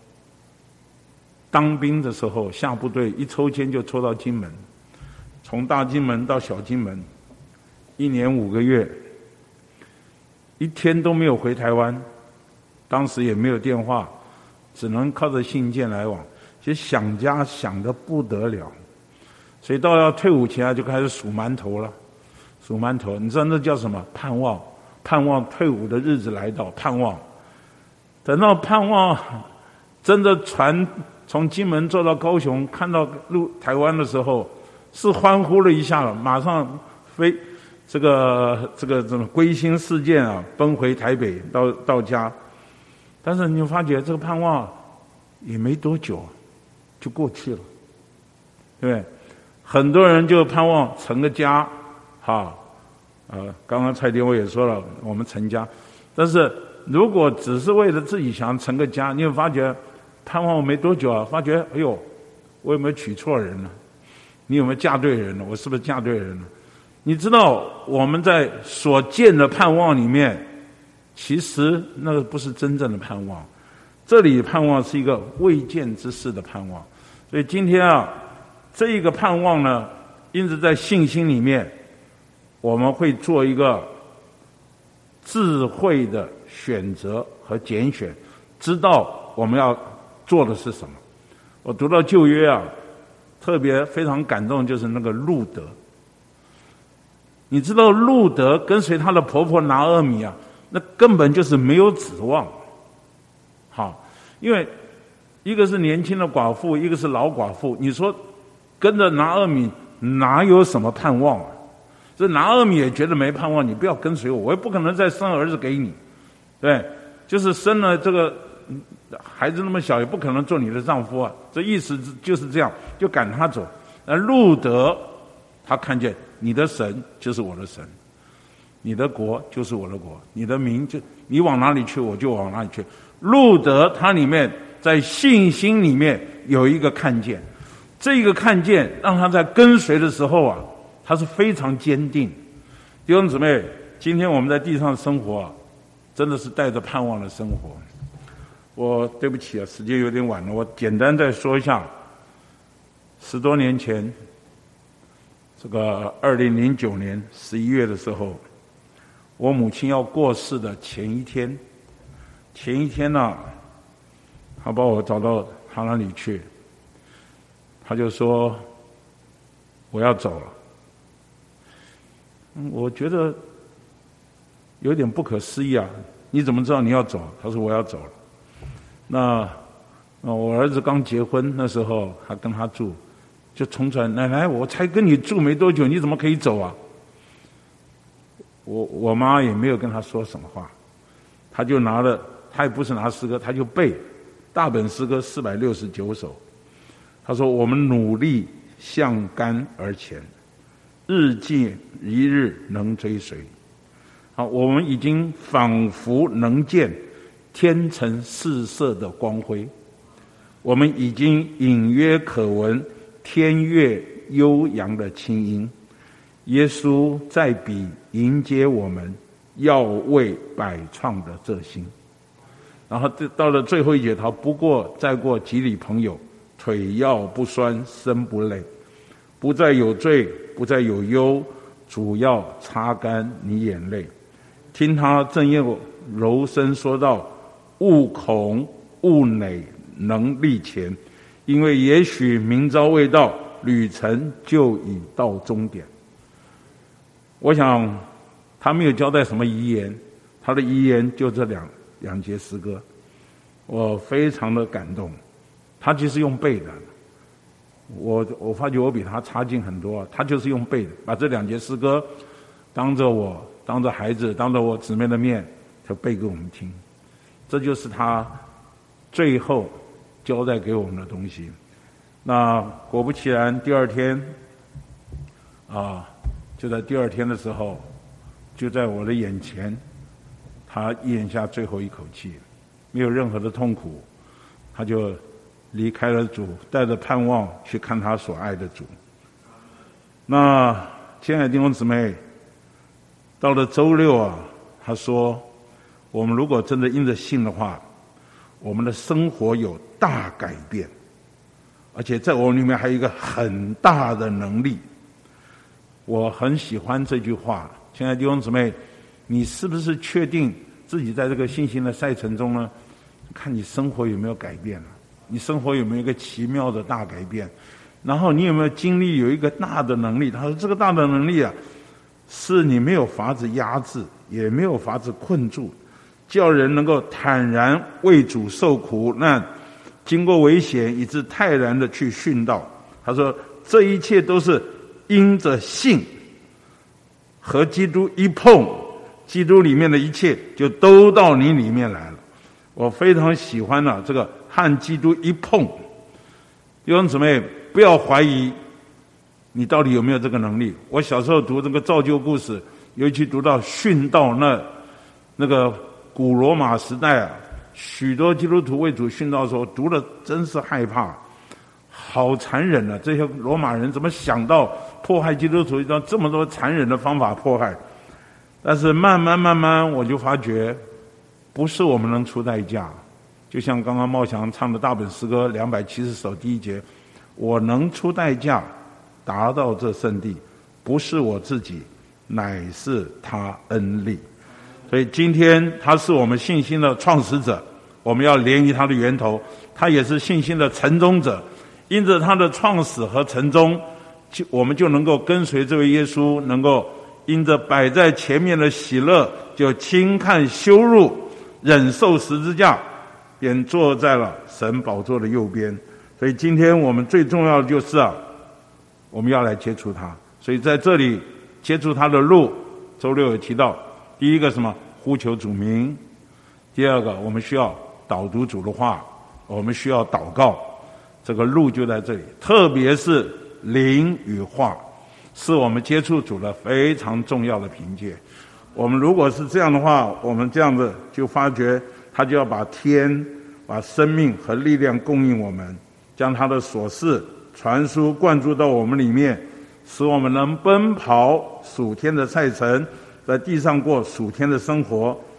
当兵的时候下部队，一抽签就抽到金门，从大金门到小金门，1年5个月，一天都没有回台湾，当时也没有电话，只能靠着信件来往。其实想家想得不得了，所以到要退伍前就开始数馒头了，数馒头。你知道那叫什么？盼望，盼望退伍的日子来到，盼望。等到盼望真的船从金门坐到高雄，看到台湾的时候，是欢呼了一下了，马上飞这个归心似箭啊，奔回台北到家。但是你发觉这个盼望也没多久就过去了，对不对？很多人就盼望成个家，刚刚蔡丁我也说了，我们成家。但是如果只是为了自己想成个家，你会发觉盼望没多久发觉哎呦，我有没有娶错人了？你有没有嫁对人了？我是不是嫁对人了？你知道我们在所见的盼望里面，其实那个不是真正的盼望。这里盼望是一个未见之事的盼望。所以今天这一个盼望呢，因此在信心里面，我们会做一个智慧的选择和拣选，知道我们要做的是什么。我读到旧约特别非常感动，就是那个路德。你知道路德跟随她的婆婆拿俄米那根本就是没有指望。因为一个是年轻的寡妇，一个是老寡妇，你说跟着拿俄米哪有什么盼望这拿俄米也觉得没盼望，你不要跟随我，我也不可能再生儿子给你，对，就是生了这个孩子那么小，也不可能做你的丈夫这意思就是这样，就赶他走。路德他看见你的神就是我的神，你的国就是我的国，你的名就你往哪里去我就往哪里去。路德他里面在信心里面有一个看见，这个看见让他在跟随的时候他是非常坚定。弟兄姊妹，今天我们在地上生活真的是带着盼望的生活。我对不起啊，时间有点晚了，我简单再说一下，10多年前，这个2009年11月的时候，我母亲要过世的前一天呢，他把我找到他那里去，他就说我要走了。我觉得有点不可思议啊，你怎么知道你要走？他说我要走了。那我儿子刚结婚，那时候还跟他住，就冲出来，奶奶，我才跟你住没多久，你怎么可以走啊？我妈也没有跟他说什么话，他就拿了，他也不是拿诗歌，他就背大本诗歌469首。他说：“我们努力向竿而前，日进一日能追随。好，我们已经仿佛能见天成四色的光辉，我们已经隐约可闻天乐悠扬的清音。耶稣在彼迎接我们，要为百创的这心。”然后到了最后一节，他不过再过几里朋友，腿要不酸身不累，不再有罪，不再有忧，主要擦干你眼泪。听他正又柔声说道：“勿恐勿馁，能力前，因为也许明朝未到，旅程就已到终点。”我想他没有交代什么遗言，他的遗言就这两节诗歌，我非常的感动。他其实用背的，我发觉我比他差劲很多，他就是用背的，把这2节诗歌当着我、当着孩子、当着我姊妹的面就背给我们听。这就是他最后交代给我们的东西。那果不其然，第二天就在第二天的时候，就在我的眼前，他咽下最后一口气，没有任何的痛苦，他就离开了主，带着盼望去看他所爱的主。那亲爱的弟兄姊妹，到了周六啊，他说我们如果真的因着信的话，我们的生活有大改变，而且在我们里面还有一个很大的能力。我很喜欢这句话。亲爱的弟兄姊妹，你是不是确定自己在这个信心的赛程中呢？看你生活有没有改变了，你生活有没有一个奇妙的大改变，然后你有没有经历有一个大的能力。他说这个大的能力啊，是你没有法子压制，也没有法子困住，叫人能够坦然为主受苦难，经过危险以致泰然的去殉道。他说这一切都是因着信和基督一碰，基督里面的一切就都到你里面来了。我非常喜欢这个和基督一碰。弟兄姊妹，不要怀疑你到底有没有这个能力。我小时候读这个造就故事，尤其读到殉道那个古罗马时代啊，许多基督徒为主殉道的时候，读了真是害怕，好残忍啊！这些罗马人怎么想到迫害基督徒，用这么多残忍的方法迫害？但是慢慢我就发觉，不是我们能出代价。就像刚刚茂祥唱的大本诗歌270首第1节，我能出代价达到这圣地，不是我自己，乃是他恩力。所以今天他是我们信心的创始者，我们要连于他的源头，他也是信心的成终者。因着他的创始和成终，我们就能够跟随这位耶稣，能够因着摆在前面的喜乐，就轻看羞辱，忍受十字架，便坐在了神宝座的右边。所以今天我们最重要的就是我们要来接触他。所以在这里接触他的路，周六有提到，第一个什么？呼求主名。第二个，我们需要导读主的话，我们需要祷告。这个路就在这里，特别是灵与话，是我们接触主的非常重要的凭借。我们如果是这样的话，我们这样子就发觉他就要把生命和力量供应我们，将他的所事传输灌注到我们里面，使我们能奔跑属天的赛程，在地上过属天的生活。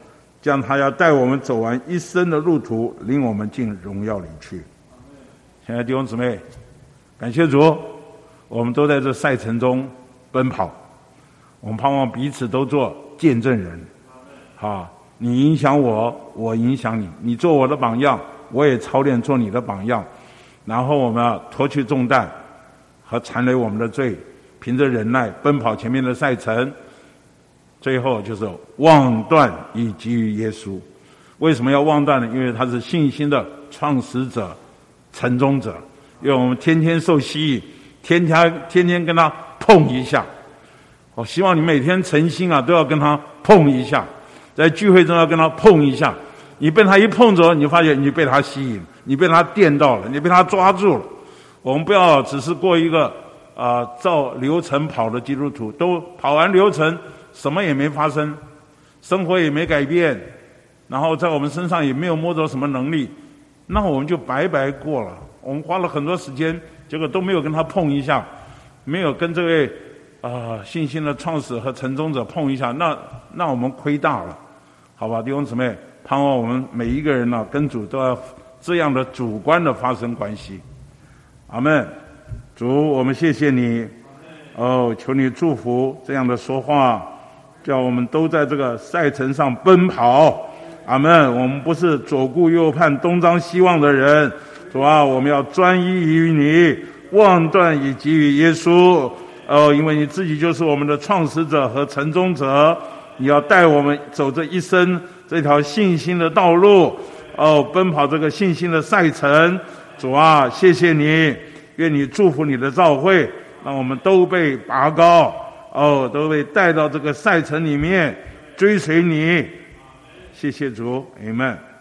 这样他要带我们走完一生的路途，领我们进荣耀里去。亲爱的弟兄姊妹，感谢主，我们都在这赛程中奔跑，我们盼望彼此都做见证人。你影响我，我影响你，你做我的榜样，我也操练做你的榜样。然后我们要脱去重担和缠累我们的罪，凭着忍耐奔跑前面的赛程。最后就是望断以给予耶稣。为什么要望断呢？因为他是信心的创始者、成终者。因为我们天天受吸引，天天跟他碰一下。我希望你每天诚心都要跟他碰一下，在聚会中要跟他碰一下。你被他一碰着，你发现你被他吸引，你被他电到了，你被他抓住了。我们不要只是过一个照流程跑的基督徒，都跑完流程什么也没发生，生活也没改变，然后在我们身上也没有摸着什么能力，那我们就白白过了。我们花了很多时间，结果都没有跟他碰一下，没有跟这位信心的创始和成终者碰一下，那我们亏大了，好吧，弟兄姊妹，盼望我们每一个人跟主都要这样的主观的发生关系。阿们。主，我们谢谢你，求你祝福这样的说话，叫我们都在这个赛程上奔跑。阿们。我们不是左顾右盼东张西望的人，主啊，我们要专一于你，望断以给予耶稣。因为你自己就是我们的创始者和成终者，你要带我们走这一生这条信心的道路，奔跑这个信心的赛程。主啊，谢谢你，愿你祝福你的教会，让我们都被拔高，都被带到这个赛程里面追随你。谢谢主，阿们。